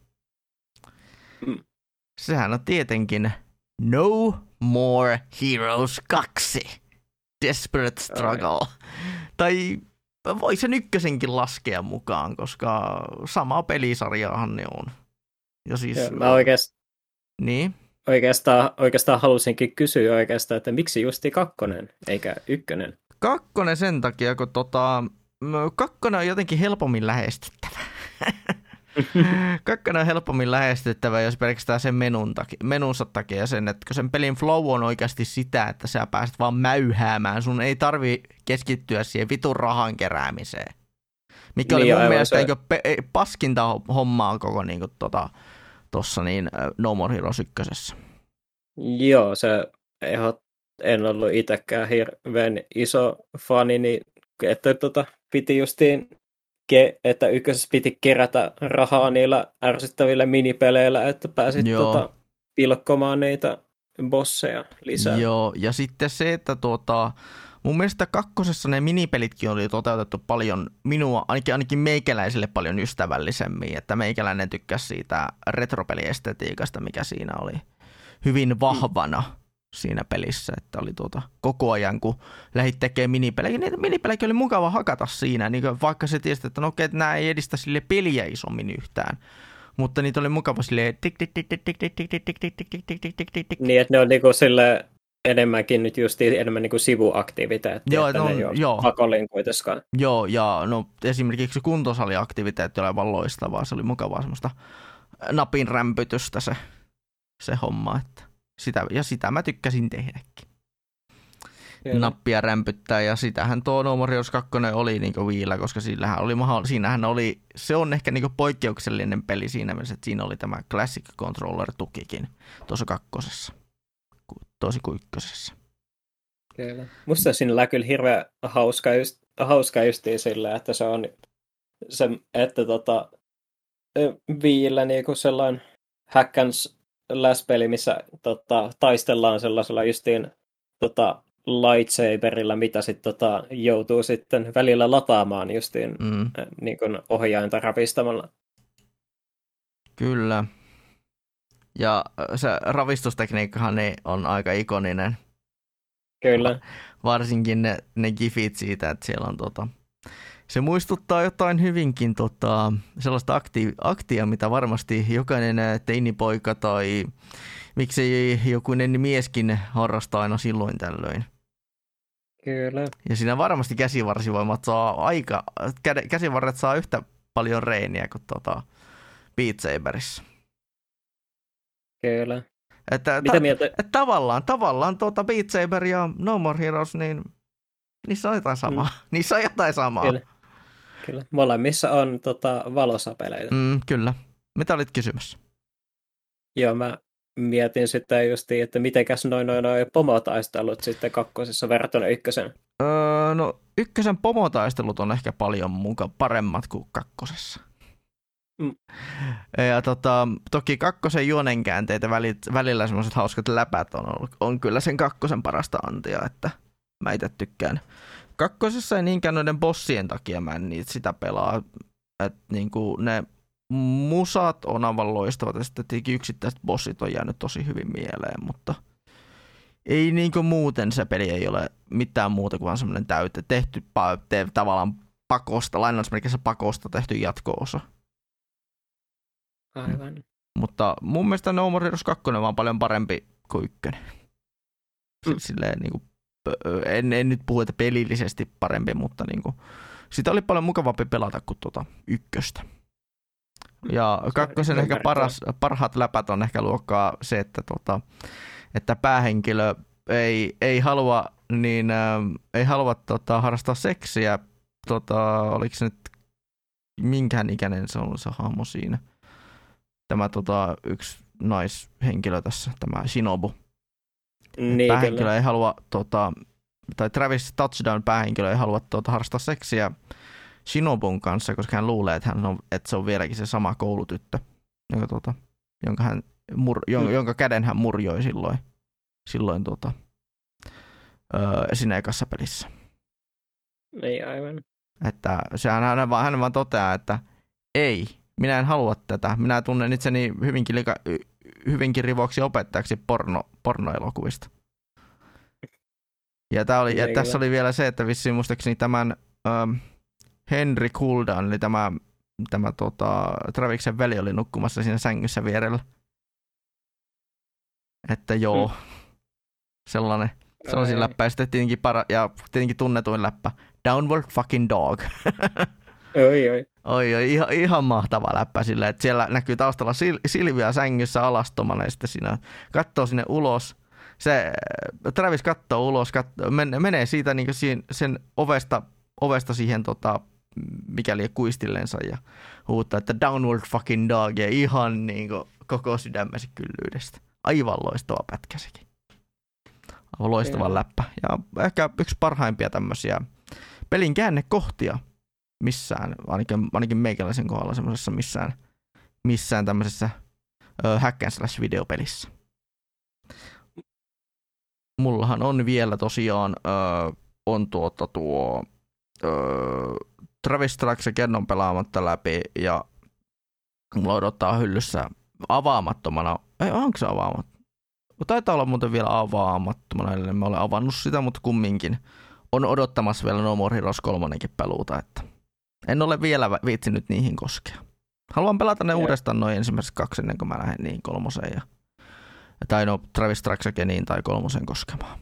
Sehän on tietenkin No More Heroes 2. Desperate Struggle. Tai voi sen ykkösenkin laskea mukaan, koska sama pelisarjaahan ne on. Ja siis, mä niin? Oikeastaan halusinkin kysyä että miksi justi 2 eikä 1? Kakkonen sen takia, kun kakkonen on jotenkin helpommin lähestyttävä. Kakkonen on helpommin lähestyttävä, jos pelkästään sen menunsa takia sen, että kun sen pelin flow on oikeasti sitä, että sä pääset vaan mäyhäämään. Sun ei tarvi keskittyä siihen vitun rahan keräämiseen. Mikä oli mun mielestä paskinta hommaa koko niin tuossa No More Heroes 1. Joo, en ollut itsekään hirveän iso fani, niin että piti justiin, että ykkösessä piti kerätä rahaa niillä ärsyttävillä minipeleillä, että pääsit pilkkomaan niitä bosseja lisää. Joo, ja sitten se, että mun mielestä kakkosessa ne minipelitkin oli toteutettu paljon ainakin meikäläisille paljon ystävällisemmin, että meikäläinen tykkäsi siitä retropeliestetiikasta, mikä siinä oli hyvin vahvana siinä pelissä, että oli koko ajan, kun lähdit tekemään minipelejä, niitä minipelejä oli mukava hakata siinä, niin vaikka se tiesi, että okei, että nämä ei edistä sille peliä isommin yhtään, mutta niitä oli mukava silleen niin, että ne on niinku silleen enemmänkin nyt just enemmän niinku sivuaktiviteetti, joo, että ne ei ole pakollinen kuitenkaan. Joo, ja esimerkiksi se kuntosaliaktiviteetti oli aivan loistavaa, se oli mukavaa semmoista napin rämpytystä se homma, että sitä mä tykkäsin tehdäkin. Kyllä. Nappia rämpyttää, ja sitähän tuo No More Heroes 2 oli niinku Wiillä, koska siinähän oli, se on ehkä niinku poikkeuksellinen peli siinä mielessä, että siinä oli tämä Classic Controller-tukikin tuossa kakkosessa, tosi kuin ykkösessä. Kyllä. Musta siinä kyllä hirveän hauska justiin sillä, että se on se, että Wiillä niinku sellainen hack and slash-peli, missä taistellaan sellaisella justiin lightsaberilla, mitä sitten joutuu sitten välillä lataamaan justiin niin kuin ohjainta ravistamalla. Kyllä. Ja se ravistustekniikkahan on aika ikoninen. Kyllä. Varsinkin ne gifit siitä, että siellä on se muistuttaa jotain hyvinkin sellaista aktia, mitä varmasti jokainen teinipoika tai miksei jokunen mieskin harrastaa aina silloin tällöin. Kyllä. Ja siinä varmasti käsivarsivoimat käsivarret saa yhtä paljon reeniä kuin Beat Saberissa. Kyllä. Mitä mieltä? Tavallaan Beat Saber ja No More Heroes, niin niissä on jotain samaa. Niissä on jotain samaa. Kyllä. Molemmissa on valosapeleita. Kyllä. Mitä olit kysymässä? Joo, mä mietin sitten justiin, että mitenkäs noin pomotaistelut sitten kakkosessa verrattuna ykkösen. No ykkösen pomotaistelut on ehkä paljon paremmat kuin kakkosessa. Ja toki kakkosen juonenkäänteitä välillä semmoiset hauskat läpät on kyllä sen kakkosen parasta antia, että mä itse tykkään. Kakkosessa ei niinkään noiden bossien takia mä en sitä pelaa, että niinku ne musat on aivan loistavat ja sitten yksittäiset bossit on jäänyt tosi hyvin mieleen, mutta ei niinku muuten se peli ei ole mitään muuta kuin vaan semmoinen tehty tavallaan pakosta, lainausmerkissä pakosta tehty jatko-osa. Aivan. Mutta mun mielestä No More Heroes 2 on vaan paljon parempi kuin ykkönen. Silleen niinku, en nyt puhu, että pelillisesti parempi, mutta niinku, sitä oli paljon mukavampi pelata kuin ykköstä. Ja kakkosen ehkä parhaat läpät on ehkä luokkaa se, että päähenkilö ei halua harrastaa seksiä. Oliko se nyt minkään ikäinen se on se hahmo siinä? Tämä yksi naishenkilö tässä, tämä Shinobu. Niin, päähenkilö ei halua, tai Travis Touchdown päähenkilö ei halua harrastaa seksiä Shinobun kanssa, koska hän luulee, että se on vieläkin se sama koulutyttö, jonka käden hän murjoi silloin siinä ekassa pelissä. Ei aivan. Että hän vaan toteaa, että ei, minä en halua tätä. Minä tunnen itseni hyvinkin rivoksi opettajaksi pornoelokuvista. Ja tässä oli vielä se, että vissiin muistaakseni tämän Henry Couldan, eli tämä Traviksen veli oli nukkumassa siinä sängyssä vierellä. Että joo, sellainen Se on siinä läppä ja sitten tietenkin tunnetuin läppä. Downward fucking dog. Oi, ihan mahtava läppä sillä, että siellä näkyy taustalla Silvia sängyssä alastomana ja sitten siinä katsoo sinne ulos. Se Travis katsoo ulos, menee siitä niin sen ovesta siihen mikäli kuistillensa ja huuttaa, että downward fucking dog ja ihan niin koko sydämesi kyllyydestä. Aivan loistava pätkä sekin. Aivan loistava läppä. Ja ehkä yksi parhaimpia tämmöisiä pelin käännekohtia missään, ainakin meikäläisen kohdalla semmoisessa missään tämmöisessä hack and slash videopelissä. Mullahan on vielä tosiaan Travis Strikes on pelaamatta läpi ja mulla odottaa hyllyssä avaamattomana. Onko se avaamattomana? Taitaa olla muuten vielä avaamattomana, eli mä olen avannut sitä, mutta kumminkin on odottamassa vielä No More Heroes 3 peluuta, että en ole vielä viitsinyt niihin koskea. Haluan pelata ne uudestaan noin ensimmäiset 2 ennen kuin mä lähden niihin 3 tai Travis Strikes Againiin tai 3 koskemaan.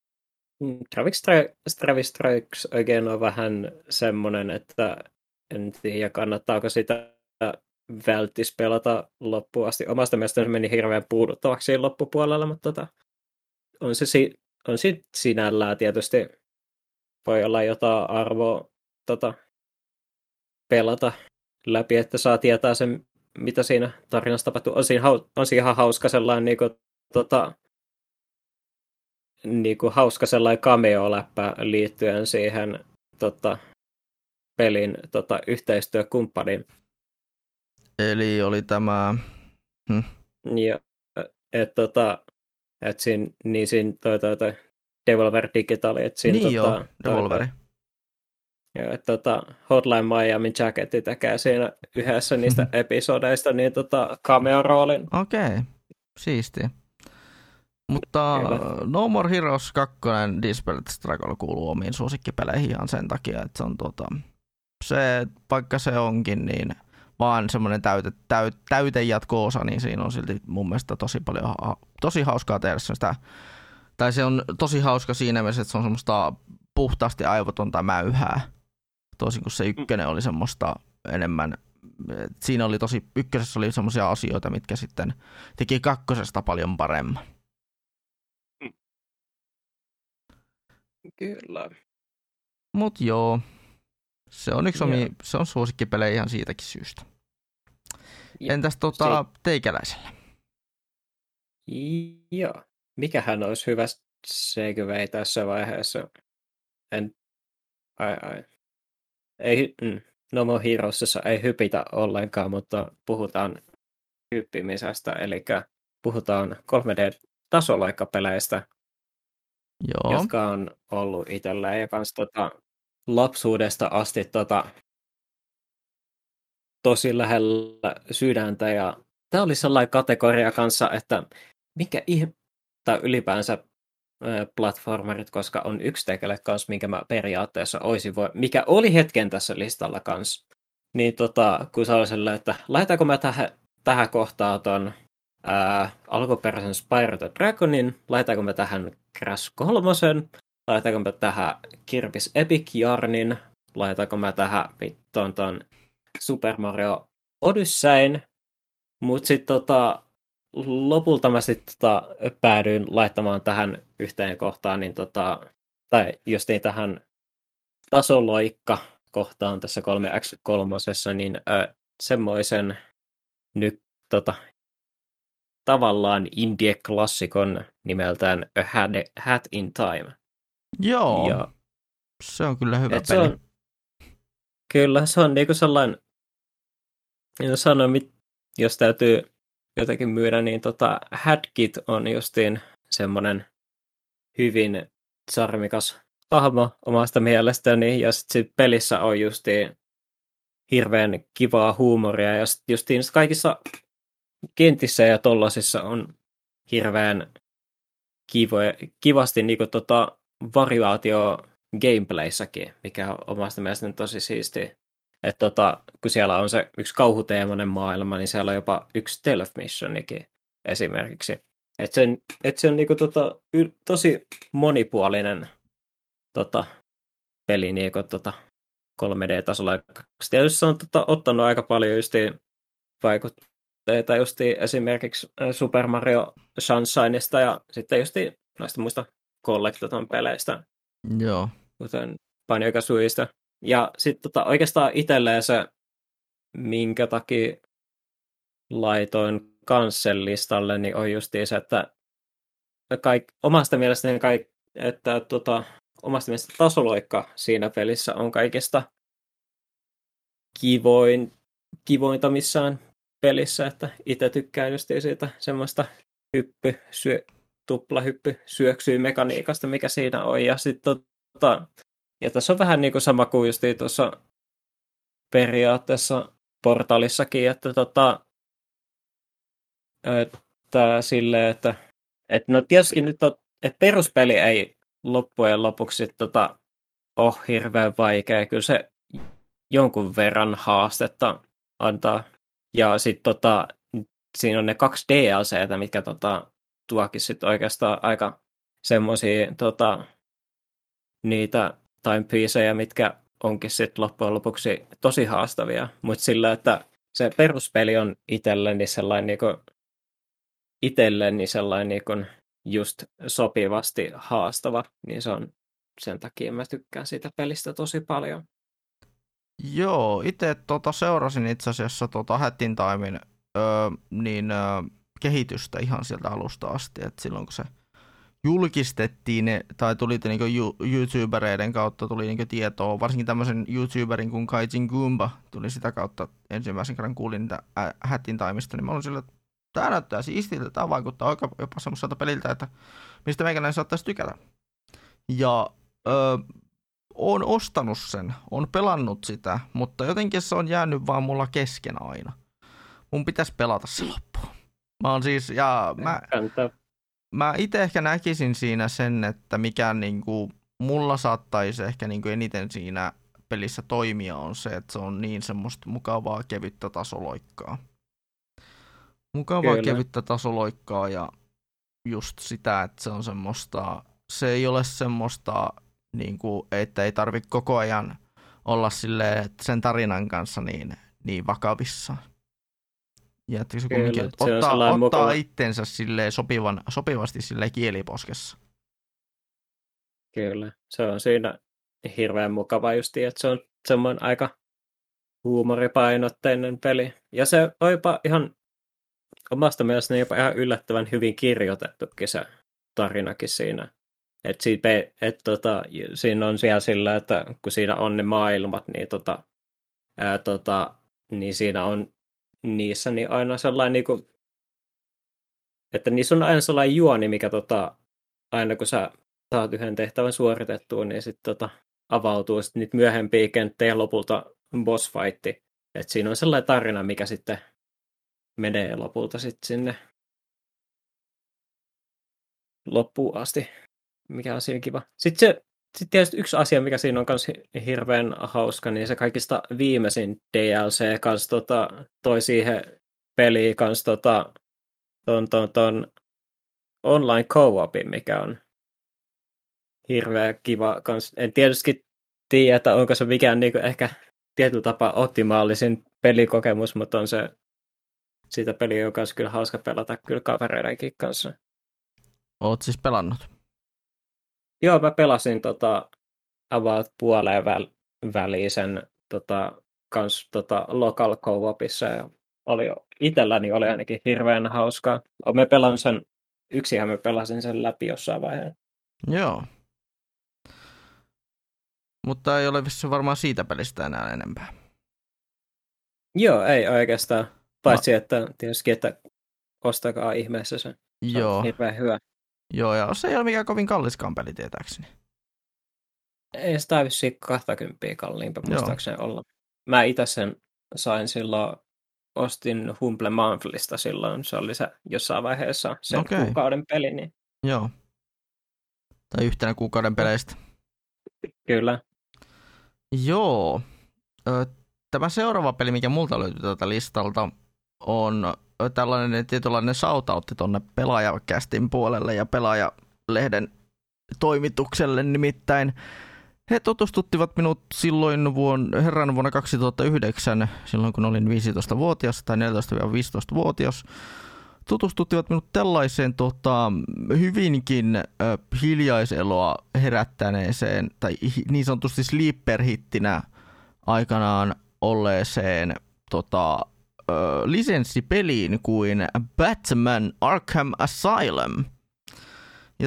Travis Strikes Again on vähän semmoinen, että en tiedä kannattaako sitä välttis pelata loppuun asti. Omasta mielestäni se meni hirveän puuduttavaksi siinä loppupuolella, mutta on se sinällään tietysti voi olla jotain arvoa pelata läpi, että saa tietää sen, mitä siinä tarinassa tapahtuu. On siinä ihan hauska sellainen hauska sellainen cameo-läppä liittyen siihen pelin yhteistyökumppaniin. Eli oli tämä... Ja, että siinä Devolver Digital, että siinä niin joo, Devolveri. Joo, että Hotline Miami Jacketti tekee siinä yhdessä niistä episodeista niin cameo-roolin. Okei, siistiä. Mutta No More Heroes 2 Dispelled Struggle kuuluu omiin suosikkipeleihin ihan sen takia, että se on se, vaikka se onkin niin vaan semmoinen täytejatko-osa, niin siinä on silti mun mielestä tosi hauskaa tehdä sitä. Tai se on tosi hauska siinä mielessä, että se on semmoista puhtaasti aivotonta mäyhää. Toisin kuin se ykkönen oli semmoista enemmän. Siinä oli ykkösessä oli semmoisia asioita, mitkä sitten teki kakkosesta paljon paremman. Kyllä. Mut joo, se on se on suosikkipelejä ihan siitäkin syystä. Entäs teikäläisellä? Joo. Mikähän olisi hyvä segue tässä vaiheessa? Ei, No More Heroesissa ei hypitä ollenkaan, mutta puhutaan hyppimisestä, eli puhutaan 3D-tasolaikkapeleistä, jotka on ollut itselleen ja kans lapsuudesta asti tosi lähellä sydäntä. Ja tämä oli sellainen kategoria kanssa, että mikä tai ylipäänsä platformerit, koska on yksi tekele kanssa, minkä mä periaatteessa mikä oli hetken tässä listalla kanssa. Niin kun se oli sellainen, että laitaanko mä tähän kohtaan ton alkuperäisen Spyro the Dragonin, laitaanko mä tähän Crash 3, laitaanko mä tähän Kirby's Epic Yarnin, laitaanko mä tähän ton Super Mario Odysseyn, mut sit lopulta mä sitten päädyin laittamaan tähän yhteen kohtaan, niin tai justiin tähän tasoloikka-kohtaan tässä 3x3, niin semmoisen nyt tavallaan indie-klassikon nimeltään A Hat in Time. Joo, ja se on kyllä hyvä peli. Kyllä, se on niinku sellainen, jos täytyy jotenkin myydä, niin Hadkit on justiin semmoinen hyvin charmikas hahmo omasta mielestäni, ja sitten pelissä on justiin hirveän kivaa huumoria, ja justiin kaikissa kentissä ja tollasissa on hirveän kivasti niinku variaatio gameplayssakin, mikä on omasta mielestäni tosi siistiä. Että kun siellä on se yksi kauhuteemainen maailma, niin siellä on jopa yksi stealth missionikin esimerkiksi. Et se on niinku tosi monipuolinen peli niinku 3D-tasolla. Tietysti se on ottanut aika paljon justiin vaikutteita justiin esimerkiksi Super Mario Sunshineista ja sitten justiin noista muista Collectathon-peleistä, Joo. kuten Banjo-Kazooista. Ja sitten oikeastaan itselleen se, minkä takia laitoin kanssen listalle, niin on justiin se, että omasta mielestäni tasoloikka siinä pelissä on kaikista kivointa missään pelissä, että itse tykkään justiin siitä semmoista tuplahyppy syöksyy mekaniikasta, mikä siinä on. Ja sitten ja tässä on vähän niin kuin sama kuin justiin tuossa periaatteessa Portalissakin, että silleen, että no tietysti nyt että peruspeli ei loppujen lopuksi ole hirveän vaikea. Kyllä se jonkun verran haastetta antaa. Ja sitten siinä on ne 2 DLCtä, mitkä tuokin sitten oikeastaan aika semmoisia niitä time piecejä, mitkä onkin sitten loppujen lopuksi tosi haastavia. Mutta sillä, että se peruspeli on itselleni sellainen just sopivasti haastava, niin se on sen takia mä tykkään siitä pelistä tosi paljon. Joo, itse seurasin itse asiassa Hat in Timen kehitystä ihan sieltä alusta asti, että silloin kun se julkistettiin, tai tuli niinku YouTubereiden kautta tuli niinku tietoa, varsinkin tämmöisen YouTuberin kuin Kaijin Goomba tuli sitä kautta ensimmäisen kerran kuulin niitä Hat in Timesta, niin mä olin sillä, että tämä näyttää siistiltä, tämä vaikuttaa jopa semmoiselta peliltä, että mistä meikäläinen saattaisi tykätä. Ja oon ostanut sen, on pelannut sitä, mutta jotenkin se on jäänyt vaan mulla kesken aina. Mun pitäisi pelata se loppuun. Mä itse ehkä näkisin siinä sen, että mikä niinku mulla saattaisi ehkä niinku eniten siinä pelissä toimia on se, että se on niin semmoista mukavaa kevyttä tasoloikkaa. Kevyttä tasoloikkaa ja just sitä, että se on semmoista, se ei ole semmoista, niinku, että ei tarvitse koko ajan olla silleen, että sen tarinan kanssa niin vakavissaan. Ja että se kumminkin ottaa itsensä silleen sopivasti silleen kieliposkessa. Kyllä, se on siinä hirveän mukava justiin, että se on semmoinen aika huumoripainotteinen peli. Ja se on jopa ihan omasta mielestäni jopa ihan yllättävän hyvin kirjoitettukin se tarinakin siinä. Siinä on siellä sillä, että kun siinä on ne maailmat, niin, niin siinä on niissä niin aina sellainen, niin kuin, että niissä on aina sellainen juoni, mikä aina kun sä saat yhden tehtävän suoritettua, niin sitten avautuu sitten niitä myöhempiä kenttiä ja lopulta boss fightti. Että siinä on sellainen tarina, mikä sitten menee lopulta sitten sinne loppuun asti, mikä on siinä kiva. Sitten tietysti yksi asia, mikä siinä on myös hirveän hauska, niin se kaikista viimeisin DLC kanssa toi siihen peliin kanssa ton online co-opin, mikä on hirveän kiva kanssa. En tietysti tiedä, että onko se mikään niinku ehkä tietyllä tapaa optimaalisin pelikokemus, mutta on se siitä peliä on myös kyllä hauska pelata kyllä kavereidenkin kanssa. Oot siis pelannut? Joo, mä pelasin about puoleen väliin sen kans local co-opissa ja itselläni oli ainakin hirveän hauskaa. Yksihän mä pelasin sen läpi jossain vaiheessa. Joo. Mutta ei ole vissi varmaan siitä pelistä enää enempää. Joo, ei oikeastaan. Paitsi, että tietysti, että ostakaa ihmeessä se. Se on hirveän hyvä. Joo, ja se ei ole mikään kovin kalliskaan peli tietääkseni. Ei sitä vissiin 20 kalliimpi muistaakseni olla. Mä itse sen sain silloin, ostin Humble Monthlysta silloin, se oli se jossain vaiheessa sen kuukauden peli. Niin. Joo. Tai yhtenä kuukauden peleistä. Kyllä. Joo. Tämä seuraava peli, mikä multa löytyy tältä listalta, on tällainen tietynlainen shoutoutti tonne pelaajakästin puolelle ja pelaajalehden toimitukselle, nimittäin he tutustuttivat minut silloin vuonna 2009, silloin kun olin 15-vuotias tai 14-15-vuotias, tutustuttivat minut tällaiseen hyvinkin hiljaiseloa herättäneeseen tai niin sanotusti sleeper-hittinä aikanaan olleeseen lisenssipeliin kuin Batman Arkham Asylum. Ja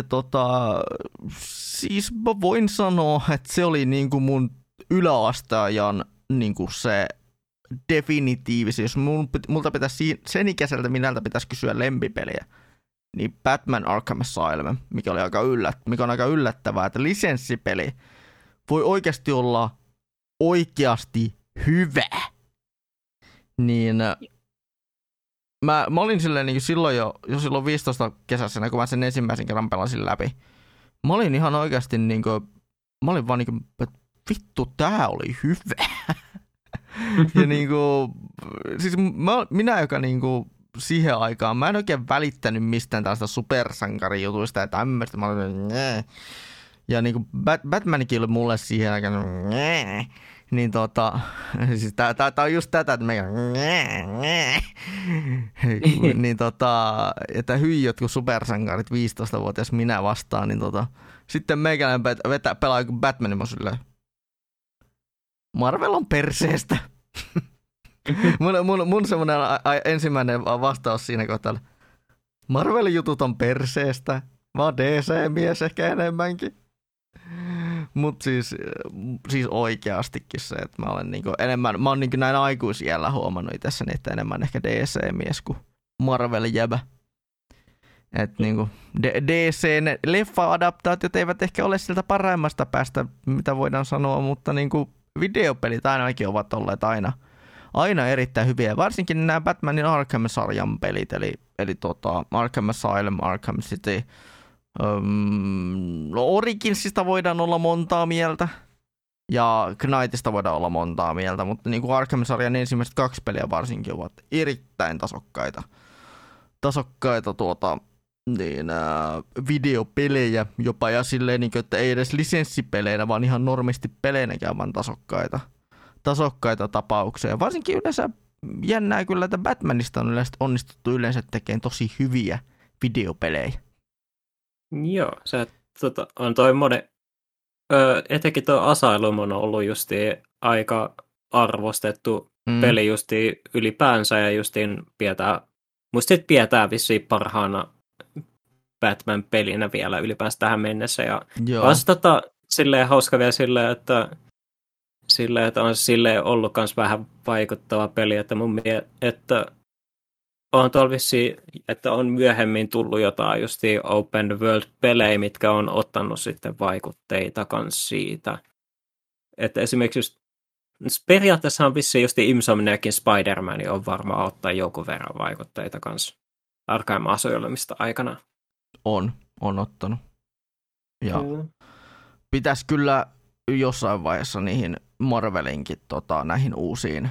siis mä voin sanoa, että se oli niinku mun yläasteajan niinku se definitiivisesti, jos multa pitäisi sen ikäiseltä minältä pitäisi kysyä lempipeliä, niin Batman Arkham Asylum, mikä on aika yllättävää, että lisenssipeli voi oikeasti olla oikeasti hyvä. Niin mä olin silleen niin silloin jo silloin 15 kesässä, kun mä sen ensimmäisen kerran pelasin läpi. Mä olin ihan oikeasti mä olin vaan että vittu, tää oli hyvä. Ja siis minä joka siihen aikaan, mä en oikein välittänyt mistään tällaista supersankarijutuista ja tämmöistä. Mä olin ja Batmanikin oli mulle siihen aikaan niin siis tää on just tätä, että meidän niin että hyi jotkut supersankarit 15-vuotias minä vastaan, niin sitten meikäläinen pelaa joku Batmanin, mä silleen, Marvel on perseestä. mun semmoinen ensimmäinen vastaus siinä kohtaa, Marvelin jutut on perseestä, mä oon DC-mies ehkä enemmänkin. Mutta siis oikeastikin se, että mä olen enemmän, mä oon näin aikuisiällä huomannut itsessäni, että enemmän ehkä DC-mies kuin Marvel-jäbä. Että DC:n leffa-adaptaatiot eivät ehkä ole siltä paremmasta päästä, mitä voidaan sanoa, mutta videopelit ainakin ovat olleet aina erittäin hyviä. Varsinkin nämä Batmanin Arkham-sarjan pelit, eli Arkham Asylum, Arkham City. Originsista voidaan olla montaa mieltä ja Knightista voidaan olla montaa mieltä, mutta Arkham-sarjan ensimmäiset 2 peliä varsinkin ovat erittäin tasokkaita videopelejä jopa ja silleen, että ei edes lisenssipeleinä, vaan ihan normisti peleinäkään, vaan tasokkaita tapauksia. Varsinkin yleensä jännää kyllä, että Batmanista on onnistuttu yleensä tekemään tosi hyviä videopelejä. Joo, se on toi monen, etenkin tuo Asylum on ollut justiin aika arvostettu peli justiin ylipäänsä ja justiin pidetään vissiin parhaana Batman-pelinä vielä ylipäänsä tähän mennessä. Ja olisi silleen hauska vielä silleen, että on silleen ollut myös vähän vaikuttava peli, että mun mielestä, että on tuolla vissiin, että on myöhemmin tullut jotain justiin open world-pelejä, mitkä on ottanut sitten vaikutteita kans siitä. Että esimerkiksi just, periaatteessa on vissiin justiin Insomniakin Spider-Man on varmaan ottaa jonkun verran vaikutteita kans Arkham Asylumista aikana. On ottanut. Ja pitäisi kyllä jossain vaiheessa niihin Marvelinkin näihin uusiin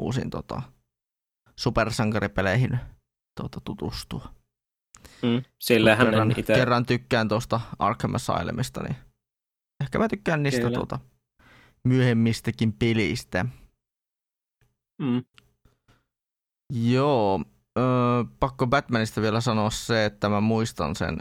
supersankaripeleihin tutustua. Sillähän kerran tykkään tuosta Arkham Asylumista, niin ehkä mä tykkään niistä myöhemmistäkin pelistä. Joo, pakko Batmanista vielä sanoa se, että mä muistan sen,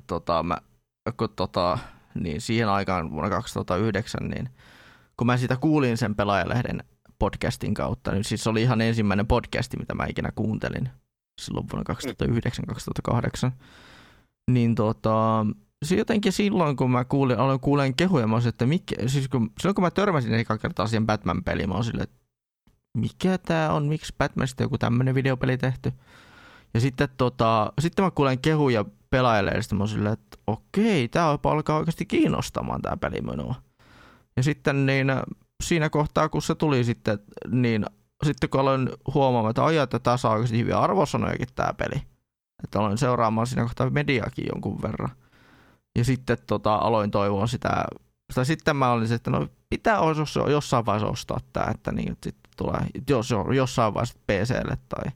niin siihen aikaan vuonna 2009, niin kun mä siitä kuulin sen Pelaajalehden podcastin kautta, niin siis se oli ihan ensimmäinen podcasti, mitä mä ikinä kuuntelin silloin vuonna 2009-2008. Niin se jotenkin silloin, kun mä aloin kuulen kehuja, mä olisin, että silloin kun mä törmäsin eka kertaa siihen Batman-peliin, mä olisin silleen, että mikä tää on, miksi Batmanista joku tämmönen videopeli tehty. Ja sitten mä kuulen kehuja Pelaajalehdestä, mä olisin silleen, että okei, tää alkaa oikeasti kiinnostamaan tää peli minua. Ja sitten siinä kohtaa, kun se tuli sitten kun aloin huomaamaan, että tämä saa oikeasti hyviä arvosanojakin tämä peli. Että aloin seuraamaan siinä kohtaa mediaakin jonkun verran. Ja sitten aloin toivoa sitä. Sitten mä olin, että pitää jossain vaiheessa ostaa tämä, että sitten tulee jossain vaiheessa PC:lle tai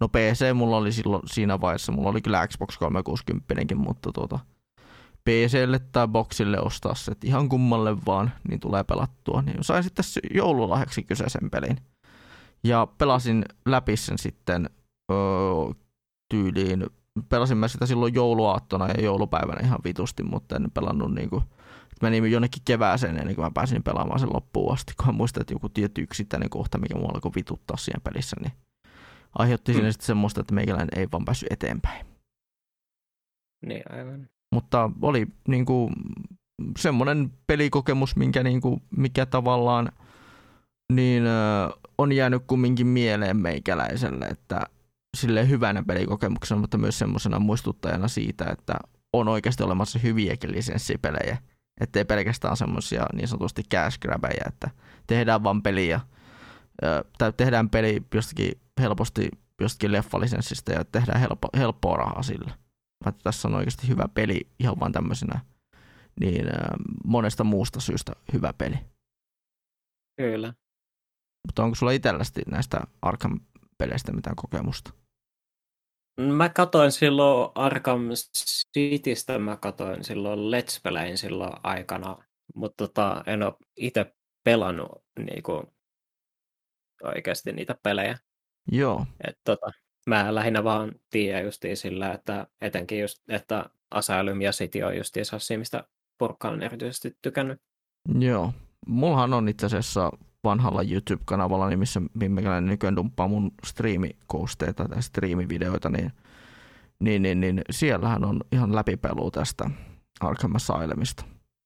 No PC mulla oli silloin siinä vaiheessa, mulla oli kyllä Xbox 360, mutta PClle tai boxille ostaa se, että ihan kummalle vaan, niin tulee pelattua. Niin sain sitten joululahjaksi kyseisen pelin. Ja pelasin läpi sen sitten tyyliin. Pelasin mä sitä silloin jouluaattona ja joulupäivänä ihan vitusti, mutta en pelannut niinku, meni jonnekin kevääseen ennen kuin mä pääsin pelaamaan sen loppuun asti, kun mä muistan, että joku tietty yksittäinen kohta, mikä mua alkoi vituttaa siinä pelissä, niin aiheutti sinne sitten semmoista, että meikäläinen ei vaan päässyt eteenpäin. Niin, aivan. Mutta oli niinku semmoinen pelikokemus, mikä tavallaan niin, on jäänyt kumminkin mieleen meikäläiselle, että silleen hyvänä pelikokemuksena, mutta myös semmoisena muistuttajana siitä, että on oikeasti olemassa hyviäkin lisenssipelejä. Ettei pelkästään semmoisia niin sanotusti cash grabbeja, että tehdään vaan peliä, tai tehdään peli jostakin helposti jostakin leffalisenssistä ja tehdään helppoa rahaa sillä. Että tässä on oikeasti hyvä peli ihan vaan tämmöisenä niin monesta muusta syystä hyvä peli. Kyllä. Mutta onko sulla itsellästi näistä Arkham-peleistä mitään kokemusta? Mä katoin silloin Arkham Citystä, mä katoin silloin Let's Playin silloin aikana, mutta en ole itse pelannut niinku oikeasti niitä pelejä. Joo. Mä lähinnä vaan tiedän justiin sillä, että etenkin just, että Asylum ja City on justiinsa siinä, mistä porukka on erityisesti tykännyt. Joo. Mullahan on itse asiassa vanhalla YouTube-kanavalla, niin missä meikäläinen nykyään dumppaa mun striimikousteita tai striimivideoita, niin siellähän on ihan läpipelu tästä Arkham Asylumista.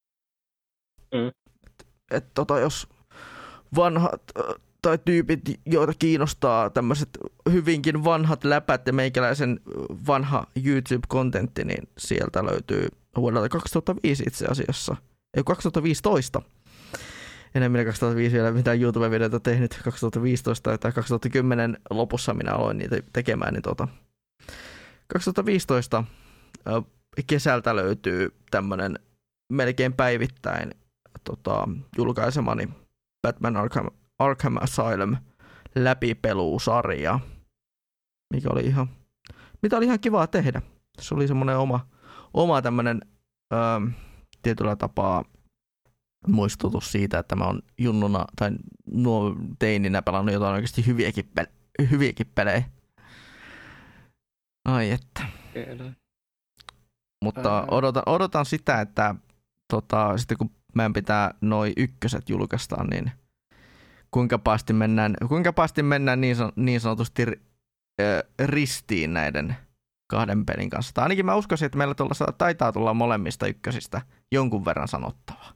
Jos vanhat tai tyypit, joita kiinnostaa tämmöiset hyvinkin vanhat läpät ja meikäläisen vanha YouTube-kontentti, niin sieltä löytyy vuodelta 2005 itse asiassa. Ei 2015. Enemmän 2005 vielä mitään YouTube-videoita tehnyt 2015 tai 2010 lopussa minä aloin niitä tekemään, niin 2015 kesältä löytyy tämmönen melkein päivittäin julkaisemani Batman Arkham Asylum läpipeluusarja, mitä oli ihan kivaa tehdä. Se oli semmoinen oma tämmönen tietyllä tapaa muistutus siitä, että mä oon junnuna tai teininä pelannut jotain oikeasti hyviäkin pelejä. Ai että. Kyllä. Mutta odotan sitä, että sitten kun meidän pitää noi ykköset julkaistaan, niin kuinka päästi mennään niin sanotusti ristiin näiden kahden pelin kanssa. Tai ainakin mä uskoisin, että meillä taitaa tulla molemmista ykkösistä jonkun verran sanottavaa.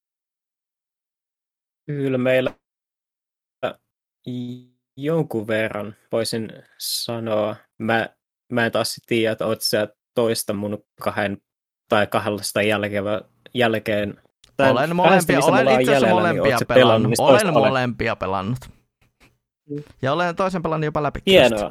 Kyllä meillä jonkun verran voisin sanoa. Mä en taas tiedä, että oot sä toista mun kahdesta jälkeen. Olen itse asiassa molempia pelannut. Olen molempia pelannut. Ja olen toisen pelannut jopa läpi. Hienoa.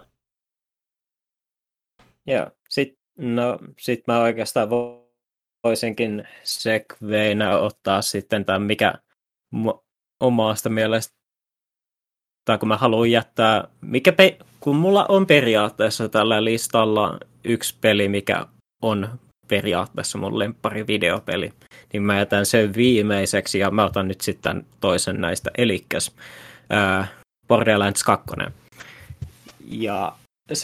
Joo. Sit mä oikeastaan voisinkin segwayna ottaa sitten tämän, mikä omasta mielestä, tai kun mä haluan jättää, kun mulla on periaatteessa tällä listalla yksi peli, mikä on periaatteessa mun lemppari videopeli, niin mä jätän sen viimeiseksi ja mä otan nyt sitten toisen näistä, elikkäs Borderlands 2. Ja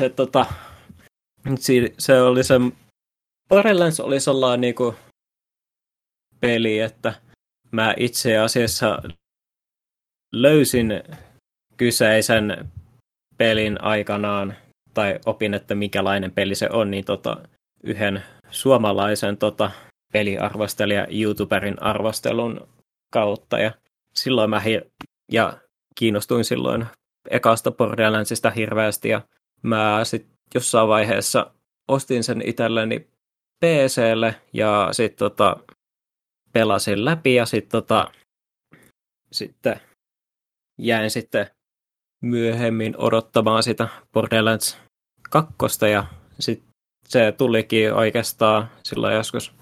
se oli se Borderlands oli sellainen niinku peli, että mä itse asiassa löysin kyseisen pelin aikanaan, tai opin, että mikälainen peli se on, niin yhden suomalaisen peliarvostelija YouTuberin arvostelun kautta. Ja silloin mä kiinnostuin silloin ekasta Borderlandsista hirveästi, ja mä sitten jossain vaiheessa ostin sen itselleni PC:lle, ja sitten pelasin läpi, ja sitten jäin sitten myöhemmin odottamaan sitä Borderlands 2, ja sitten se tulikin oikeastaan silloin joskus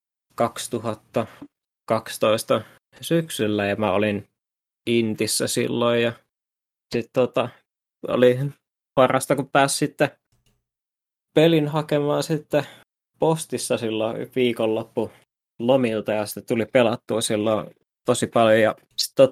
2012 syksyllä, ja mä olin Intissä silloin, ja sitten oli parasta, kun pääsi sitten pelin hakemaan sitten postissa silloin viikonloppu lomilta ja sitten tuli pelattua silloin tosi paljon. Ja sitten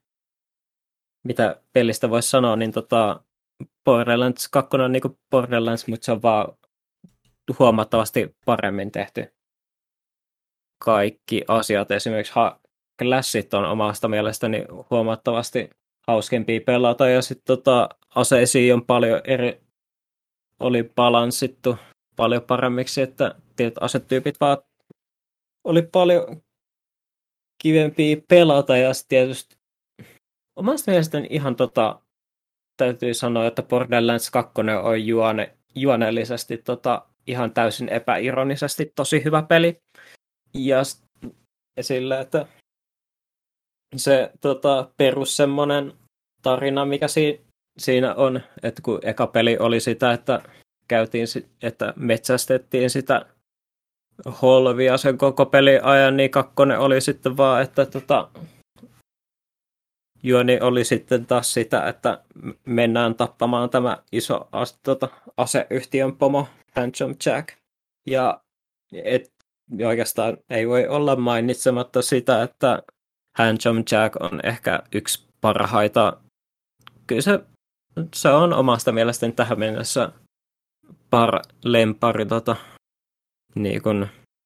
mitä pelistä voisi sanoa, niin Borderlands 2 on niin kuin Borderlands, mutta se on vaan huomattavasti paremmin tehty kaikki asiat. Esimerkiksi klassit on omasta mielestäni huomattavasti hauskempia pelata ja sitten aseisiin on paljon oli balanssittu paljon paremmiksi, että tietyt asetyypit vaan oli paljon kivempiä pelata ja sitten tietysti omasta mielestäni ihan täytyy sanoa, että Borderlands 2 on juonellisesti ihan täysin epäironisesti tosi hyvä peli. Ja sillä, että se perus semmoinen tarina, mikä siinä on, että kun eka peli oli sitä, että että metsästettiin sitä holvia sen koko pelin ajan, niin kakkonen oli sitten vaan, että juoni oli sitten taas sitä, että mennään tappamaan tämä iso aseyhtiön pomo, Handsome Jack. Ja oikeastaan ei voi olla mainitsematta sitä, että Handsome Jack on ehkä yksi parhaita. Kyllä se on omasta mielestäni tähän mennessä lempari niin kuin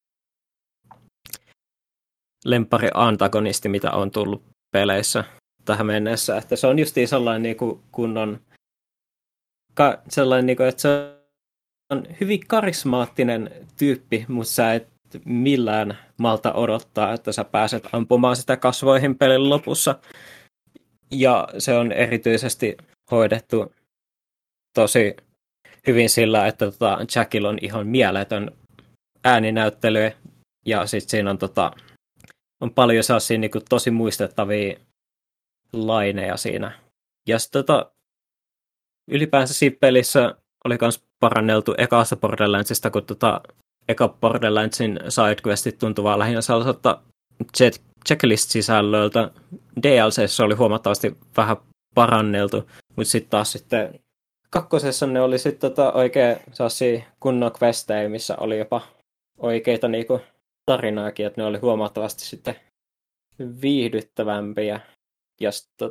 lempari antagonisti, mitä on tullut peleissä tähän mennessä, että se on justiin sellainen niin kuin kunnon sellainen, niin kuin, että se on hyvin karismaattinen tyyppi, mutta sä et millään malta odottaa, että sä pääset ampumaan sitä kasvoihin pelin lopussa. Ja se on erityisesti hoidettu tosi hyvin sillä, että Jackilla on ihan mieletön ääninäyttely ja sitten siinä on paljon sellaisia niin kuin tosi muistettavia laineja siinä. Ja sitten ylipäänsä siinä pelissä oli myös paranneltu ekasta Borderlandsista, kun eka Borderlandsin sidequestit tuntuvaa lähinnä sellaiselta checklist-sisällöltä. DLC:ssä oli huomattavasti vähän paranneltu, mutta sitten taas kakkosessa ne oli sitten oikein sellaisia kunnon questejä, missä oli jopa oikeita niinku tarinaakin, että ne oli huomattavasti sitten viihdyttävämpiä. Ja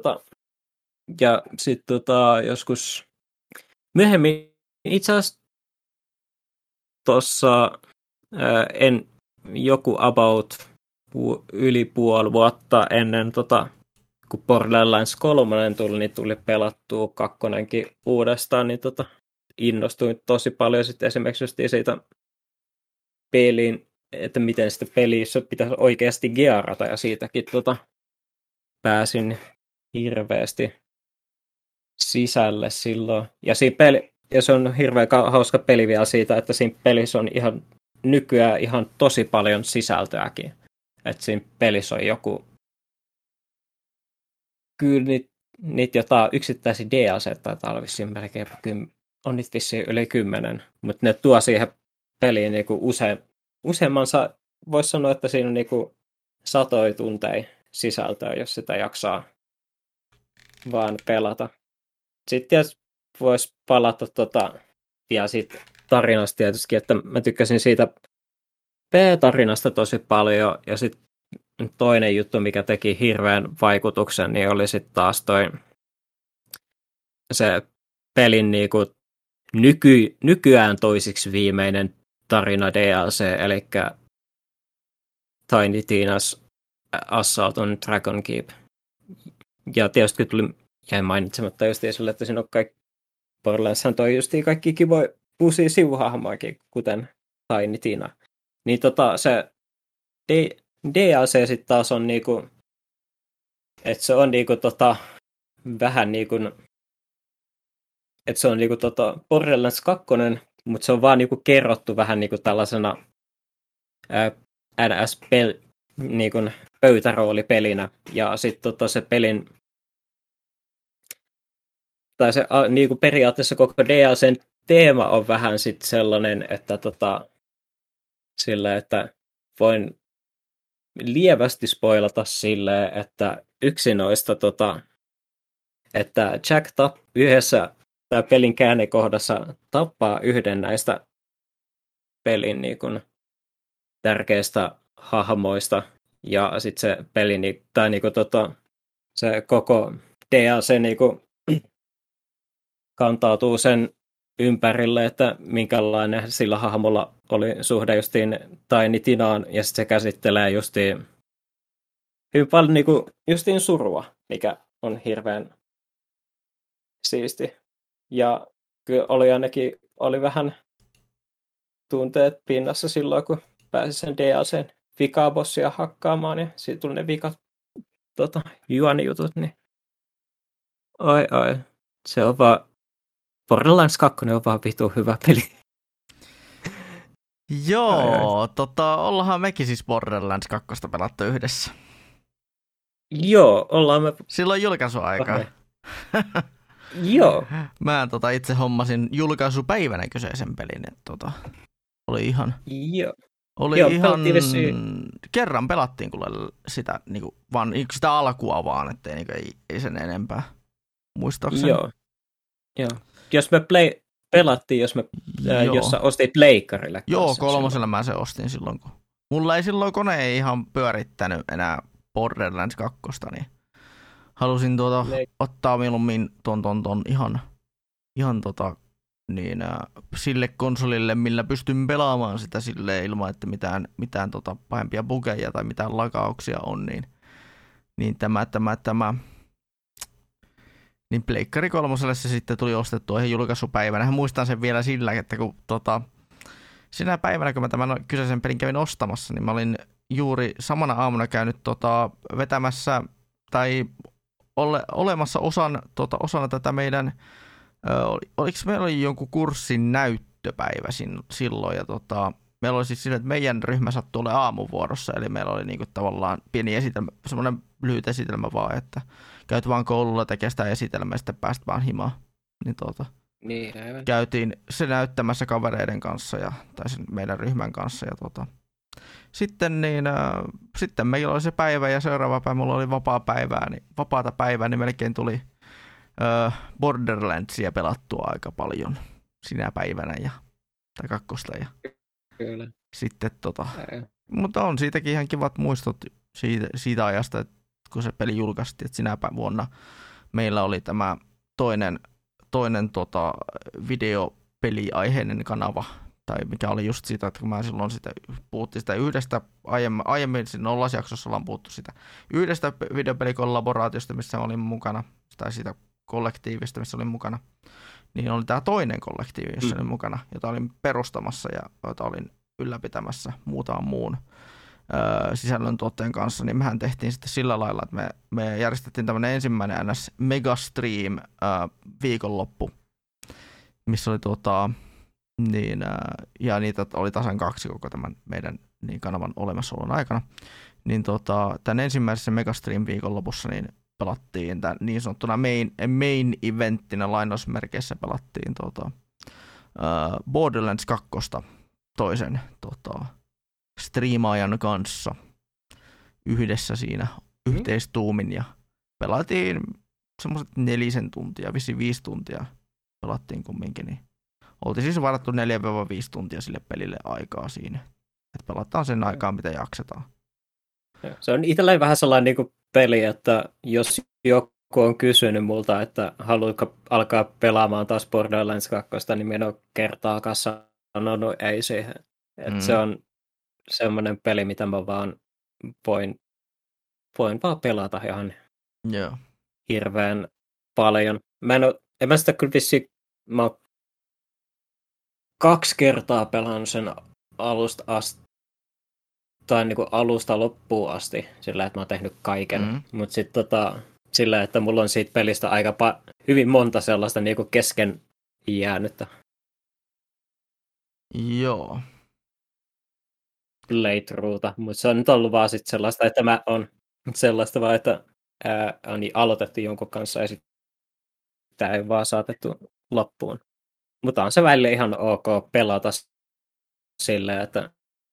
sitten joskus myöhemmin itse asiassa tuossa joku about yli puoli vuotta ennen kun Borderlands 3 tuli, niin tuli pelattua kakkonenkin uudestaan, niin innostuin tosi paljon sitten esimerkiksi siitä pelin, että miten sitä pelissä pitäisi oikeasti gearata, ja siitäkin pääsin hirveästi sisälle silloin. Ja se on hirveän hauska peli vielä siitä, että siinä pelissä on nykyään ihan tosi paljon sisältöäkin. Että siinä pelissä on joku kyllä niitä jotain yksittäisiä DLC taitaa olla vissiin melkein on niitä vissiin yli 10, mutta ne tuo siihen peliin niinku useamman voisi sanoa, että siinä on niinku satoja tunteja sisältöä, jos sitä jaksaa vaan pelata. Sitten tietysti voisi palata vielä siitä tarinasta tietysti, että mä tykkäsin siitä P-tarinasta tosi paljon, ja sitten toinen juttu, mikä teki hirveän vaikutuksen, niin oli sitten taas se pelin niinku nykyään toisiksi viimeinen tarina DLC, eli Tiny Tina's Assault on Dragon Keep. Ja tietysti jäin mainitsematta just esille, että siinä on kaikki Borderlandshan toi justiin kaikki kivoja uusia sivuhahmoakin, kuten Tiny Tina. Niin se DLC sitten taas on niinku, että se on niinku vähän niinku, että se on niinku Borderlands 2, mutta se on vaan niinku kerrottu vähän niinku tällaisena niinku pöytäroolipelinä, ja sitten se pelin tai se niinku periaatteessa koko DLCn teema on vähän sitten sellainen, että sillä, että voin lievästi spoilata silleen, että yksi noista, että Jack yhdessä tämä pelin käännekohdassa tappaa yhden näistä pelin niin kuin tärkeistä hahmoista, ja sitten se peli, tai niin kuin, se koko DLC niin kuin, kantautuu sen ympärille, että minkälainen sillä hahmolla oli suhde justiin Tiny Tinaan, ja sitten se käsittelee justiin hyvin paljon niin kuin, justiin surua, mikä on hirveän siisti. Ja kyllä oli vähän tunteet pinnassa silloin, kun pääsi sen DLCn vikabossia hakkaamaan, ja siitä tuli ne vikat juonijutut, niin ai, se on vaan, Borderlands 2 on vaan vitu hyvä peli. Joo, ollaanhan mekin siis Borderlands 2 pelattu yhdessä. Joo, ollaan me. Silloin julkaisuaikaa. Okay. Joo. Mä itse hommasin julkaisupäivänä kyseisen pelin, että oli ihan. Joo. Oli Joo, ihan kerran pelattiin kuule sitä niinku vaan sitä alkua vaan, ettei niinku ei sen enempää. Muistaakseni. Joo. Jos me pelattiin, jos sä ostit pleikkarille. Joo, 3 mä se ostin silloin, kun mulla ei silloin kone ei ihan pyörittänyt enää Borderlands 2, niin halusin ottaa mieluummin ton ihan sille konsolille, millä pystyn pelaamaan sitä silleen ilman, että mitään pahempia bugeja tai mitään lakauksia on, niin tämä niin Pleikkari 3 se sitten tuli ostettua ihan julkaisupäivänä. Muistan sen vielä sillä, että kun sinä päivänä, kun mä tämän kyseisen pelin kävin ostamassa, niin mä olin juuri samana aamuna käynyt vetämässä tai olemassa osana tätä meidän, oliko meillä oli jonkun kurssin näyttöpäivä silloin, ja meillä oli siis sillä, että meidän ryhmä sattui olemaan aamuvuorossa, eli meillä oli niinku tavallaan pieni esitelmä, semmoinen lyhyt esitelmä vaan, että käyt vaan koululla tekemään sitä esitelmää ja sitten päästä vaan himaan. Niin, käytiin se näyttämässä kavereiden kanssa tai sen meidän ryhmän kanssa, ja sitten meillä oli se päivä ja seuraava päivä mulla oli vapaata päivää, niin melkein tuli Borderlandsia pelattua aika paljon sinä päivänä tai 2. Ja kyllä. Sitten mutta on siitäkin ihan kivat muistot siitä ajasta, että kun se peli julkaistiin, että sinä vuonna meillä oli tämä toinen videopeliaiheinen kanava, tai mikä oli just sitä, että kun mä silloin puhuttiin sitä yhdestä, aiemmin siinä Nollas-jaksossa ollaan puhuttu sitä yhdestä videopelikollaboraatiosta, missä olin mukana, tai siitä kollektiivista, missä olin mukana, niin oli tämä toinen kollektiivi, jossa olin mukana, jota olin perustamassa ja jota olin ylläpitämässä muutaman muun sisällöntuotteen kanssa, niin mehän tehtiin sitten sillä lailla, että me järjestettiin tämmöinen ensimmäinen NS Megastream viikonloppu, missä oli ja niitä oli tasan 2 koko tämän meidän kanavan olemassaolon aikana, niin tämän ensimmäisessä Megastream viikonlopussa niin pelattiin tämän niin sanottuna main eventtinä lainausmerkeissä pelattiin Borderlands 2 toisen striimaajan kanssa yhdessä siinä yhteistuumin ja pelattiin semmoiset 4 tuntia, 5 tuntia pelattiin kumminkin, niin oltiin siis varattu 4-5 tuntia sille pelille aikaa siinä, että pelataan sen aikaa mitä jaksetaan. Se on itselleen vähän sellainen niin kuin peli, että jos joku on kysynyt multa, että haluatko alkaa pelaamaan taas Borderlands 2, niin minä en ole kertaakaan sanonut ei siihen. Se on semmoinen peli, mitä mä vaan voin vaan pelata ihan hirveän paljon. En mä sitä kyllä vissiin, mä oon 2 kertaa pelannut sen alusta asti, tai niin kuin alusta loppuun asti, sillä että mä oon tehnyt kaiken. Mutta sitten sillä, että mulla on siitä pelistä aika hyvin monta sellaista niin kuin kesken jäänyttä. Joo. Playthroughta, mutta se on nyt ollut vaan sit sellaista, että mä on sellaista vaan, että on aloitettu jonkun kanssa ja sitä ei vaan saatettu loppuun. Mutta on se välillä ihan ok pelata silleen, että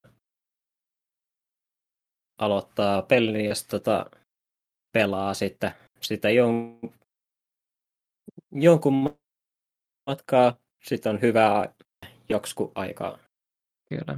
aloittaa pelin ja sitten pelaa sitten sitä jonkun matkaa, sitten on hyvää joksikin aikaa. Kyllä.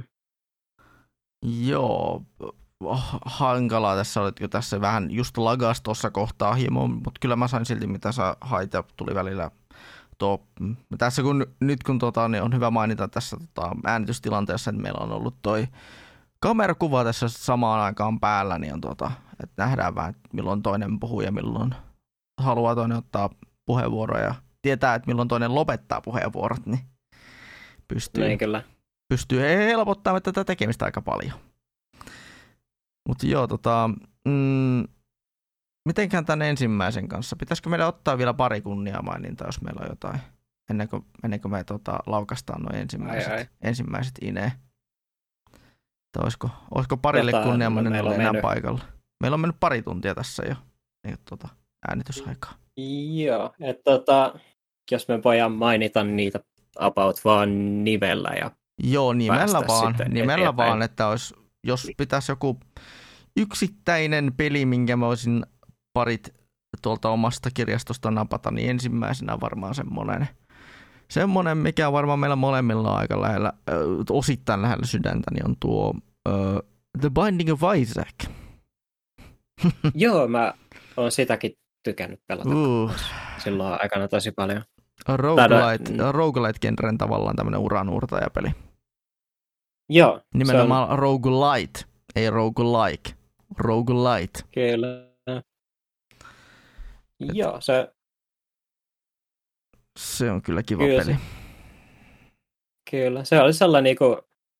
Joo, hankalaa tässä olit jo tässä vähän just lagas tuossa kohtaa hieman, mutta kyllä mä sain silti mitä sä hait ja tuli välillä tässä nyt kun niin on hyvä mainita tässä äänitystilanteessa, että meillä on ollut toi kamerakuva tässä samaan aikaan päällä, niin on että nähdään vähän, että milloin toinen puhuu ja milloin haluaa toinen ottaa puheenvuoroja. Tietää, että milloin toinen lopettaa puheenvuorot, niin pystyy helpottamaan tätä tekemistä aika paljon. Mutta joo, mitenkään tämän ensimmäisen kanssa? Pitäisikö meidän ottaa vielä pari kunniamainintaa, jos meillä on jotain, ennen kuin me laukaistaan nuo ensimmäiset ineen? Olisiko parille kunniamaininnalle enää paikalla? Meillä on mennyt pari tuntia tässä jo äänitysaikaa. Joo, että jos me voidaan mainita niitä about vaan nimellä. Joo, nimellä vaan, että jos pitäisi joku yksittäinen peli, minkä mä olisin parit tuolta omasta kirjastosta napata, niin ensimmäisenä varmaan semmoinen, mikä varmaan meillä molemmilla on aika lähellä, osittain lähellä sydäntä, niin on tuo The Binding of Isaac. Joo, mä oon sitäkin tykännyt pelata silloin aikana tosi paljon. Roguelite-genren tavallaan tämmöinen uranuurtajapeli. Joo. Nimenomaan roguelite, ei roguelike. Roguelite. Kyllä. Joo, se on kyllä kiva peli. Kyllä, se oli sellainen niinku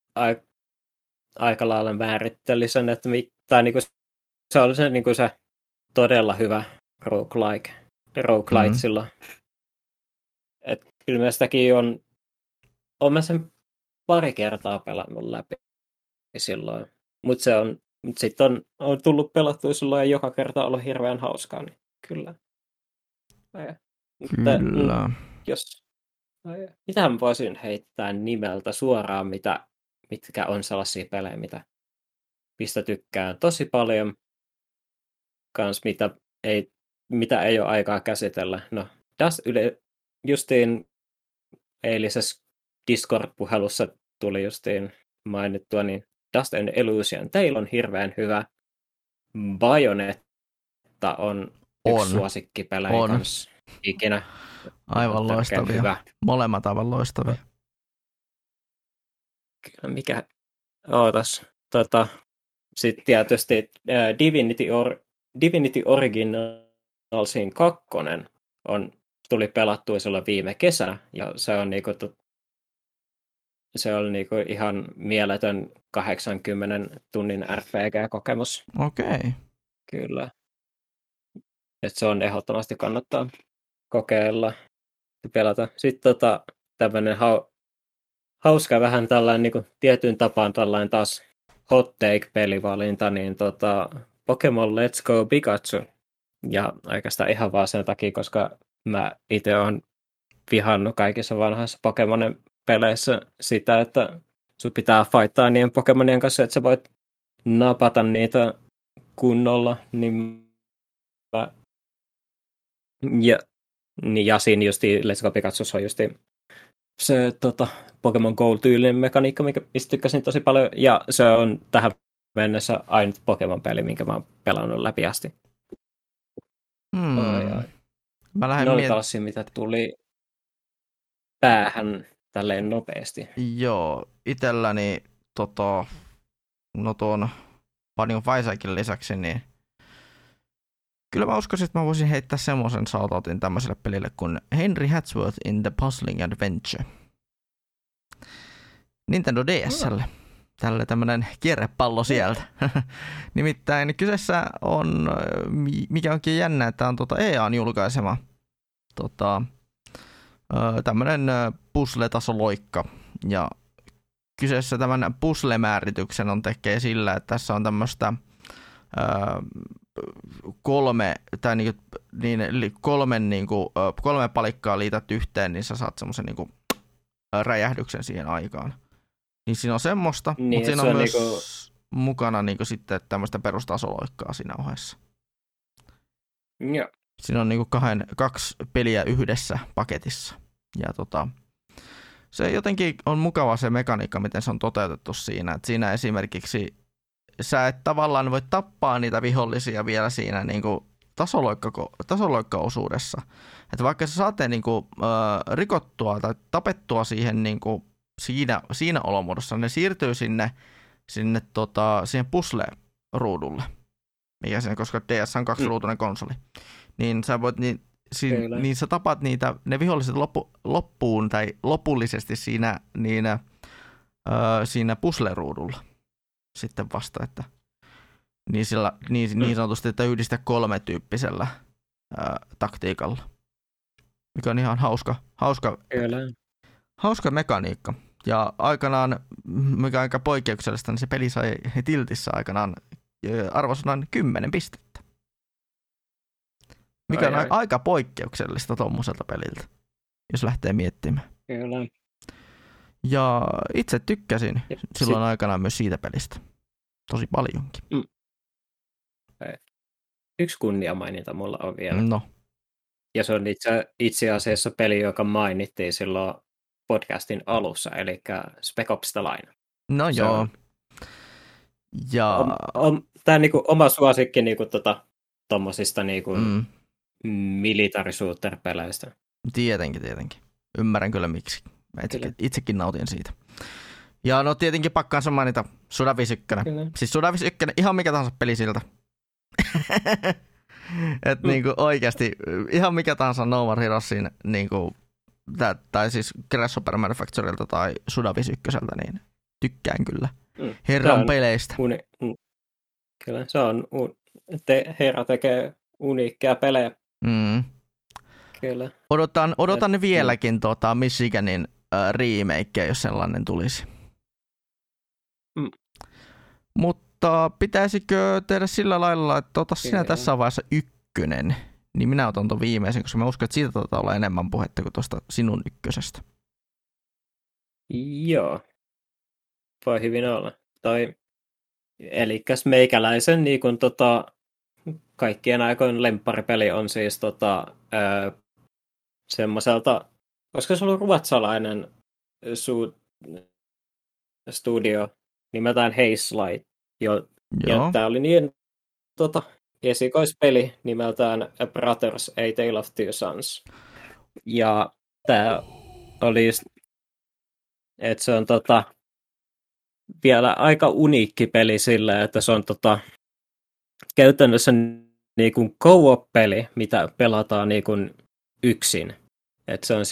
aika lailla määritteli sen, että se oli se todella hyvä roguelite silloin. Et kyllä mä sitäkin on mä sen pari kertaa pelannut läpi silloin, mutta sitten on tullut pelattua silloin ja joka kerta ollut hirveän hauskaa, niin kyllä. Kyllä. Mitä mä voisin heittää nimeltä suoraan, mitkä on sellaisia pelejä, mistä tykkään tosi paljon, kans mitä ei ole aikaa käsitellä. No, justiin eilisessä Discord-puhelussa tuli justiin mainittua, niin Dust and Illusion. Teillä on hirveän hyvä. Bayonetta on yksi suosikkipelejä kanssa ikinä. Aivan loistavia. Hyvä. Molemmat aivan loistavia. Kyllä, mikä... Ootas. Sitten tietysti Divinity Originalsin 2 tuli pelattua silloin viime kesänä, ja se on ihan mieletön 80 tunnin RPG-kokemus. Okei. Kyllä. Et se on ehdottomasti kannattaa kokeilla ja pelata. Sitten tämmöinen hauska vähän tällainen niin tietyn tapaan tällainen taas hot take-pelivalinta, niin Pokemon Let's Go Pikachu. Ja oikeastaan ihan vaan sen takia, koska mä itse olen vihannut kaikissa vanhoissa Pokemonin peleissä sitä, että sun pitää fightaa niiden Pokemonien kanssa, että sä voit napata niitä kunnolla. Ja siinä justi Let's Go Pikachu on justi se Pokemon Go-tyylinen mekaniikka, mistä tykkäsin tosi paljon. Ja se on tähän mennessä ainut Pokemon-peli, minkä mä oon pelannut läpi asti. Mä lähden tällaisia, mitä tuli päähän tälleen nopeasti. Joo, itselläni tuon Binding of Isaacin lisäksi, niin kyllä mä uskoisin, että mä voisin heittää semmoisen shoutoutin tämmöiselle pelille kuin Henry Hatsworth in the Puzzling Adventure. Nintendo DS:lle. Tälle tämmönen kierrepallo sieltä. Nimittäin kyseessä on, mikä onkin jännä, että on EA:n julkaisema tämmönen puzzle-tasoloikka. Ja kyseessä tämän puzzle-määrityksen tekee sillä, että tässä on tämmöistä kolme palikkaa liität yhteen, niin sä saat semmoisen niinku räjähdyksen siihen aikaan. Niin siinä on semmoista, niin, mutta siinä on myös mukana niinku sitten tämmöistä perustasoloikkaa siinä ohessa. Joo. Siinä on niinku kaksi peliä yhdessä paketissa. Ja se jotenkin on mukava se mekaniikka, miten se on toteutettu siinä. Et siinä esimerkiksi sä et tavallaan voi tappaa niitä vihollisia vielä siinä niin kuin tasoloikkaosuudessa. Että vaikka sä saatte niin kuin, rikottua tai tapettua siihen, niin kuin, siinä olomuodossa, ne siirtyy sinne siihen puzzle-ruudulle, mikä siinä, koska DS on 2-ruutuinen konsoli. Niin sä voit niin sä tapat ne viholliset loppuun tai lopullisesti siinä puzzle-ruudulla sitten vasta, että niin sanotusti, että yhdistä 3-tyyppisellä taktiikalla, mikä on ihan hauska mekaniikka. Ja aikanaan, mikä on aika poikkeuksellista, niin se peli sai Tiltissä aikanaan arvosanan 10 pistettä. Mikä on aika poikkeuksellista tommoselta peliltä, jos lähtee miettimään. Kyllä. Ja itse tykkäsin silloin aikanaan myös siitä pelistä. Tosi paljonkin. Yksi kunniamaininta mulla on vielä. No. Ja se on itse asiassa peli, joka mainittiin silloin podcastin alussa, eli Spec Ops The Line. No se joo. Tämä on niinku oma suosikki niinku tommosista niinku military shooter-peleistä. Tietenkin. Ymmärrän kyllä miksi. Itsekin nautin siitä. Ja no tietenkin pakkaansa mainita Suda 51. Siis Suda 51, ihan mikä tahansa peli siltä. Että niinku oikeasti ihan mikä tahansa No More Heroesin niinku, tai siis Crash Super Manufactureilta tai Suda 51, niin tykkään kyllä herran peleistä. Kyllä, se on herra tekee uniikkeja pelejä. Kyllä. Odotan vieläkin Michiganin remakeä, jos sellainen tulisi. Mutta pitäisikö tehdä sillä lailla, että ota sinä tässä vaiheessa 1, niin minä otan tuon viimeisen, koska mä uskon, että siitä taitaa olla enemmän puhetta kuin tuosta sinun 1. Joo, voi hyvin olla. Elikkäs meikäläisen niin kun, kaikkien aikojen lempparipeli on siis semmoiselta, koska se on ruotsalainen studio nimeltään Hazelight. Ja tämä oli niin esikoispeli nimeltään Brothers: A Tale of Two Sons. Ja tämä oli, että se on vielä aika uniikki peli sillä, että se on käytännössä niin kuin co-op-peli, mitä pelataan niin kuin yksin. Että se on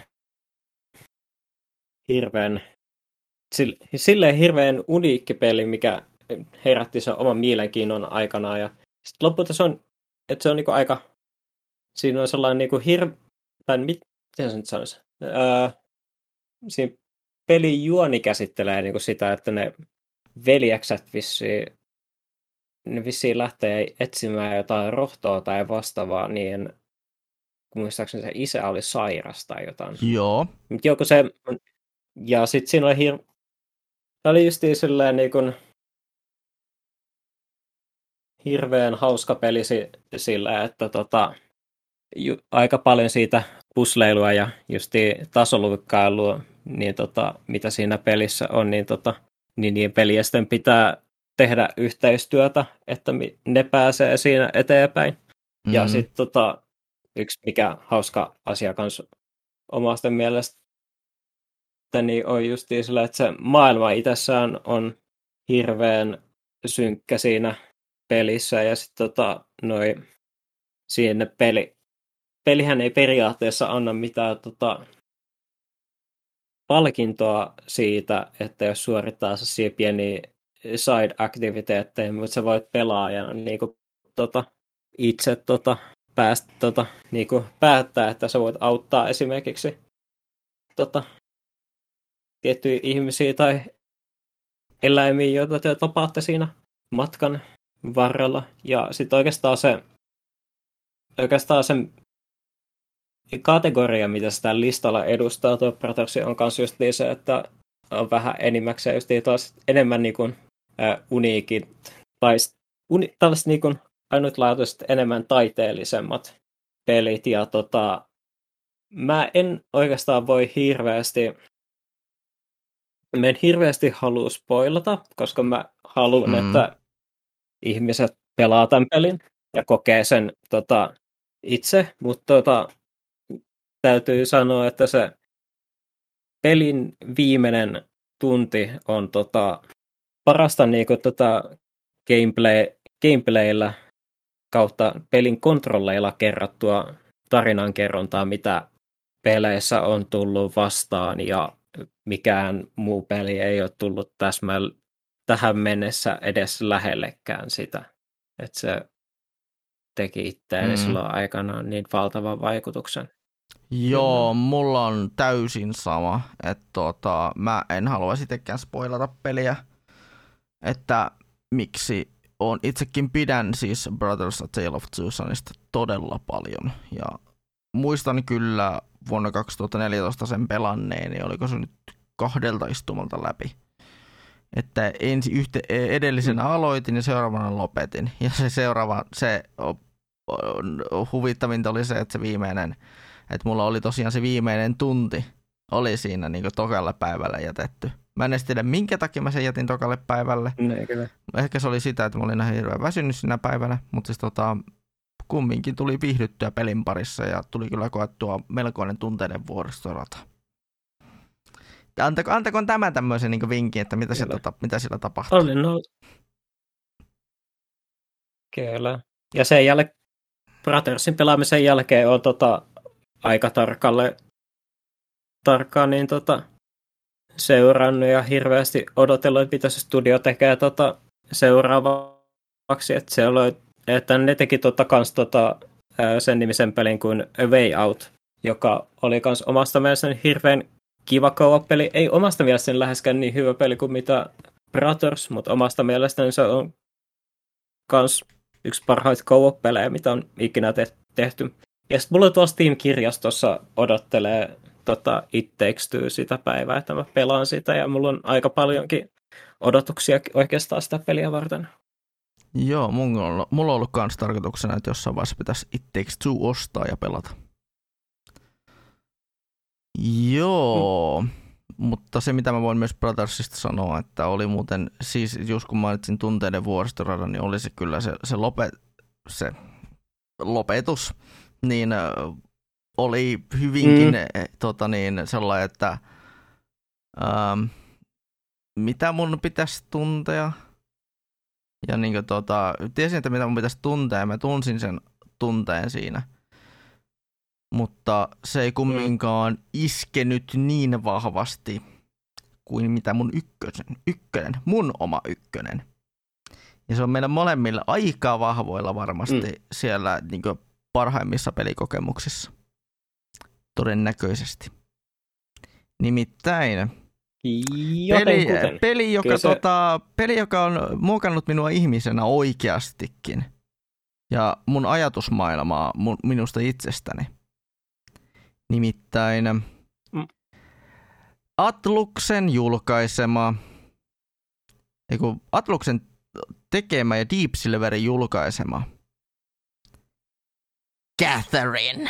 silleen hirveän uniikki peli, mikä herätti sen oman mielenkiinnon aikanaan. Ja sitten lopulta se on, että se on niinku aika, siinä on sellainen niinku tai miten se nyt sanoisi? Siinä pelin juoni käsittelee niinku sitä, että ne veljekset vissiin lähtee etsimään jotain rohtoa tai vastaavaa, niin muistaakseni se isä oli sairas tai jotain. Joo. Joku se, ja sitten siinä oli justiin silleen niin kuin hirveän hauska peli sillä, että aika paljon siitä pusleilua ja justiin tasoluikkailua, niin mitä siinä pelissä on, niin peliesten pitää tehdä yhteistyötä, että ne pääsee siinä eteenpäin. Mm-hmm. Ja sitten yksi mikä hauska asia kans omasta mielestä niin on justiin sillä, että se maailma itsessään on hirveän synkkä siinä pelissä ja sitten siinä pelihän ei periaatteessa anna mitään palkintoa siitä, että jos suorittaa sellaisia pieniä side-aktiviteetteja, mutta sä voit pelaajana niinku itse niinku päättää, että sä voit auttaa esimerkiksi tiettyjä ihmisiä tai eläimiä, joita te tapaatte siinä matkan varrella. Ja sitten oikeastaan se kategoria, mitä sitä listalla edustaa, tuo Protossi on myös just niin se, että on vähän enimmäkseen just taas enemmän niin kuin, uniikit, tai tällaiset niin kuin ainutlaatuiset enemmän taiteellisemmat pelit, ja mä en oikeastaan voi mä en hirveästi halua spoilata, koska mä haluan, että ihmiset pelaa tämän pelin ja kokee sen itse, mutta täytyy sanoa, että se pelin viimeinen tunti on parasta niinku gameplayllä kautta pelin kontrolleilla kerrattua tarinankerrontaa, mitä peleissä on tullut vastaan, ja mikään muu peli ei ole tullut tähän mennessä edes lähellekään sitä. Että se teki itseäni silloin aikanaan niin valtavan vaikutuksen. Joo, mulla on täysin sama, että mä en haluaisi itsekään spoilata peliä, että miksi on itsekin pidän siis Brothers: A Tale of Two Sonsista todella paljon, ja muistan kyllä vuonna 2014 sen pelanneeni, oliko se nyt 2 istumalta läpi, että edellisenä aloitin ja seuraavana lopetin, ja se huvittavinta oli se, että se viimeinen, että mulla oli tosiaan se viimeinen tunti, oli siinä niin kuin tokalle päivälle jätetty. Mä en edes tiedä, minkä takia mä sen jätin tokalle päivälle. Ehkä se oli sitä, että mä olin ihan hirveän väsynyt sinä päivänä, mutta siis kumminkin tuli viihdyttyä pelin parissa ja tuli kyllä koettua melkoinen tunteiden vuoristorata. Antakoon tämä tämmöisen niin vinkin, että mitä siellä tapahtuu. Oli kyllä. Ja sen jälkeen Brothersin pelaamisen jälkeen on aika tarkkaan niin seurannut ja hirveästi odotellut, että mitä se studio tekee seuraavaksi. Että ne teki kans sen nimisen pelin kuin A Way Out, joka oli kans omasta mielestäni hirveän kiva co-op-peli. Ei omasta mielestäni läheskään niin hyvä peli kuin mitä Brothers, mutta omasta mielestäni se on kans yksi parhaita co-op-pelejä, mitä on ikinä tehty. Ja sitten mulla tuossa Steam-kirjastossa odottelee It Takes Two sitä päivää, että mä pelaan sitä, ja mulla on aika paljonkin odotuksia oikeastaan sitä peliä varten. Joo, mulla on ollut kans tarkoituksena, että jossain vaiheessa pitäisi It Takes Two ostaa ja pelata. Joo, mutta se mitä mä voin myös Brothersista sanoa, että oli muuten, siis just kun mainitsin tunteiden vuoristoradan, niin oli se kyllä se lopetus, niin oli hyvinkin sellainen, että mitä mun pitäisi tuntea. Ja niin kuin tiesin, että mitä mun pitäisi tuntea, ja mä tunsin sen tunteen siinä. Mutta se ei kumminkaan iskenyt niin vahvasti kuin mitä mun mun oma ykkönen. Ja se on meillä molemmilla aika vahvoilla varmasti siellä niin kuin parhaimmissa pelikokemuksissa. Todennäköisesti. Nimittäin peli, joka on muokannut minua ihmisenä oikeastikin. Ja mun ajatusmaailmaa minusta itsestäni. Nimittäin Atluxen julkaisema, Atluxen tekemä ja Deep Silverin julkaisema Catherine.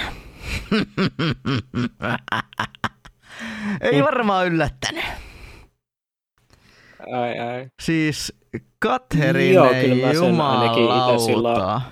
Ei varmaan yllättänyt. Ai. Siis Catherine, jumalauta.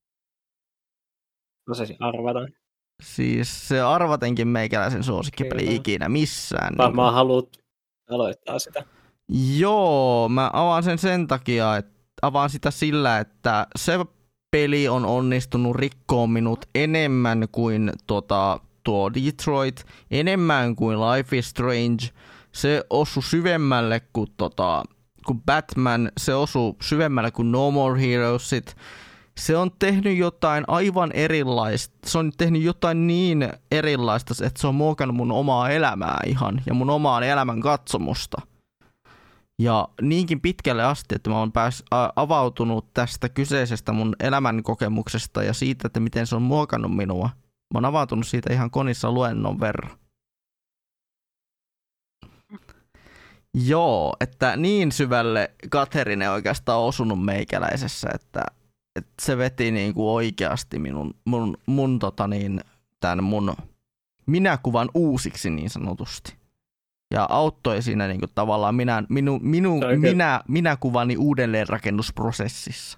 Osasin arvata. Siis se arvatenkin meikäläisen suosikkipeli ikinä missään. Mä haluan aloittaa sitä. Joo, mä avaan sen takia, että avaan sitä sillä, että se peli on onnistunut rikkoon minut enemmän kuin tuo Detroit, enemmän kuin Life is Strange. Se osui syvemmälle kuin Batman, se osui syvemmälle kuin No More Heroesit. Se on tehnyt jotain aivan erilaista, se on tehnyt jotain niin erilaista, että se on muokannut mun omaa elämää ihan ja mun omaan elämän katsomusta. Ja niinkin pitkälle asti, että mä oon avautunut tästä kyseisestä mun elämän kokemuksesta ja siitä, että miten se on muokannut minua. Mä oon avautunut siitä ihan konissa luennon verran. Joo, että niin syvälle Catherine oikeastaan osunut meikäläisessä, että se veti niinku oikeasti tämän mun minäkuvan uusiksi niin sanotusti. Ja auttoi siinä niin kuin tavallaan minäkuvani uudelleenrakennusprosessissa.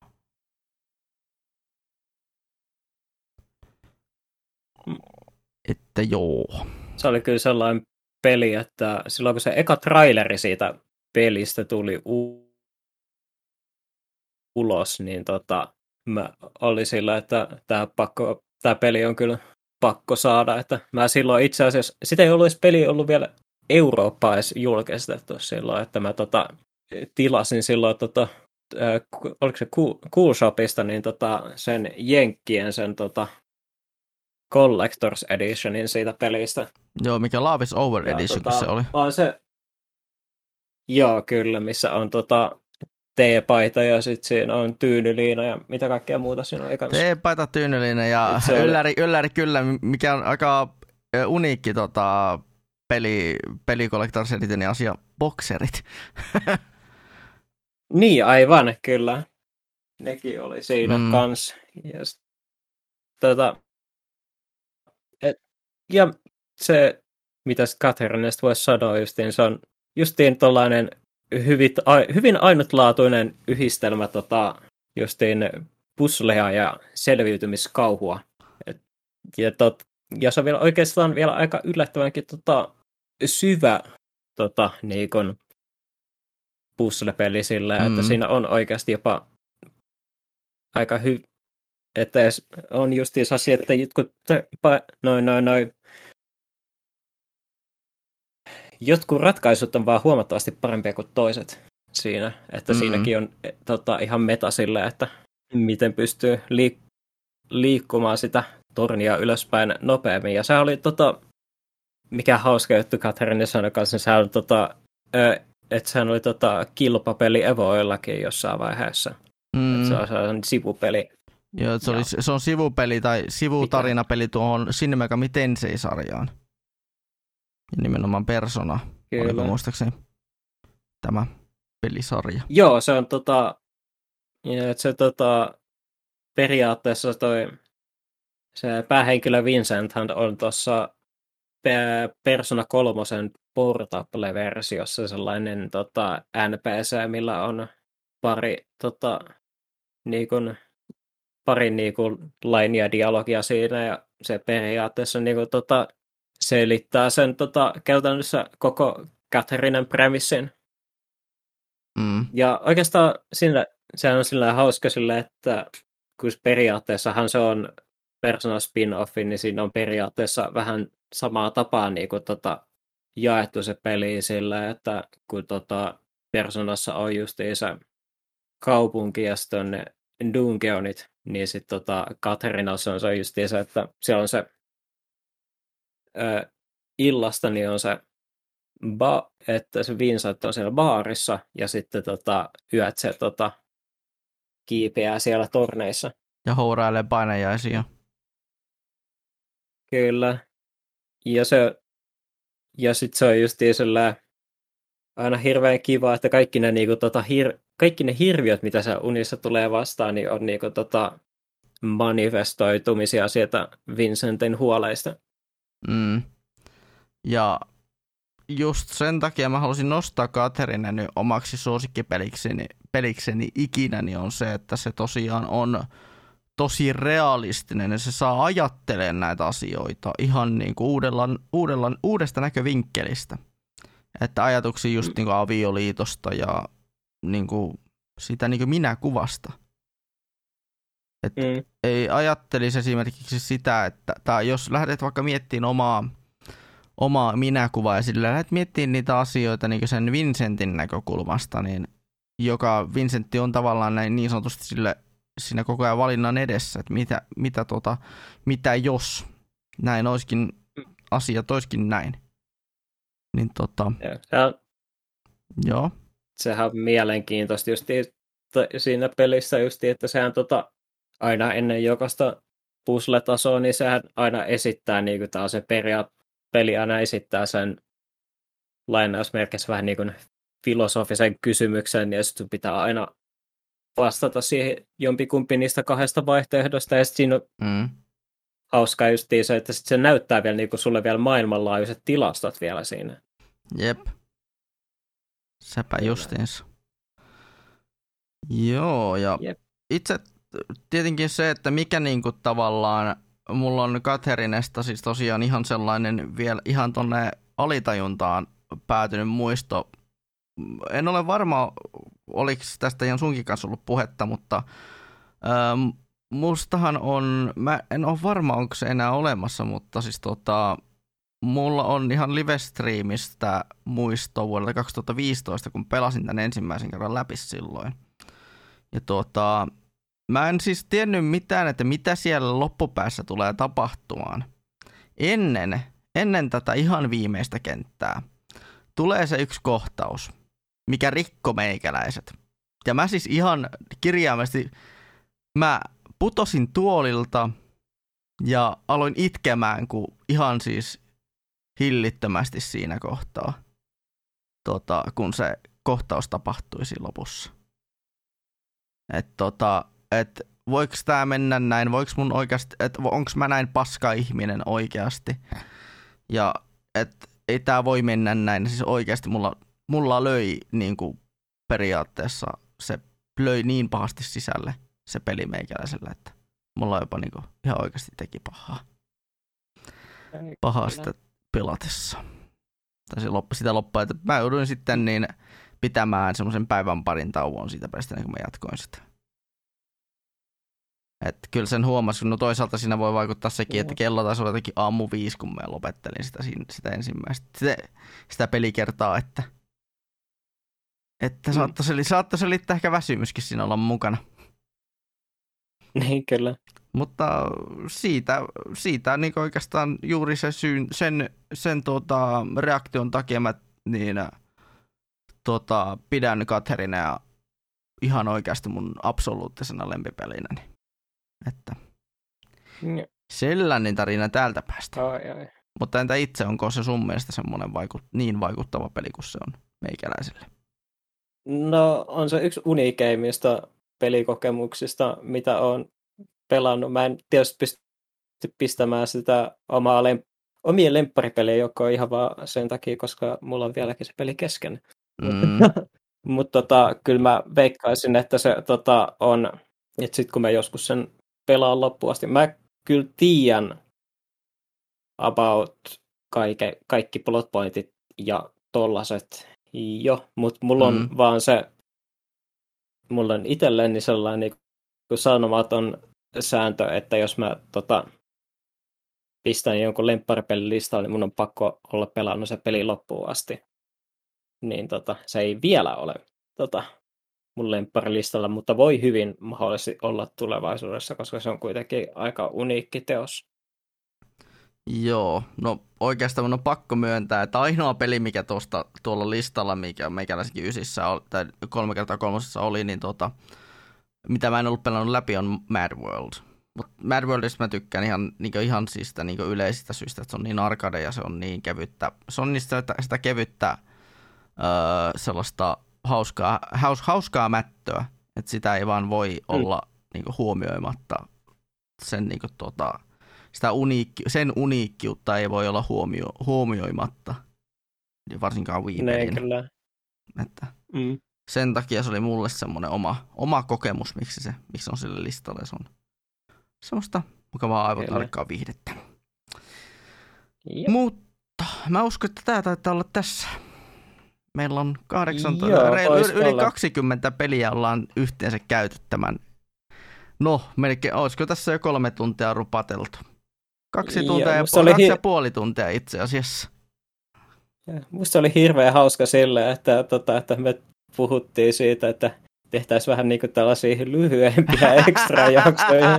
Että joo. Se oli kyllä sellainen peli, että silloin kun se eka traileri siitä pelistä tuli ulos, niin mä olin sillä, että tämä peli on kyllä pakko saada. Että mä silloin itse asiassa, sitä ei ollut edes peli ollut vielä Eurooppaa edes julkistettu silloin, että mä tilasin silloin, oliko se Cool Shopista, niin sen Jenkkien sen Collector's Editionin siitä pelistä. Joo, mikä Love is Over Edition, kun se oli. Joo, kyllä, missä on T-paita ja sitten siinä on tyynyliina ja mitä kaikkea muuta siinä on. T-paita, tyynyliina ja ylläri kyllä, mikä on aika uniikki peli Collector's Editionin asia, bokserit. Niin, aivan, kyllä. Nekin oli siinä kans. Ja se, mitä Catherinesta voisi sanoa justiin, se on justiin tollainen hyvin ainutlaatuinen yhdistelmä justiin puzzleja ja selviytymiskauhua. Ja se on vielä oikeastaan vielä aika yllättävänkin syvä niin kun puzzle-peli sillä, että siinä on oikeasti jopa aika että on justiin asia, että jotkut ratkaisut on vaan huomattavasti parempia kuin toiset siinä, että siinäkin on ihan meta sillä, että miten pystyy liikkumaan sitä tornia ylöspäin nopeammin. Ja se oli mikä hauska juttu Catherine sanoi kanssa, sehän on että sehän oli kilpapeli Evoillakin jossain vaiheessa. Se on sivupeli. Joo, se on sivupeli tai sivutarinapeli tuohon Shin Megami Tensei-sarjaan. Ja nimenomaan Persona, oliko muistaakseni tämä pelisarja. Joo, se on periaatteessa se päähenkilö Vincenthan on tuossa Persona 3 Portable-versiossa sellainen NPC, millä on pari lainia dialogia siinä, ja se periaatteessa selittää sen käytännössä koko Catherinen premissin. Ja oikeastaan sehän on sillä hauska sillä, että kun periaatteessahan se on Persona spin-offi, niin siinä on periaatteessa vähän samaa tapaa niin kuin jaettu se peli sillä, että kun Personassa on justiin se kaupunki ja sitten ne dungeonit, niin sitten Catherinassa on se justiin se, että siellä on se illasta, niin on se että se Vincent on siellä baarissa ja sitten yöt se kiipeää siellä torneissa. Ja hourailee painajaisia. Kyllä. Ja sitten se on justiin sellainen aina hirveän kiva, että kaikki ne, kaikki ne hirviöt, mitä se unissa tulee vastaan, niin on manifestoitumisia sieltä Vincentin huoleista. Ja just sen takia mä halusin nostaa Catherinen omaksi suosikkipelikseni ikinä, niin on se, että se tosiaan on tosi realistinen ja se saa ajattelemaan näitä asioita ihan niin kuin uudesta näkövinkkelistä. Että ajatuksia just niin kuin avioliitosta ja niin kuin sitä niin kuin minäkuvasta. Että ei ajattelisi esimerkiksi sitä, että tai jos lähdet vaikka miettimään omaa minäkuvaa ja sillä lähdet miettimään niitä asioita niin kuin sen Vincentin näkökulmasta, niin joka Vincentti on tavallaan näin niin sanotusti siinä koko ajan valinnan edessä, että mitä jos näin olisikin asiat olisikin näin. Niin joo. Sehän on mielenkiintoista just siinä pelissä just, että sehän aina ennen jokaista puzzle-tasoa, niin sehän aina esittää niin kuin taas se peli aina esittää sen lainausmerkissä vähän niin kuin filosofisen kysymyksen, ja sitten pitää aina vastata siihen jompikumpi niistä kahdesta vaihtoehdosta, ja sitten siinä hauskaa justiin se, että sit se näyttää vielä niinku sulle vielä maailmanlaajuiset tilastot vielä siinä. Jep. Sepä justiinsa. Joo, ja itse tietenkin se, että mikä niinku tavallaan, mulla on Catherinesta siis tosiaan ihan sellainen vielä ihan tonne alitajuntaan päätynyt muisto. En ole varma, oliko tästä ihan sunkin kanssa ollut puhetta, mutta mustahan on, mä en ole varma, onko se enää olemassa, mutta siis mulla on ihan live-streamistä muisto vuodelta 2015, kun pelasin tän ensimmäisen kerran läpi silloin. Ja mä en siis tiennyt mitään, että mitä siellä loppupäässä tulee tapahtumaan. Ennen tätä ihan viimeistä kenttää tulee se yksi kohtaus, mikä rikko meikäläiset. Ja mä siis ihan kirjaimellisesti, mä putosin tuolilta ja aloin itkemään, kun ihan siis hillittömästi siinä kohtaa, kun se kohtaus tapahtui siinä lopussa. Että voiko tää mennä näin, voiko mun oikeasti, että onko mä näin paska ihminen oikeasti. Ja että ei tää voi mennä näin, siis oikeasti mulla löi niin kuin periaatteessa, se löi niin pahasti sisälle se peli meikäläisellä, että mulla jopa niin kuin ihan oikeasti teki pahaa sitä pelatessa. Tai sitä loppua, että mä jouduin sitten niin pitämään semmoisen päivän parin tauon siitä pelistä, kun mä jatkoin sitä. Että kyllä sen huomasin, no toisaalta siinä voi vaikuttaa sekin, että kello taisi olla jotenkin aamu 5, kun mä lopettelin sitä ensimmäistä, sitä pelikertaa, että saattoi selittää ehkä väsymyskin siinä olla mukana. Niin, kyllä. Mutta siitä niin oikeastaan juuri se sen reaktion takia mä niin, pidän Catherinea ihan oikeasti mun absoluuttisena lempipelinäni. Että sellainen tarina täältä päästä. Ai. Mutta entä itse, onko se sun mielestä semmoinen niin vaikuttava peli kuin se on meikäläiselle? No on se yksi unikeimmista pelikokemuksista, mitä olen pelannut. Mä en tietysti pysty pistämään sitä omien lempparipelejä, joka on ihan vaan sen takia, koska mulla on vieläkin se peli kesken. Mutta kyllä mä veikkaisin, että se on, että sit kun mä joskus sen pelaan loppuun asti, mä kyllä tiedän about kaikki plot pointit ja tollaset jo, mutta mulla on vaan se, mulla on itselleni sellainen niin kuin sanomaton sääntö, että jos mä pistän jonkun lempparipelin listalle, niin mun on pakko olla pelannut se peli loppuun asti. Niin se ei vielä ole mun lempparilistalla, mutta voi hyvin mahdollisesti olla tulevaisuudessa, koska se on kuitenkin aika uniikki teos. Joo, no oikeastaan on pakko myöntää, että ainoa peli, mikä tuolla listalla, mikä meikäläisikin ysissä tai 3x3 oli, niin mitä mä en ollut pelannut läpi, on Mad World. Mutta Mad Worldista mä tykkään ihan siitä yleisistä syistä, että se on niin arcade ja se on niin kevyttä. Se on niistä sitä kevyttä sellaista hauskaa mättöä, että sitä ei vaan voi olla huomioimatta. Sen, sen uniikkiutta ei voi olla huomioimatta, varsinkaan Wii-pelinä. Että sen takia se oli mulle semmoinen oma kokemus, miksi se on sille listalle. Se on semmoista mukavaa aivotarkkaa viihdettä. Mutta mä uskon, että tämä taitaa olla tässä. Meillä on 20 peliä ollaan yhteensä käyty tämän. No, melkein, olisiko tässä jo 3 tuntia rupateltu? 2 tuntia ja 2,5 tuntia itse asiassa. Musta oli hirveän hauska sille, että me puhuttiin siitä, että tehtäisiin vähän niin kuin tällaisia lyhyempiä extra-jaksoja.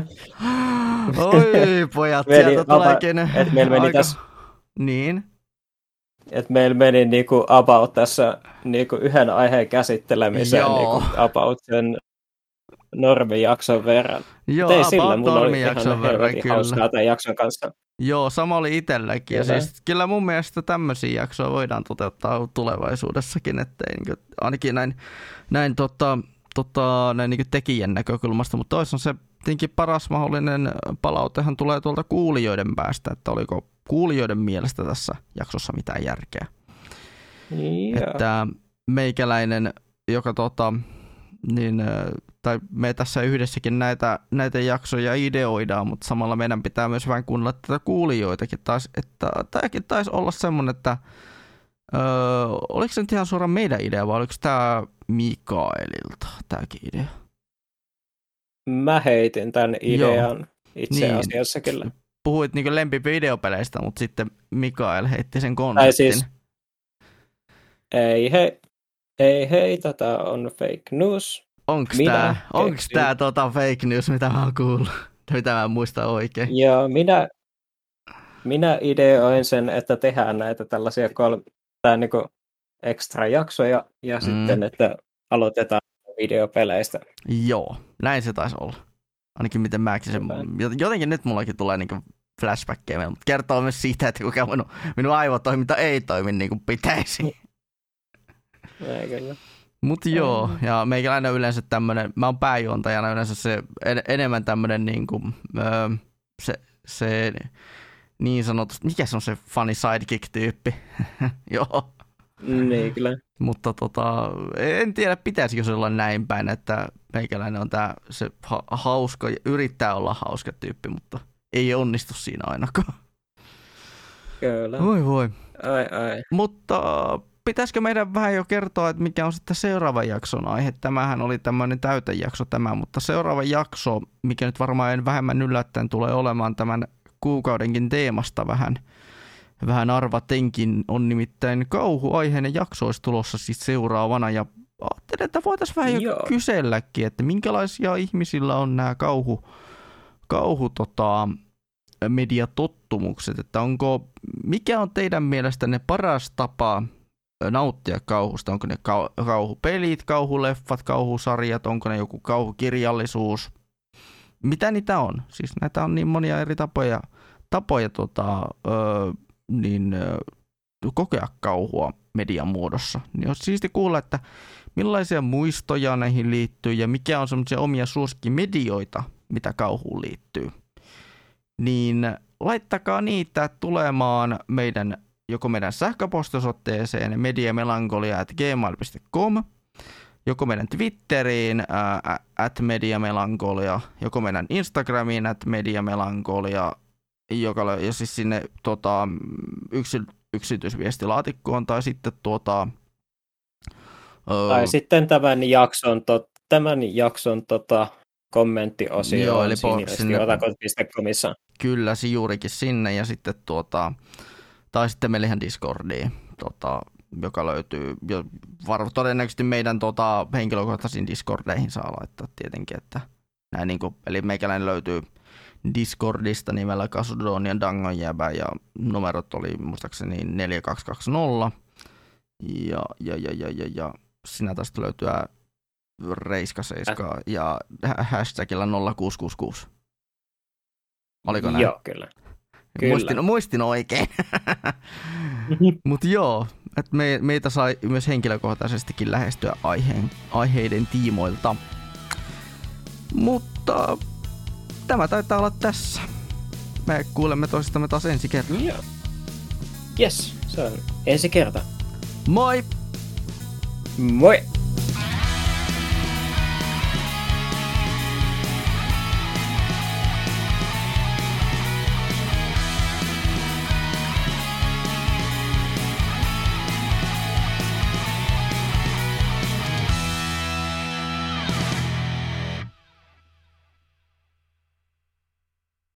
Oi pojat, sieltä tuleekin että meillä meni tässä. Niin. Että meillä meni niinku about tässä niinku yhden aiheen käsittelemiseen niinku about sen normijakson verran. Joo, ei sillä, mulla oli ihan helvetin hauskaa tämän jakson kanssa. Joo, sama oli itselläkin. Ja siis, kyllä mun mielestä tämmöisiä jaksoja voidaan toteuttaa tulevaisuudessakin, ettei ainakin näin näin niin tekijän näkökulmasta, mutta toisaalta se tietenkin paras mahdollinen palautehan tulee tuolta kuulijoiden päästä, että oliko kuulijoiden mielestä tässä jaksossa mitään järkeä. Yeah. Että meikäläinen, joka tai me tässä yhdessäkin näitä jaksoja ideoidaan, mutta samalla meidän pitää myös vähän kuunnella tätä kuulijoitakin taas, että tämäkin taisi olla semmoinen, että oliko se nyt ihan suoraan meidän idea vai oliko tämä Mikaelilta tämäkin idea? Mä heitin tämän idean itse asiassa kyllä. Puhuit niin lempivideopeleistä, mutta sitten Mikael heitti sen konseptin. Siis, ei, tätä on fake news. Onks tää fake news, mitä mä oon kuullut? Mitä mä muistan oikein? Joo, minä ideoin sen, että tehdään näitä tällaisia niinku extra jaksoja ja sitten, että aloitetaan videopeleistä. Joo, näin se taisi olla. Ainakin miten mäkin sen. Jotenkin nyt mullakin tulee niinku flashbackkejä, mutta kertoo myös siitä, että kuinka minun aivotoiminta ei toimi niin kuin pitäisi. Kyllä. Mutta joo, ja meikäläinen on yleensä tämmönen, mä oon pääjuontajana yleensä se enemmän tämmönen niinku, se niin sanotusti, mikä se on se funny sidekick-tyyppi? Joo. Niin, kyllä. Mutta en tiedä, pitäisikö se olla näin päin, että meikäläinen on se hauska, yrittää olla hauska tyyppi, mutta ei onnistu siinä ainakaan. Kyllä. Voi. Ai. Mutta pitäisikö meidän vähän jo kertoa, että mikä on sitten seuraava jakson aihe? Tämähän oli tämmöinen täytejakso mutta seuraava jakso, mikä nyt varmaan vähemmän yllättäen tulee olemaan tämän kuukaudenkin teemasta vähän arvatenkin, on nimittäin kauhuaiheinen jakso olisi tulossa siis seuraavana, ja ajattelin, että voitaisiin vähän jo kyselläkin, että minkälaisia ihmisillä on nämä mediatottumukset, että mikä on teidän mielestänne paras tapa nauttia kauhusta? Onko ne kauhupelit, kauhuleffat, kauhusarjat, onko ne joku kauhukirjallisuus? Mitä niitä on? Siis näitä on niin monia eri tapoja kokea kauhua median muodossa. Niin olisi siisti kuulla, että millaisia muistoja näihin liittyy ja mikä on semmoisia omia suosikkimedioita, mitä kauhuun liittyy. Niin laittakaa niitä tulemaan joko meidän sähköpostiosoitteeseen mediamelankolia@gmail.com, joko meidän Twitteriin @mediamelankolia, joko meidän Instagramiin @mediamelankolia, ja siis sinne yksityisviestilaatikkoon tai sitten tai sitten tämän jakson kommenttiosio on siniviestiotakot.comissa. Kyllä, juurikin sinne ja sitten tai sitten meillä ihan Discordiin, joka löytyy todennäköisesti meidän henkilökohtaisiin Discordeihin saa laittaa tietenkin, että näin niin kuin, eli meikäläinen löytyy Discordista nimellä Kasudonian Dangonjäbä ja numerot oli muistaakseni 4220 ja sinä tästä löytyy Reiska7 ja hashtagilla 0666. Oliko näin? Joo, kyllä. Muistin oikein. Mutta joo, että meitä sai myös henkilökohtaisestikin lähestyä aiheiden tiimoilta. Mutta tämä taitaa olla tässä. Me kuulemme toistamme taas ensi kertaa. Joo. Yes, se on ensi kerta. Moi! Moi!